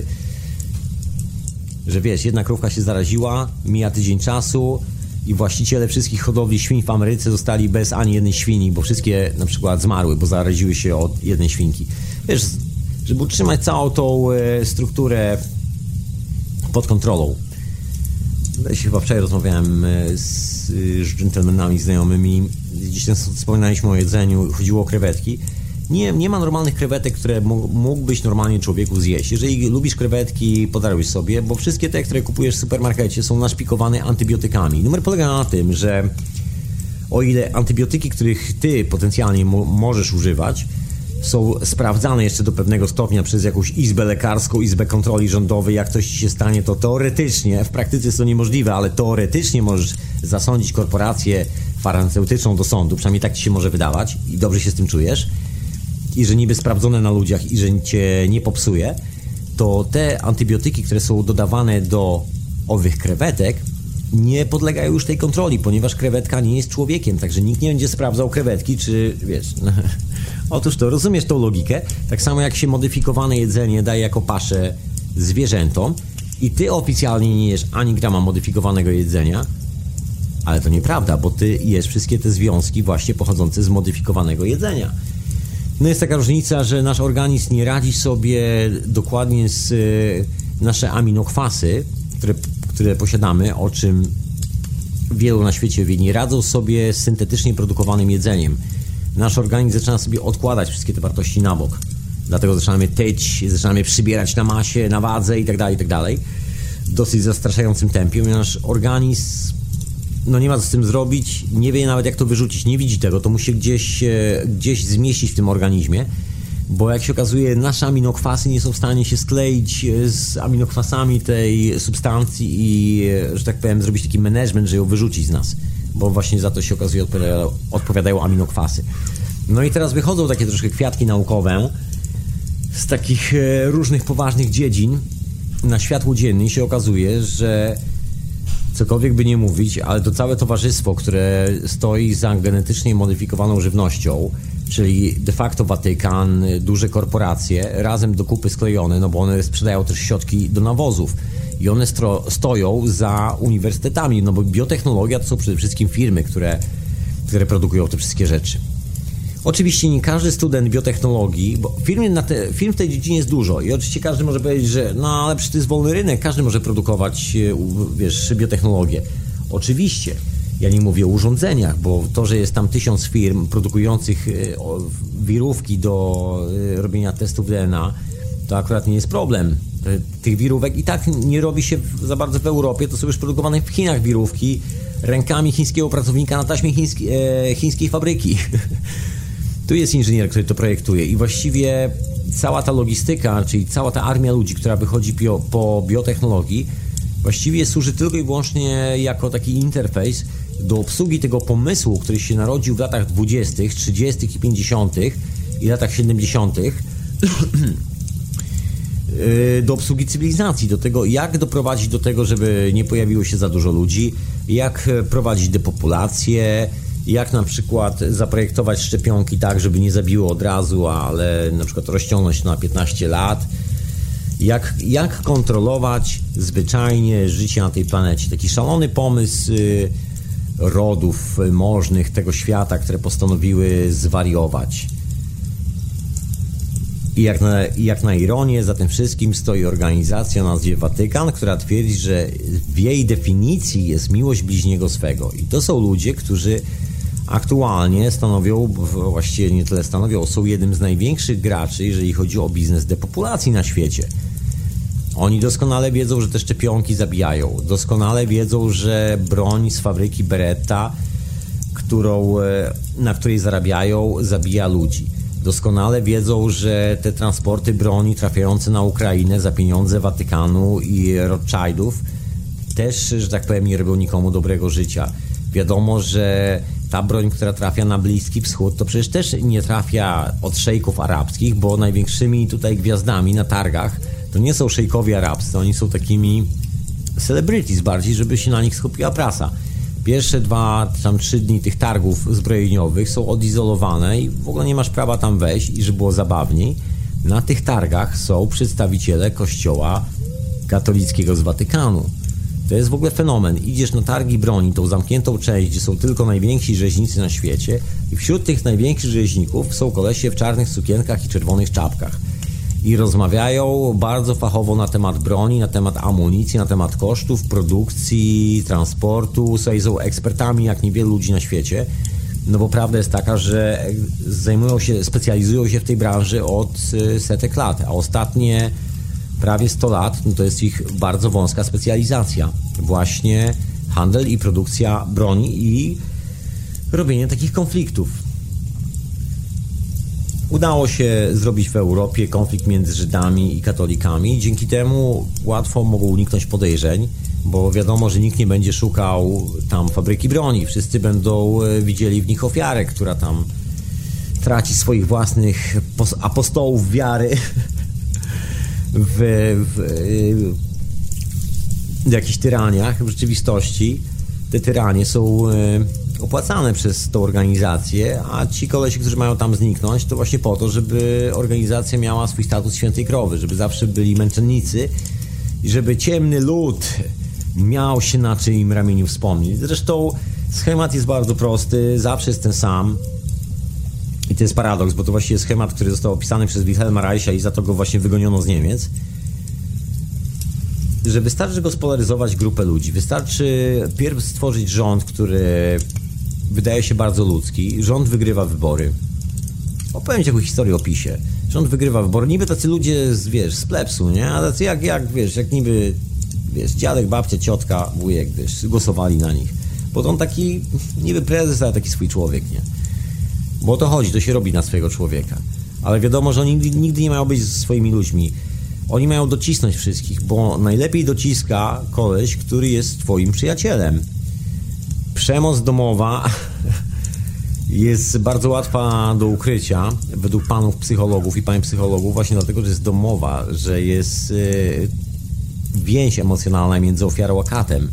Że wiesz, jedna krówka się zaraziła, mija tydzień czasu i właściciele wszystkich hodowli świń w Ameryce zostali bez ani jednej świni, bo wszystkie na przykład zmarły, bo zaraziły się od jednej świnki. Wiesz, żeby utrzymać całą tą strukturę pod kontrolą. Chyba wczoraj rozmawiałem z dżentelmenami znajomymi, gdzieś tam wspominaliśmy o jedzeniu, chodziło o krewetki. Nie ma normalnych krewetek, które mógłbyś normalnie człowieku zjeść. Jeżeli lubisz krewetki, podaruj sobie, bo wszystkie te, które kupujesz w supermarkecie, są naszpikowane antybiotykami. Numer polega na tym, że o ile antybiotyki, których ty potencjalnie możesz używać, są sprawdzane jeszcze do pewnego stopnia przez jakąś izbę lekarską, izbę kontroli rządowej, jak coś ci się stanie, to teoretycznie, w praktyce jest to niemożliwe, ale teoretycznie możesz zasądzić korporację farmaceutyczną do sądu, przynajmniej tak ci się może wydawać i dobrze się z tym czujesz, i że niby sprawdzone na ludziach i że cię nie popsuje, to te antybiotyki, które są dodawane do owych krewetek, nie podlegają już tej kontroli, ponieważ krewetka nie jest człowiekiem, także nikt nie będzie sprawdzał krewetki, czy wiesz... Otóż to, rozumiesz tą logikę? Tak samo jak się modyfikowane jedzenie daje jako paszę zwierzętom i ty oficjalnie nie jesz ani grama modyfikowanego jedzenia, ale to nieprawda, bo ty jesz wszystkie te związki właśnie pochodzące z modyfikowanego jedzenia. No jest taka różnica, że nasz organizm nie radzi sobie dokładnie z nasze aminokwasy, które posiadamy, o czym wielu na świecie wie, nie radzą sobie z syntetycznie produkowanym jedzeniem. nasz organizm zaczyna sobie odkładać wszystkie te wartości na bok. Dlatego zaczynamy tyć, zaczynamy przybierać na masie, na wadze itd. W dosyć zastraszającym tempie, ponieważ organizm nie ma co z tym zrobić, nie wie nawet jak to wyrzucić, nie widzi tego, to musi gdzieś zmieścić w tym organizmie, bo jak się okazuje, nasze aminokwasy nie są w stanie się skleić z aminokwasami tej substancji i, że tak powiem, zrobić taki management, że ją wyrzucić z nas, bo właśnie za to się okazuje odpowiadają aminokwasy. No i teraz wychodzą takie troszkę kwiatki naukowe z takich różnych poważnych dziedzin na światło dzienne i się okazuje, że cokolwiek by nie mówić, ale to całe towarzystwo, które stoi za genetycznie modyfikowaną żywnością, czyli de facto Watykan, duże korporacje, razem do kupy sklejone, no bo one sprzedają też środki do nawozów i one stoją za uniwersytetami, no bo biotechnologia to są przede wszystkim firmy, które produkują te wszystkie rzeczy. Oczywiście nie każdy student biotechnologii, bo firm w tej dziedzinie jest dużo i oczywiście każdy może powiedzieć, że ale przecież to jest wolny rynek, każdy może produkować, biotechnologię. Oczywiście, ja nie mówię o urządzeniach, bo to, że jest tam 1000 firm produkujących wirówki do robienia testów DNA, to akurat nie jest problem. Tych wirówek i tak nie robi się za bardzo w Europie, to są już produkowane w Chinach wirówki rękami chińskiego pracownika na taśmie chińskiej fabryki. Tu jest inżynier, który to projektuje i właściwie cała ta logistyka, czyli cała ta armia ludzi, która wychodzi po biotechnologii, właściwie służy tylko i wyłącznie jako taki interfejs do obsługi tego pomysłu, który się narodził w latach 20., 30. i 50. i latach 70. do obsługi cywilizacji, do tego, jak doprowadzić do tego, żeby nie pojawiło się za dużo ludzi, jak prowadzić depopulację, jak na przykład zaprojektować szczepionki tak, żeby nie zabiło od razu, ale na przykład rozciągnąć to na 15 lat, jak kontrolować zwyczajnie życie na tej planecie. Taki szalony pomysł rodów możnych tego świata, które postanowiły zwariować. I jak na ironię, za tym wszystkim stoi organizacja o nazwie Watykan, która twierdzi, że w jej definicji jest miłość bliźniego swego. I to są ludzie, którzy aktualnie stanowią, właściwie nie tyle stanowią, są jednym z największych graczy, jeżeli chodzi o biznes depopulacji na świecie. Oni doskonale wiedzą, że te szczepionki zabijają. Doskonale wiedzą, że broń z fabryki Beretta, na której zarabiają, zabija ludzi. Doskonale wiedzą, że te transporty broni trafiające na Ukrainę za pieniądze Watykanu i Rothschildów też, że tak powiem, nie robią nikomu dobrego życia. Wiadomo, że ta broń, która trafia na Bliski Wschód, to przecież też nie trafia od szejków arabskich, bo największymi tutaj gwiazdami na targach to nie są szejkowie arabscy, oni są takimi celebrities bardziej, żeby się na nich skupiła prasa. Pierwsze 2-3 dni tych targów zbrojeniowych są odizolowane i w ogóle nie masz prawa tam wejść i żeby było zabawniej. Na tych targach są przedstawiciele kościoła katolickiego z Watykanu. To jest w ogóle fenomen. Idziesz na targi broni, tą zamkniętą część, gdzie są tylko najwięksi rzeźnicy na świecie i wśród tych największych rzeźników są kolesie w czarnych sukienkach i czerwonych czapkach. I rozmawiają bardzo fachowo na temat broni, na temat amunicji, na temat kosztów, produkcji, transportu. Są ekspertami jak niewielu ludzi na świecie. No bo prawda jest taka, że specjalizują się w tej branży od setek lat, a ostatnie prawie 100 lat to jest ich bardzo wąska specjalizacja. Właśnie handel i produkcja broni i robienie takich konfliktów. Udało się zrobić w Europie konflikt między Żydami i katolikami. Dzięki temu łatwo mogą uniknąć podejrzeń, bo wiadomo, że nikt nie będzie szukał tam fabryki broni. Wszyscy będą widzieli w nich ofiarę, która tam traci swoich własnych apostołów wiary w jakichś tyraniach. W rzeczywistości te tyranie są opłacane przez tą organizację, a ci kolesi, którzy mają tam zniknąć, to właśnie po to, żeby organizacja miała swój status świętej krowy, żeby zawsze byli męczennicy i żeby ciemny lud miał się na czyim ramieniu wspomnieć. Zresztą schemat jest bardzo prosty, zawsze jest ten sam i to jest paradoks, bo to właściwie schemat, który został opisany przez Wilhelma Reicha i za to go właśnie wygoniono z Niemiec, że wystarczy gospodaryzować grupę ludzi, wystarczy pierw stworzyć rząd, który wydaje się bardzo ludzki. Rząd wygrywa wybory. Opowiem ci jakąś historię o PiS-ie. Rząd wygrywa wybory. Niby tacy ludzie z plebsu, nie? A tacy jak niby, dziadek, babcia, ciotka, wujek, głosowali na nich. Bo to on taki, niby prezes, ale taki swój człowiek, nie? Bo o to chodzi, to się robi na swojego człowieka. Ale wiadomo, że oni nigdy nie mają być ze swoimi ludźmi. Oni mają docisnąć wszystkich, bo najlepiej dociska koleś, który jest twoim przyjacielem. Przemoc domowa jest bardzo łatwa do ukrycia według panów psychologów i pań psychologów właśnie dlatego, że jest domowa, że jest więź emocjonalna między ofiarą a katem.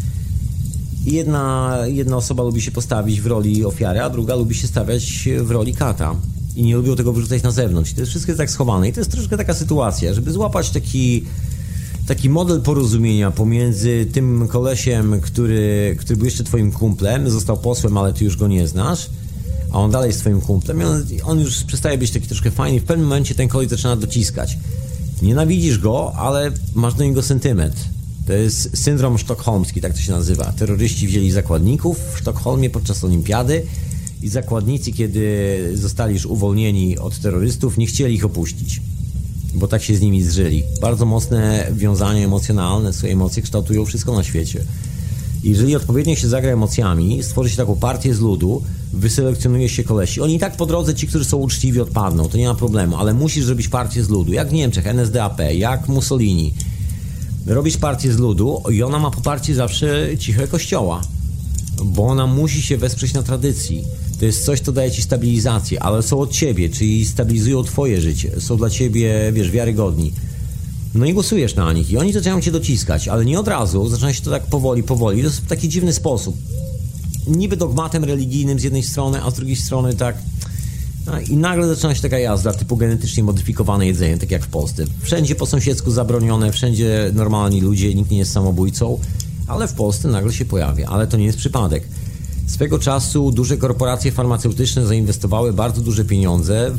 I jedna osoba lubi się postawić w roli ofiary, a druga lubi się stawiać w roli kata. I nie lubią tego wyrzucać na zewnątrz. I to jest wszystko tak schowane. I to jest troszkę taka sytuacja, żeby złapać taki model porozumienia pomiędzy tym kolesiem, który był jeszcze twoim kumplem, został posłem, ale ty już go nie znasz, a on dalej jest twoim kumplem i on już przestaje być taki troszkę fajny. W pewnym momencie ten koleś zaczyna dociskać. Nienawidzisz go, ale masz do niego sentyment. To jest syndrom sztokholmski, tak to się nazywa. Terroryści wzięli zakładników w Sztokholmie podczas olimpiady i zakładnicy, kiedy zostali już uwolnieni od terrorystów, nie chcieli ich opuścić, bo tak się z nimi zżyli. Bardzo mocne wiązanie emocjonalne, swoje emocje kształtują wszystko na świecie. Jeżeli odpowiednio się zagra emocjami, stworzy się taką partię z ludu, wyselekcjonuje się kolesi. Oni i tak po drodze, ci, którzy są uczciwi, odpadną, to nie ma problemu, ale musisz zrobić partię z ludu, jak w Niemczech, NSDAP, jak Mussolini. Robisz partię z ludu i ona ma poparcie zawsze ciche kościoła, bo ona musi się wesprzeć na tradycji. To jest coś, co daje ci stabilizację, ale są od ciebie, czyli stabilizują twoje życie, są dla ciebie, wiarygodni. No i głosujesz na nich i oni zaczynają cię dociskać, ale nie od razu, zaczyna się to tak powoli, to jest w taki dziwny sposób. Niby dogmatem religijnym z jednej strony, a z drugiej strony tak... I nagle zaczyna się taka jazda typu genetycznie modyfikowane jedzenie, tak jak w Polsce. Wszędzie po sąsiedzku zabronione, wszędzie normalni ludzie, nikt nie jest samobójcą, ale w Polsce nagle się pojawia, ale to nie jest przypadek. Swego czasu duże korporacje farmaceutyczne zainwestowały bardzo duże pieniądze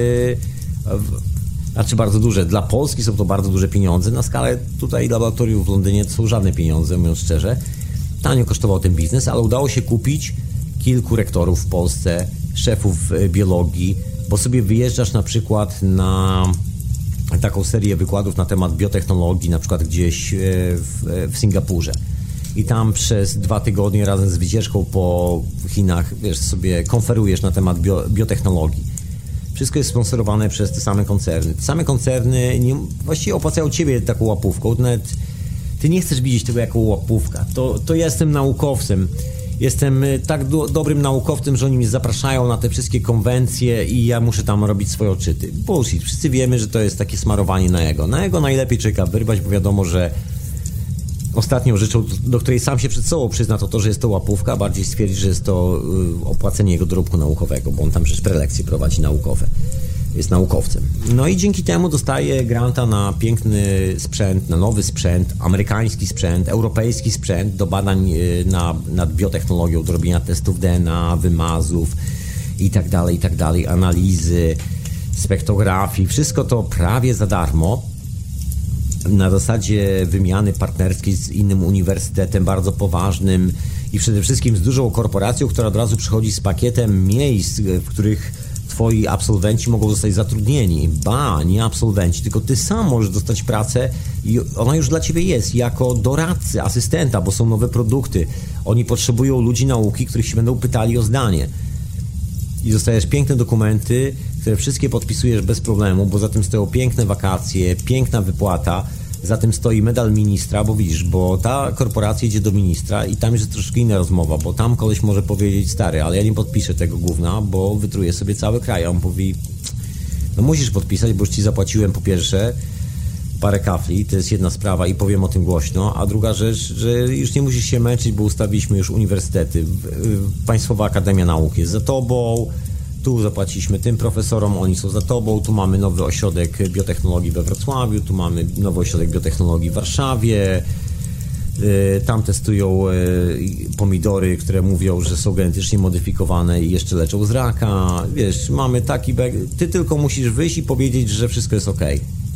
bardzo duże. Dla Polski są to bardzo duże pieniądze. Na skalę tutaj laboratoriów w Londynie to są żadne pieniądze, mówiąc szczerze. Tanio kosztował ten biznes, ale udało się kupić kilku rektorów w Polsce, szefów biologii, bo sobie wyjeżdżasz na przykład na taką serię wykładów na temat biotechnologii, na przykład gdzieś w Singapurze. I tam przez 2 tygodnie razem z wycieczką po Chinach, sobie konferujesz na temat biotechnologii. Wszystko jest sponsorowane przez te same koncerny. Te same koncerny właściwie opłacają ciebie taką łapówką. Nawet ty nie chcesz widzieć tego jako łapówka. To ja jestem naukowcem. Jestem tak dobrym naukowcem, że oni mnie zapraszają na te wszystkie konwencje i ja muszę tam robić swoje odczyty. Bullshit. Wszyscy wiemy, że to jest takie smarowanie na ego. Na ego najlepiej człowieka wyrwać, bo wiadomo, że ostatnią rzeczą, do której sam się przed sobą przyzna, to, że jest to łapówka, bardziej stwierdzi, że jest to opłacenie jego dorobku naukowego, bo on tam przecież prelekcje prowadzi naukowe. Jest naukowcem. No i dzięki temu dostaje granta na piękny sprzęt, na nowy sprzęt, amerykański sprzęt, europejski sprzęt do badań nad biotechnologią, do robienia testów DNA, wymazów i tak dalej, analizy, spektrografii. Wszystko to prawie za darmo. Na zasadzie wymiany partnerskiej z innym uniwersytetem bardzo poważnym i przede wszystkim z dużą korporacją, która od razu przychodzi z pakietem miejsc, w których twoi absolwenci mogą zostać zatrudnieni. Nie absolwenci, tylko ty sam możesz dostać pracę i ona już dla ciebie jest jako doradcy, asystenta, bo są nowe produkty. Oni potrzebują ludzi nauki, których się będą pytali o zdanie. I dostajesz piękne dokumenty, które wszystkie podpisujesz bez problemu, bo za tym stoją piękne wakacje, piękna wypłata, za tym stoi medal ministra, bo widzisz, bo ta korporacja idzie do ministra i tam jest troszkę inna rozmowa, bo tam koleś może powiedzieć: stary, ale ja nie podpiszę tego gówna, bo wytruję sobie cały kraj. A on mówi: no musisz podpisać, bo już ci zapłaciłem po pierwsze parę kafli, to jest jedna sprawa i powiem o tym głośno, a druga rzecz, że już nie musisz się męczyć, bo ustawiliśmy już uniwersytety. Państwowa Akademia Nauk jest za tobą, tu zapłaciliśmy tym profesorom, oni są za tobą, tu mamy nowy ośrodek biotechnologii we Wrocławiu, tu mamy nowy ośrodek biotechnologii w Warszawie, tam testują pomidory, które mówią, że są genetycznie modyfikowane i jeszcze leczą z raka. Wiesz, mamy taki ty tylko musisz wyjść i powiedzieć, że wszystko jest okej.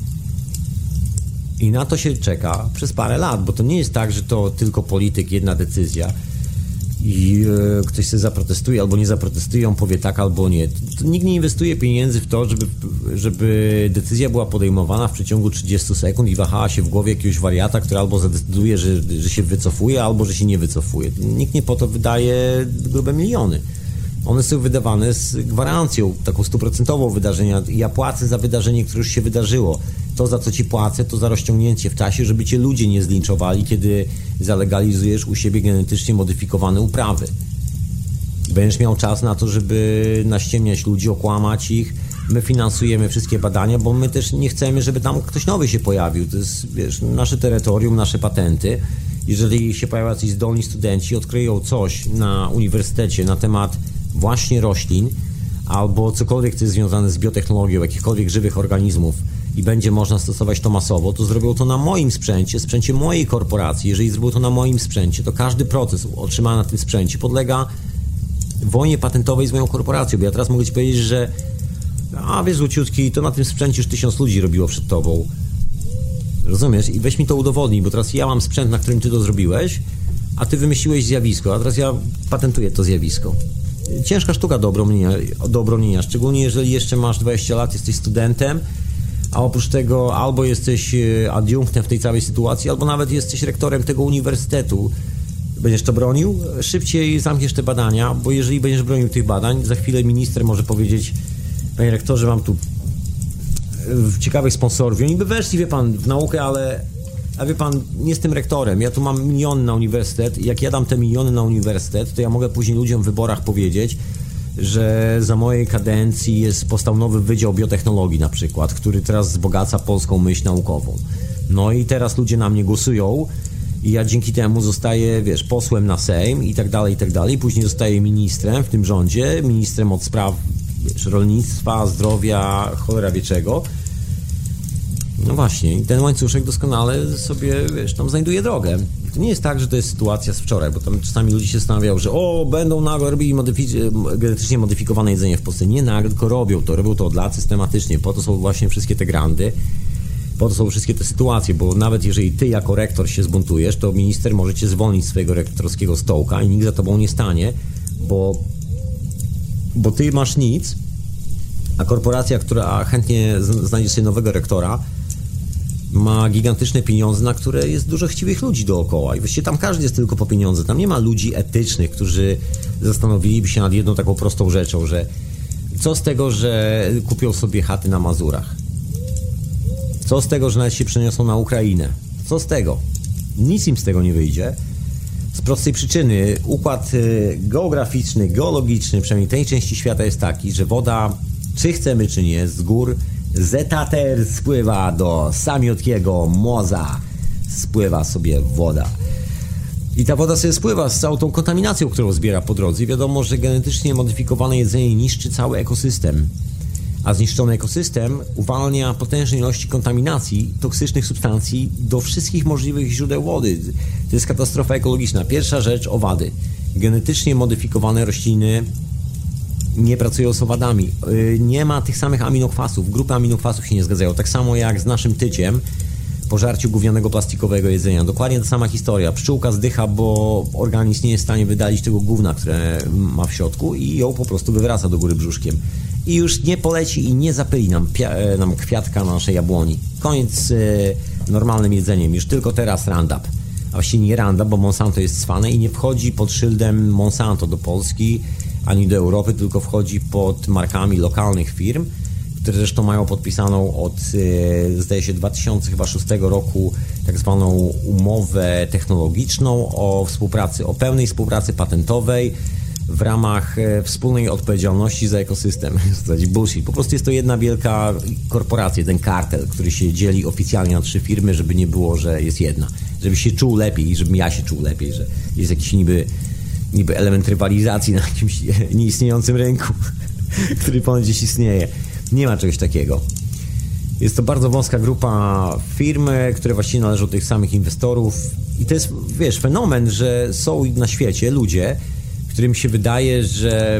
I na to się czeka przez parę lat, bo to nie jest tak, że to tylko polityk, jedna decyzja. i ktoś sobie zaprotestuje albo nie zaprotestuje, on powie tak albo nie. To nikt nie inwestuje pieniędzy w to, żeby decyzja była podejmowana w przeciągu 30 sekund i wahała się w głowie jakiegoś wariata, który albo zadecyduje, że się wycofuje, albo że się nie wycofuje. Nikt nie po to wydaje grube miliony. One są wydawane z gwarancją, taką 100% wydarzenia. Ja płacę za wydarzenie, które już się wydarzyło. To, za co ci płacę, to za rozciągnięcie w czasie, żeby cię ludzie nie zlinczowali, kiedy zalegalizujesz u siebie genetycznie modyfikowane uprawy. Będziesz miał czas na to, żeby naściemniać ludzi, okłamać ich. My finansujemy wszystkie badania, bo my też nie chcemy, żeby tam ktoś nowy się pojawił. To jest, wiesz, nasze terytorium, nasze patenty. Jeżeli się pojawią jacyś zdolni studenci, odkryją coś na uniwersytecie na temat właśnie roślin albo cokolwiek, co jest związane z biotechnologią, jakichkolwiek żywych organizmów i będzie można stosować to masowo, to zrobią to na moim sprzęcie mojej korporacji. Jeżeli zrobią to na moim sprzęcie, to każdy proces otrzymany na tym sprzęcie podlega wojnie patentowej z moją korporacją. Bo ja teraz mogę ci powiedzieć, że wiesz, złociutki, to na tym sprzęcie już 1000 ludzi robiło przed tobą. Rozumiesz? I weź mi to udowodnij, bo teraz ja mam sprzęt, na którym ty to zrobiłeś, a ty wymyśliłeś zjawisko, a teraz ja patentuję to zjawisko. Ciężka sztuka do obronienia, szczególnie jeżeli jeszcze masz 20 lat, jesteś studentem, a oprócz tego albo jesteś adiunktem w tej całej sytuacji, albo nawet jesteś rektorem tego uniwersytetu. Będziesz to bronił? Szybciej zamkniesz te badania, bo jeżeli będziesz bronił tych badań, za chwilę minister może powiedzieć: panie rektorze, mam tu ciekawych sponsorów. I oni by weszli, wie pan, w naukę, ale wie pan, nie jestem rektorem, ja tu mam miliony na uniwersytet i jak ja dam te miliony na uniwersytet, to ja mogę później ludziom w wyborach powiedzieć, że za mojej kadencji powstał nowy Wydział Biotechnologii na przykład, który teraz wzbogaca polską myśl naukową. No i teraz ludzie na mnie głosują i ja dzięki temu zostaję, wiesz, posłem na Sejm i tak dalej, później zostaję ministrem w tym rządzie, ministrem od spraw, wiesz, rolnictwa, zdrowia, cholera wie czego. No właśnie, i ten łańcuszek doskonale sobie, wiesz, tam znajduje drogę. To nie jest tak, że to jest sytuacja z wczoraj, bo tam czasami ludzie się zastanawiają, że będą nagle robili genetycznie modyfikowane jedzenie w Polsce. Nie nagle, tylko robią to od lat systematycznie. Po to są właśnie wszystkie te granty, po to są wszystkie te sytuacje, bo nawet jeżeli ty jako rektor się zbuntujesz, to minister może cię zwolnić z swojego rektorskiego stołka i nikt za tobą nie stanie, bo ty masz nic, a korporacja, która chętnie znajdzie sobie nowego rektora, ma gigantyczne pieniądze, na które jest dużo chciwych ludzi dookoła i właściwie tam każdy jest tylko po pieniądze. Tam nie ma ludzi etycznych, którzy zastanowiliby się nad jedną taką prostą rzeczą, że co z tego, że kupią sobie chaty na Mazurach? Co z tego, że nawet się przeniosą na Ukrainę? Co z tego? Nic im z tego nie wyjdzie. Z prostej przyczyny układ geograficzny, geologiczny, przynajmniej tej części świata jest taki, że woda, czy chcemy, czy nie, z gór Zetater spływa do samiutkiego morza, spływa sobie woda. I ta woda sobie spływa z całą tą kontaminacją, którą zbiera po drodze. I wiadomo, że genetycznie modyfikowane jedzenie niszczy cały ekosystem. A zniszczony ekosystem uwalnia potężne ilości kontaminacji, toksycznych substancji do wszystkich możliwych źródeł wody. To jest katastrofa ekologiczna. Pierwsza rzecz, owady. Genetycznie modyfikowane rośliny nie pracują z owadami. Nie ma tych samych aminokwasów. Grupy aminokwasów się nie zgadzają. Tak samo jak z naszym tyciem po żarciu gównianego plastikowego jedzenia. Dokładnie ta sama historia. Pszczółka zdycha, bo organizm nie jest w stanie wydalić tego gówna, które ma w środku i ją po prostu wywraca do góry brzuszkiem. I już nie poleci i nie zapyli nam kwiatka na naszej jabłoni. Koniec z normalnym jedzeniem. Już tylko teraz Roundup. A właściwie nie Roundup, bo Monsanto jest cwane i nie wchodzi pod szyldem Monsanto do Polski ani do Europy, tylko wchodzi pod markami lokalnych firm, które zresztą mają podpisaną od, zdaje się, 2006 roku tak zwaną umowę technologiczną o pełnej współpracy patentowej w ramach wspólnej odpowiedzialności za ekosystem. Bullshit. Po prostu jest to jedna wielka korporacja, ten kartel, który się dzieli oficjalnie na 3 firmy, żeby nie było, że jest jedna. Żeby się czuł lepiej, żebym ja się czuł lepiej, że jest jakiś niby element rywalizacji na jakimś nieistniejącym rynku, który ponoć gdzieś istnieje. Nie ma czegoś takiego. Jest to bardzo wąska grupa firm, które właściwie należą do tych samych inwestorów i to jest, wiesz, fenomen, że są na świecie ludzie, którym się wydaje, że...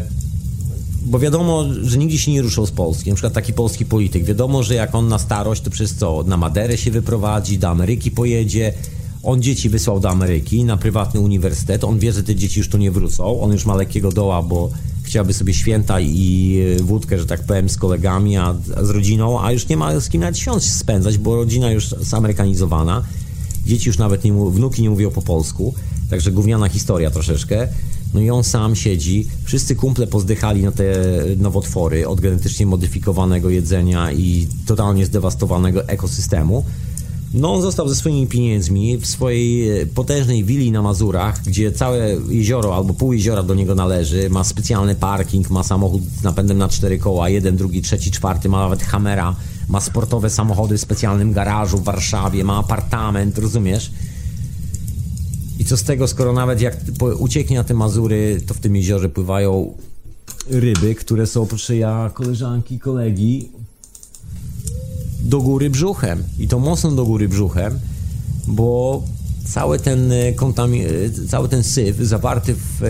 Bo wiadomo, że nigdzie się nie ruszą z Polski. Na przykład taki polski polityk. Wiadomo, że jak on na starość, to przez co? Na Maderę się wyprowadzi, do Ameryki pojedzie. On dzieci wysłał do Ameryki na prywatny uniwersytet. On wie, że te dzieci już tu nie wrócą. On już ma lekkiego doła, bo chciałby sobie święta i wódkę, że tak powiem, z kolegami, a z rodziną, a już nie ma z kim nawet świąt spędzać, bo rodzina już zamerykanizowana. Dzieci już nawet wnuki nie mówią po polsku, także gówniana historia troszeczkę. No i on sam siedzi, wszyscy kumple pozdychali na te nowotwory od genetycznie modyfikowanego jedzenia i totalnie zdewastowanego ekosystemu. No on został ze swoimi pieniędzmi w swojej potężnej willi na Mazurach, gdzie całe jezioro albo pół jeziora do niego należy, ma specjalny parking, ma samochód z napędem na 4 koła, 1, 2, 3, 4, ma nawet Hammera, ma sportowe samochody w specjalnym garażu w Warszawie, ma apartament, rozumiesz? I co z tego, skoro nawet jak ucieknie na te Mazury, to w tym jeziorze pływają ryby, które są, proszę ja, koleżanki, kolegi, do góry brzuchem. I to mocno do góry brzuchem, bo cały ten syf zawarty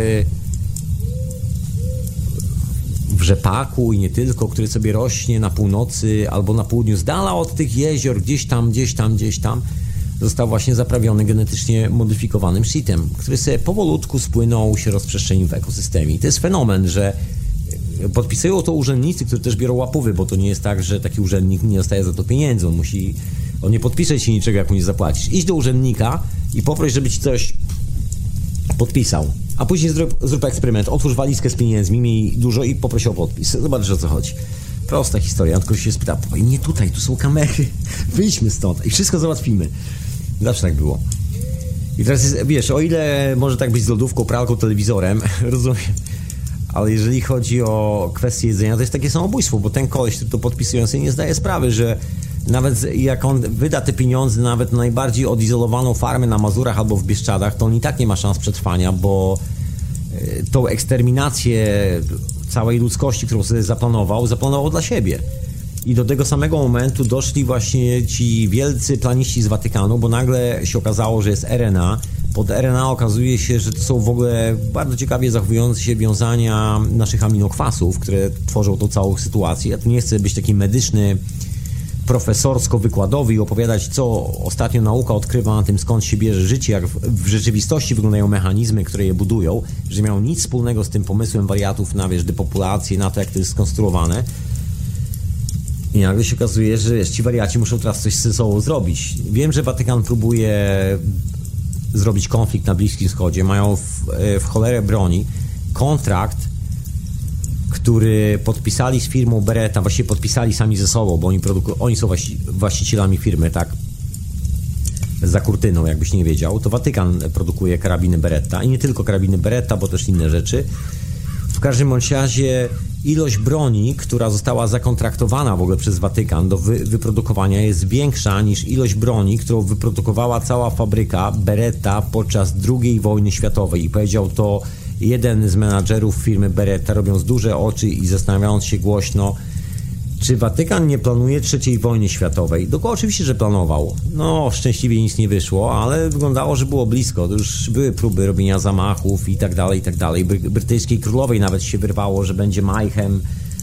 w rzepaku i nie tylko, który sobie rośnie na północy albo na południu, z dala od tych jezior, gdzieś tam, został właśnie zaprawiony genetycznie modyfikowanym shitem, który sobie powolutku spłynął, się rozprzestrzenił w ekosystemie. I to jest fenomen, że podpisują to urzędnicy, którzy też biorą łapówy, bo to nie jest tak, że taki urzędnik nie dostaje za to pieniędzy. On nie podpisze ci niczego, jak mu nie zapłacisz. Idź do urzędnika i poproś, żeby ci coś podpisał. A później zrób eksperyment. Otwórz walizkę z pieniędzmi, miej dużo i poproś o podpis. Zobaczysz, o co chodzi. Prosta historia. Tylko się spyta, nie tutaj, tu są kamery. Wyjdźmy stąd i wszystko załatwimy. Zawsze tak było. I teraz jest, wiesz, o ile może tak być z lodówką, pralką, telewizorem, rozumiem, ale jeżeli chodzi o kwestię jedzenia, to jest takie samobójstwo, bo ten koleś, który to podpisujący, nie zdaje sprawy, że nawet jak on wyda te pieniądze nawet na najbardziej odizolowaną farmę na Mazurach albo w Bieszczadach, to on i tak nie ma szans przetrwania, bo tą eksterminację całej ludzkości, którą sobie zaplanował dla siebie. I do tego samego momentu doszli właśnie ci wielcy planiści z Watykanu, bo nagle się okazało, że jest RNA. Pod RNA okazuje się, że to są w ogóle bardzo ciekawie zachowujące się wiązania naszych aminokwasów, które tworzą tą całą sytuację. Ja tu nie chcę być taki medyczny, profesorsko-wykładowy i opowiadać, co ostatnio nauka odkrywa na tym, skąd się bierze życie, jak w rzeczywistości wyglądają mechanizmy, które je budują, że nie mają nic wspólnego z tym pomysłem wariatów na, depopulację, na to, jak to jest skonstruowane. I nagle się okazuje, że ci wariaci muszą teraz coś ze sobą zrobić. Wiem, że Watykan próbuje zrobić konflikt na Bliskim Wschodzie. Mają w cholerę broni kontrakt, który podpisali z firmą Beretta, właściwie podpisali sami ze sobą, bo oni są właścicielami firmy, tak? Za kurtyną, jakbyś nie wiedział. To Watykan produkuje karabiny Beretta i nie tylko karabiny Beretta, bo też inne rzeczy. W każdym bądź razie ilość broni, która została zakontraktowana w ogóle przez Watykan do wyprodukowania, jest większa niż ilość broni, którą wyprodukowała cała fabryka Beretta podczas II wojny światowej. I powiedział to jeden z menadżerów firmy Beretta, robiąc duże oczy i zastanawiając się głośno, czy Watykan nie planuje III wojny światowej. Oczywiście, że planował. No, szczęśliwie nic nie wyszło, ale wyglądało, że było blisko. To już były próby robienia zamachów i tak dalej, i tak dalej. Brytyjskiej królowej nawet się wyrwało, że będzie Mayhem.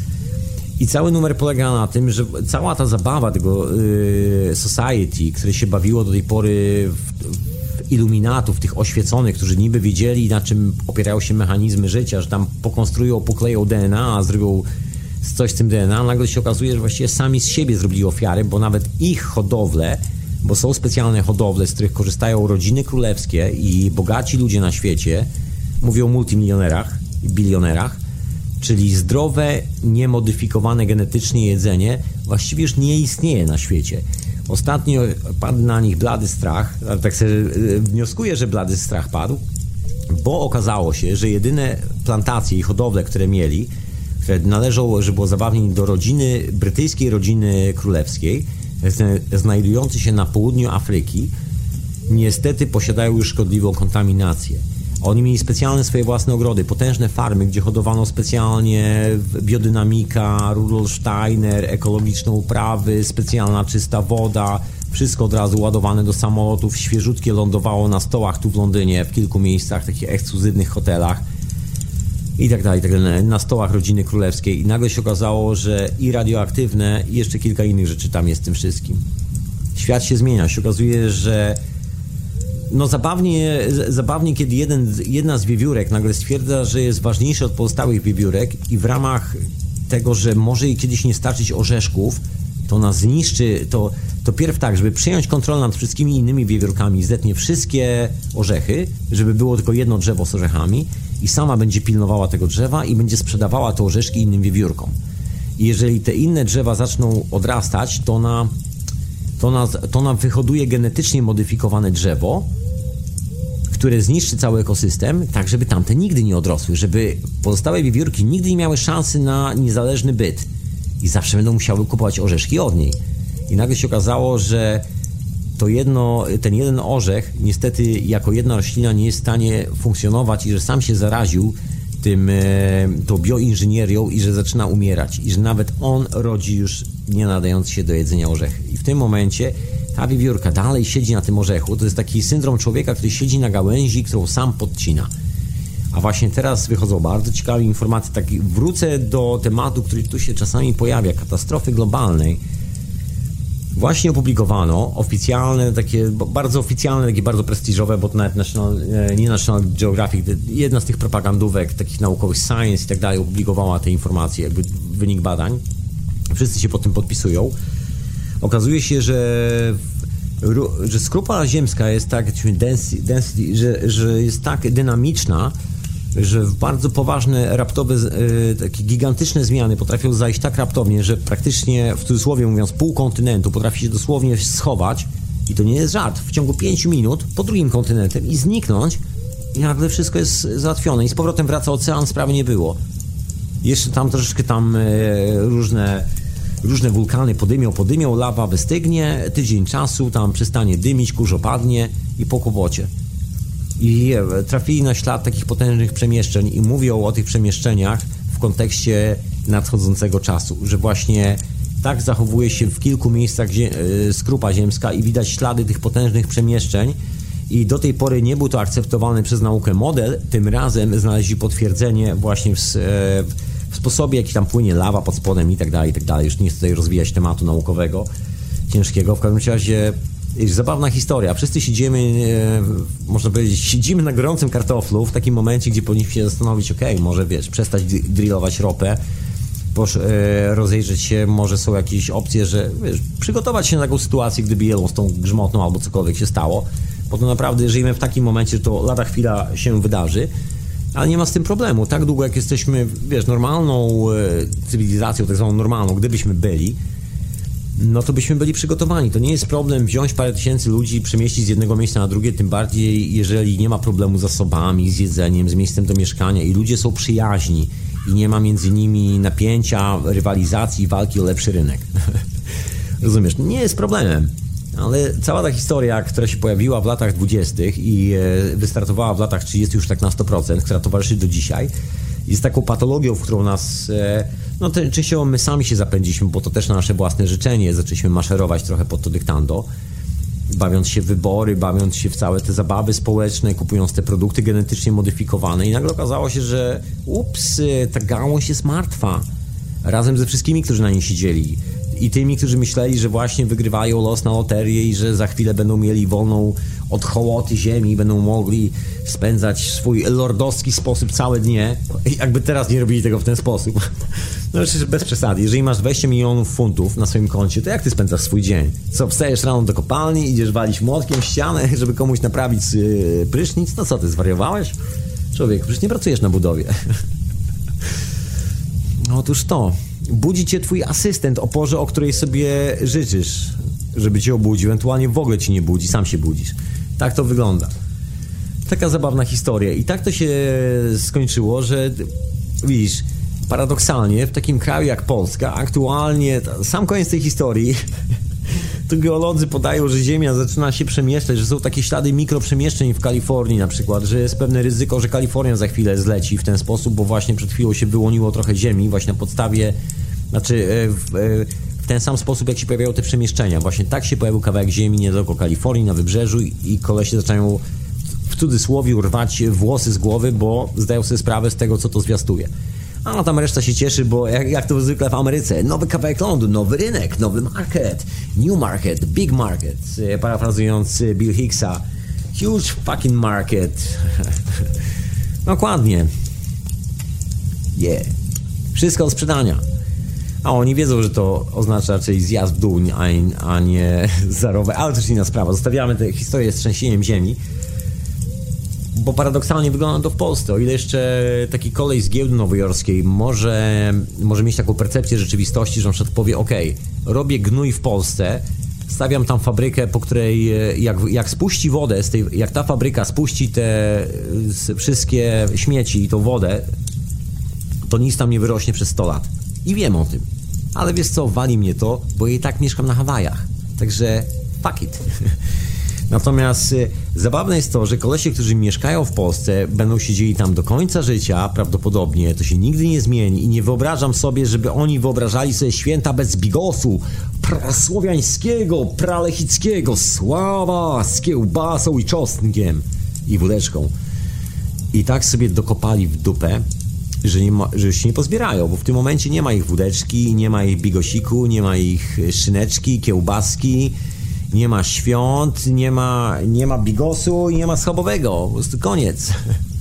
I cały numer polega na tym, że cała ta zabawa tego society, które się bawiło do tej pory w iluminatów, tych oświeconych, którzy niby wiedzieli, na czym opierają się mechanizmy życia, że tam pokonstruują, pokleją DNA, a zrobią coś z tym DNA, nagle się okazuje, że właściwie sami z siebie zrobili ofiary, bo nawet ich hodowle, bo są specjalne hodowle, z których korzystają rodziny królewskie i bogaci ludzie na świecie, mówią o multimilionerach i bilionerach, czyli zdrowe, niemodyfikowane genetycznie jedzenie właściwie już nie istnieje na świecie. Ostatnio padł na nich blady strach, ale tak sobie wnioskuję, że blady strach padł, bo okazało się, że jedyne plantacje i hodowle, które mieli, które należą, że było zabawniej, do rodziny, brytyjskiej rodziny królewskiej, znajdującej się na południu Afryki, niestety posiadają już szkodliwą kontaminację. Oni mieli specjalne swoje własne ogrody, potężne farmy, gdzie hodowano specjalnie biodynamika, Rudolf Steiner, ekologiczne uprawy, specjalna czysta woda, wszystko od razu ładowane do samolotów, świeżutkie lądowało na stołach tu w Londynie, w kilku miejscach, takich ekskluzywnych hotelach i tak dalej, na stołach rodziny królewskiej. I nagle się okazało, że i radioaktywne, i jeszcze kilka innych rzeczy tam jest w tym wszystkim. Świat się zmienia, się okazuje, że no zabawnie, kiedy jedna z wiewiórek nagle stwierdza, że jest ważniejsza od pozostałych wiewiórek i w ramach tego, że może jej kiedyś nie starczyć orzeszków, to ona zniszczy, to pierw tak, żeby przejąć kontrolę nad wszystkimi innymi wiewiórkami, zetnie wszystkie orzechy, żeby było tylko jedno drzewo z orzechami i sama będzie pilnowała tego drzewa i będzie sprzedawała te orzeszki innym wiewiórkom. I jeżeli te inne drzewa zaczną odrastać, to ona wyhoduje genetycznie modyfikowane drzewo, które zniszczy cały ekosystem, tak żeby tamte nigdy nie odrosły, żeby pozostałe wiewiórki nigdy nie miały szansy na niezależny byt i zawsze będą musiały kupować orzeszki od niej. I nagle się okazało, że ten jeden orzech niestety jako jedna roślina nie jest w stanie funkcjonować i że sam się zaraził tą bioinżynierią i że zaczyna umierać i że nawet on rodzi już nie nadający się do jedzenia orzechy. I w tym momencie ta wiewiórka dalej siedzi na tym orzechu. To jest taki syndrom człowieka, który siedzi na gałęzi, którą sam podcina. A właśnie teraz wychodzą bardzo ciekawe informacje. Wrócę do tematu, który tu się czasami pojawia, katastrofy globalnej. Właśnie opublikowano oficjalne, takie bardzo prestiżowe, bo to nawet nie National Geographic, jedna z tych propagandówek takich naukowych, Science i tak dalej, opublikowała te informacje, jakby wynik badań. Wszyscy się pod tym podpisują. Okazuje się, że skrupa ziemska jest tak density, że jest tak dynamiczna, że bardzo poważne, raptowe, takie gigantyczne zmiany potrafią zajść tak raptownie, że praktycznie, w cudzysłowie mówiąc, pół kontynentu potrafi się dosłownie schować, i to nie jest żart, w ciągu 5 minut pod drugim kontynentem i zniknąć, i nagle wszystko jest załatwione i z powrotem wraca ocean, sprawy nie było. Jeszcze tam troszeczkę różne wulkany podymią, lawa wystygnie, tydzień czasu, tam przestanie dymić, kurz opadnie i po kłopocie. I trafili na ślad takich potężnych przemieszczeń i mówią o tych przemieszczeniach w kontekście nadchodzącego czasu, że właśnie tak zachowuje się w kilku miejscach skrupa ziemska i widać ślady tych potężnych przemieszczeń i do tej pory nie był to akceptowany przez naukę model, tym razem znaleźli potwierdzenie właśnie w sposobie, jaki tam płynie lawa pod spodem i tak dalej, już nie chcę tutaj rozwijać tematu naukowego, ciężkiego, w każdym razie zabawna historia. Wszyscy można powiedzieć, siedzimy na gorącym kartoflu w takim momencie, gdzie powinniśmy się zastanowić, może przestać drillować ropę, rozejrzeć się, może są jakieś opcje, że przygotować się na taką sytuację, gdyby Yellowstone grzmotną albo cokolwiek się stało, bo to naprawdę żyjemy w takim momencie, że to lada chwila się wydarzy, ale nie ma z tym problemu. Tak długo jak jesteśmy, normalną cywilizacją, tak zwaną normalną, gdybyśmy byli, no to byśmy byli przygotowani. To nie jest problem wziąć parę tysięcy ludzi, przemieścić z jednego miejsca na drugie, tym bardziej jeżeli nie ma problemu z zasobami, z jedzeniem, z miejscem do mieszkania i ludzie są przyjaźni i nie ma między nimi napięcia, rywalizacji, walki o lepszy rynek. Rozumiesz? Nie jest problemem. Ale cała ta historia, która się pojawiła w latach 20. i wystartowała w latach 30 już tak na 100%, która towarzyszy do dzisiaj, jest taką patologią, w którą nas, częściowo my sami się zapędziliśmy, bo to też na nasze własne życzenie, zaczęliśmy maszerować trochę pod to dyktando, bawiąc się w wybory, bawiąc się w całe te zabawy społeczne, kupując te produkty genetycznie modyfikowane i nagle okazało się, że ta gałąź jest martwa, razem ze wszystkimi, którzy na niej siedzieli. I tymi, którzy myśleli, że właśnie wygrywają los na loterię i że za chwilę będą mieli wolną od hołoty ziemi i będą mogli spędzać w swój lordowski sposób całe dnie. Jakby teraz nie robili tego w ten sposób. No przecież bez przesady. Jeżeli masz 20 milionów funtów na swoim koncie, to jak ty spędzasz swój dzień? Co, wstajesz rano do kopalni, idziesz walić młotkiem w ścianę, żeby komuś naprawić prysznic? No co, ty zwariowałeś? Człowiek, przecież nie pracujesz na budowie. Otóż to. Budzi cię twój asystent o porze, o której sobie życzysz, żeby cię obudził. Ewentualnie w ogóle ci nie budzi, sam się budzisz. Tak to wygląda. Taka zabawna historia. I tak to się skończyło, że widzisz, paradoksalnie w takim kraju jak Polska aktualnie, sam koniec tej historii, to geolodzy podają, że Ziemia zaczyna się przemieszczać, że są takie ślady mikroprzemieszczeń w Kalifornii na przykład, że jest pewne ryzyko, że Kalifornia za chwilę zleci w ten sposób, bo właśnie przed chwilą się wyłoniło trochę Ziemi, właśnie na podstawie, w ten sam sposób, jak się pojawiają te przemieszczenia. Właśnie tak się pojawił kawałek Ziemi niedaleko Kalifornii, na wybrzeżu i kolesie zaczynają w cudzysłowie rwać włosy z głowy, bo zdają sobie sprawę z tego, co to zwiastuje. A tam reszta się cieszy, bo jak to zwykle w Ameryce, nowy kawałek lądu, nowy rynek, nowy market, new market, big market, parafrazując Bill Hicksa, Huge fucking market. Dokładnie. Yeah. Wszystko do sprzedania. A oni wiedzą, że to oznacza raczej zjazd w dół, a nie zerowe. Ale to już inna sprawa. Zostawiamy tę historię z trzęsieniem ziemi. Bo paradoksalnie wygląda to w Polsce. O ile jeszcze taki kolej z giełdy nowojorskiej może mieć taką percepcję rzeczywistości, że na przykład powie: OK, robię gnój w Polsce, stawiam tam fabrykę, po której jak spuści wodę, jak ta fabryka spuści te wszystkie śmieci i tą wodę, to nic tam nie wyrośnie przez 100 lat. I wiem o tym. Ale wiesz co, wali mnie to, bo ja i tak mieszkam na Hawajach. Także fuck it. Natomiast zabawne jest to, że kolesie, którzy mieszkają w Polsce, będą siedzieli tam do końca życia, prawdopodobnie, to się nigdy nie zmieni i nie wyobrażam sobie, żeby oni wyobrażali sobie święta bez bigosu, prasłowiańskiego, pralechickiego, sława z kiełbasą i czosnkiem i wódeczką. I tak sobie dokopali w dupę, że się nie pozbierają, bo w tym momencie nie ma ich wódeczki, nie ma ich bigosiku, nie ma ich szyneczki, kiełbaski, nie ma świąt, nie ma bigosu i nie ma schabowego. Po prostu koniec.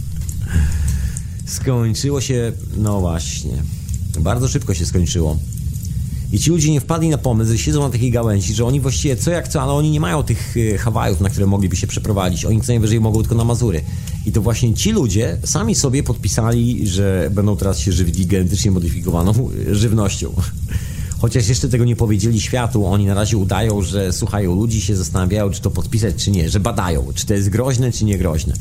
Skończyło się, no właśnie, bardzo szybko się skończyło. I ci ludzie nie wpadli na pomysł, że siedzą na takiej gałęzi, że oni właściwie co jak co, ale oni nie mają tych Hawajów, na które mogliby się przeprowadzić. Oni co najwyżej mogą tylko na Mazury. I to właśnie ci ludzie sami sobie podpisali, że będą teraz się żywili genetycznie modyfikowaną żywnością. Chociaż jeszcze tego nie powiedzieli światu, oni na razie udają, że słuchają ludzi, się zastanawiają, czy to podpisać, czy nie, że badają, czy to jest groźne, czy nie groźne.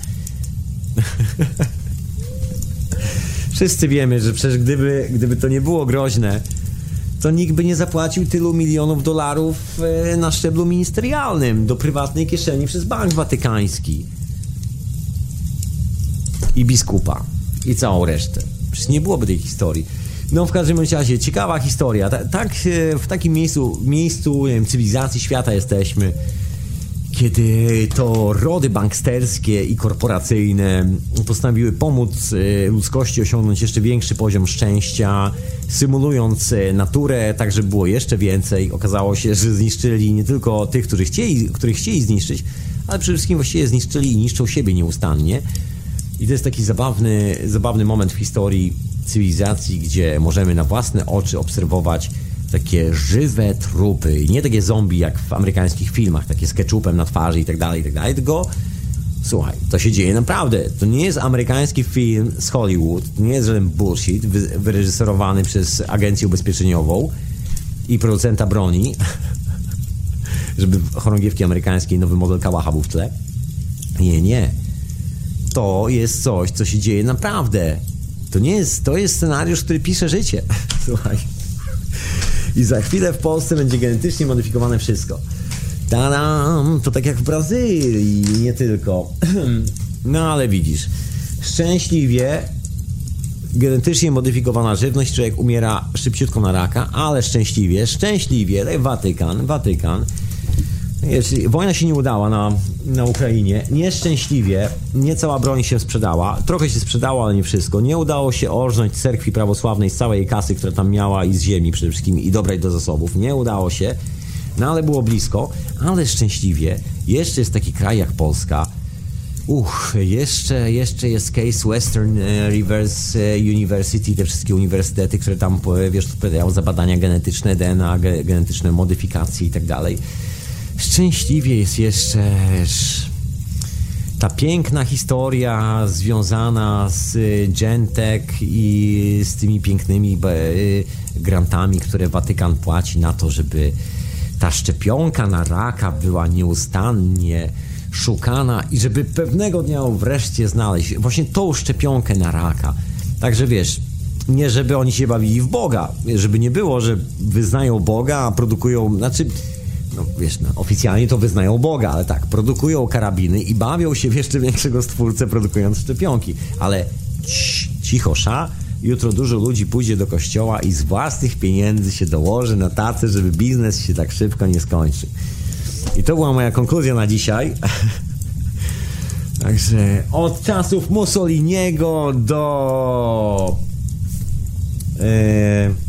Wszyscy wiemy, że przecież gdyby to nie było groźne, to nikt by nie zapłacił tylu milionów dolarów na szczeblu ministerialnym do prywatnej kieszeni przez Bank Watykański i biskupa i całą resztę. Przecież nie byłoby tej historii. No w każdym razie ciekawa historia. Tak w takim miejscu nie wiem, cywilizacji świata jesteśmy, kiedy to rody banksterskie i korporacyjne postanowiły pomóc ludzkości osiągnąć jeszcze większy poziom szczęścia, symulując naturę, tak żeby było jeszcze więcej. Okazało się, że zniszczyli nie tylko tych, których chcieli zniszczyć, ale przede wszystkim właściwie zniszczyli i niszczą siebie nieustannie. I to jest taki zabawny moment w historii cywilizacji, gdzie możemy na własne oczy obserwować takie żywe trupy, nie takie zombie jak w amerykańskich filmach, takie z ketchupem na twarzy i tak dalej, tylko słuchaj, to się dzieje naprawdę. To nie jest amerykański film z Hollywood, to nie jest żaden bullshit wyreżyserowany przez agencję ubezpieczeniową i producenta broni, żeby chorągiewki amerykańskiej nowy model Kałacha był w tle. Nie. To jest coś, co się dzieje naprawdę. To jest scenariusz, który pisze życie. Słuchaj. I za chwilę w Polsce będzie genetycznie modyfikowane wszystko. Tadam! To tak jak w Brazylii, nie tylko. No ale widzisz, szczęśliwie genetycznie modyfikowana żywność, człowiek umiera szybciutko na raka, ale szczęśliwie, Watykan. Wojna się nie udała na Ukrainie. Nieszczęśliwie nie cała broń się sprzedała. Trochę się sprzedało, ale nie wszystko. Nie udało się orżnąć cerkwi prawosławnej z całej kasy, która tam miała i z ziemi przede wszystkim i dobrać do zasobów. Nie udało się, no ale było blisko. Ale szczęśliwie jeszcze jest taki kraj jak Polska. Jeszcze jest Case Western Reverse University, te wszystkie uniwersytety, które tam, wiesz, odpowiadają za badania genetyczne, DNA, genetyczne modyfikacje i tak dalej. Szczęśliwie jest jeszcze ta piękna historia związana z Genentech i z tymi pięknymi grantami, które Watykan płaci na to, żeby ta szczepionka na raka była nieustannie szukana i żeby pewnego dnia ją wreszcie znaleźć. Właśnie tą szczepionkę na raka. Także wiesz, nie żeby oni się bawili w Boga, żeby nie było, że wyznają Boga, a produkują, no wiesz, oficjalnie to wyznają Boga, ale tak, produkują karabiny i bawią się w jeszcze większego stwórcę, produkując szczepionki. Ale cicho, jutro dużo ludzi pójdzie do kościoła i z własnych pieniędzy się dołoży na tacy, żeby biznes się tak szybko nie skończy. I to była moja konkluzja na dzisiaj. Także od czasów Mussoliniego do...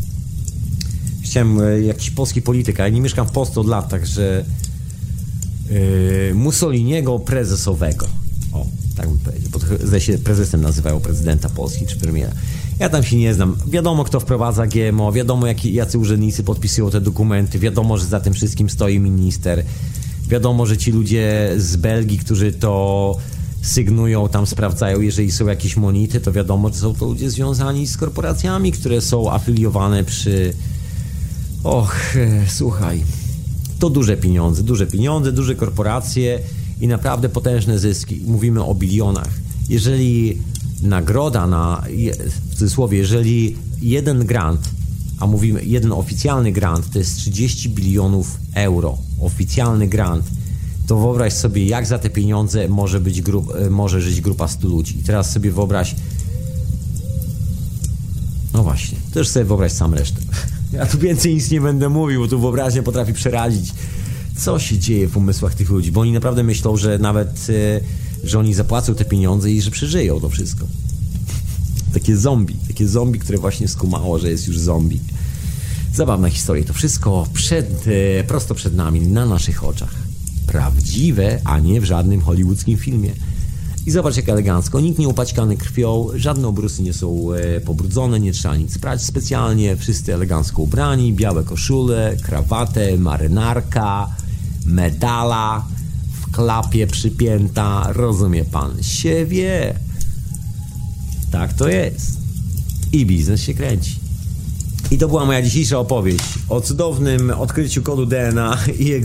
Chciałem jakiś polski polityk, ale nie mieszkam w Polsce od lat, także Mussoliniego prezesowego. O, tak bym powiedział. Bo się prezesem nazywają prezydenta Polski czy premiera. Ja tam się nie znam. Wiadomo, kto wprowadza GMO, wiadomo, jacy urzędnicy podpisują te dokumenty, wiadomo, że za tym wszystkim stoi minister. Wiadomo, że ci ludzie z Belgii, którzy to sygnują, tam sprawdzają, jeżeli są jakieś monity, to wiadomo, że są to ludzie związani z korporacjami, które są afiliowane przy... słuchaj, to duże pieniądze, duże korporacje i naprawdę potężne zyski. Mówimy o bilionach. Jeżeli nagroda w cudzysłowie, jeżeli jeden grant, a mówimy jeden oficjalny grant, to jest 30 bilionów euro, oficjalny grant, to wyobraź sobie, jak za te pieniądze może żyć grupa 100 ludzi. I teraz sobie wyobraź, no właśnie, też sobie wyobraź sam resztę. Ja tu więcej nic nie będę mówił, bo tu wyobraźnia potrafi przerazić, co się dzieje w umysłach tych ludzi, bo oni naprawdę myślą, że nawet, że oni zapłacą te pieniądze i że przeżyją to wszystko. Takie zombie, które właśnie skumało, że jest już zombie. Zabawna historia, to wszystko prosto przed nami, na naszych oczach. Prawdziwe, a nie w żadnym hollywoodzkim filmie. I zobacz, jak elegancko, nikt nie upaćkany krwią, żadne obrusy nie są pobrudzone, nie trzeba nic sprać specjalnie, wszyscy elegancko ubrani, białe koszule, krawatę, marynarka, medala w klapie przypięta, rozumie pan, się wie. Tak to jest. I biznes się kręci. I to była moja dzisiejsza opowieść o cudownym odkryciu kodu DNA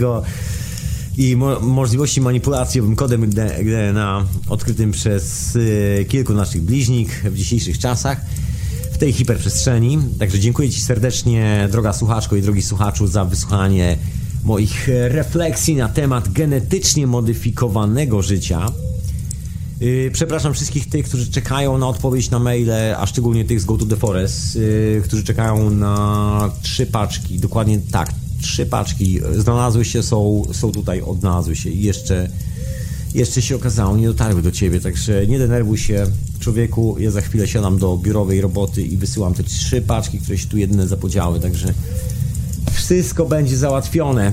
i możliwości manipulacji owym kodem DNA odkrytym przez kilku naszych bliźnich w dzisiejszych czasach w tej hiperprzestrzeni. Także dziękuję Ci serdecznie, droga słuchaczko i drogi słuchaczu, za wysłuchanie moich refleksji na temat genetycznie modyfikowanego życia. Przepraszam wszystkich tych, którzy czekają na odpowiedź na maile, a szczególnie tych z Go to the Forest, którzy czekają na 3 paczki, dokładnie tak, 3 paczki znalazły się, są tutaj, odnalazły się i jeszcze się okazało, nie dotarły do Ciebie, także nie denerwuj się, człowieku, ja za chwilę siadam do biurowej roboty i wysyłam te 3 paczki, które się tu jedyne zapodziały, także wszystko będzie załatwione.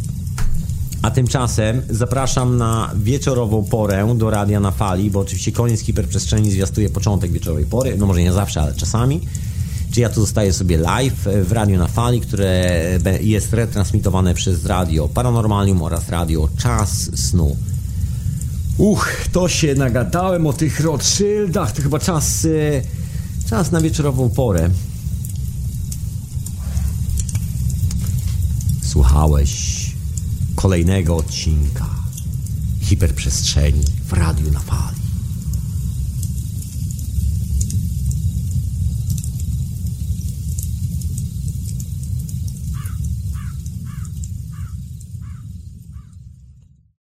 A tymczasem zapraszam na wieczorową porę do Radia na Fali, bo oczywiście koniec hiperprzestrzeni zwiastuje początek wieczorowej pory, no może nie zawsze, ale czasami. Czy ja tu zostaję sobie live w Radiu na Fali, które jest retransmitowane przez Radio Paranormalium oraz Radio Czas Snu. To się nagadałem o tych Rothschildach, to chyba czas na wieczorową porę. Słuchałeś kolejnego odcinka hiperprzestrzeni w Radiu na Fali.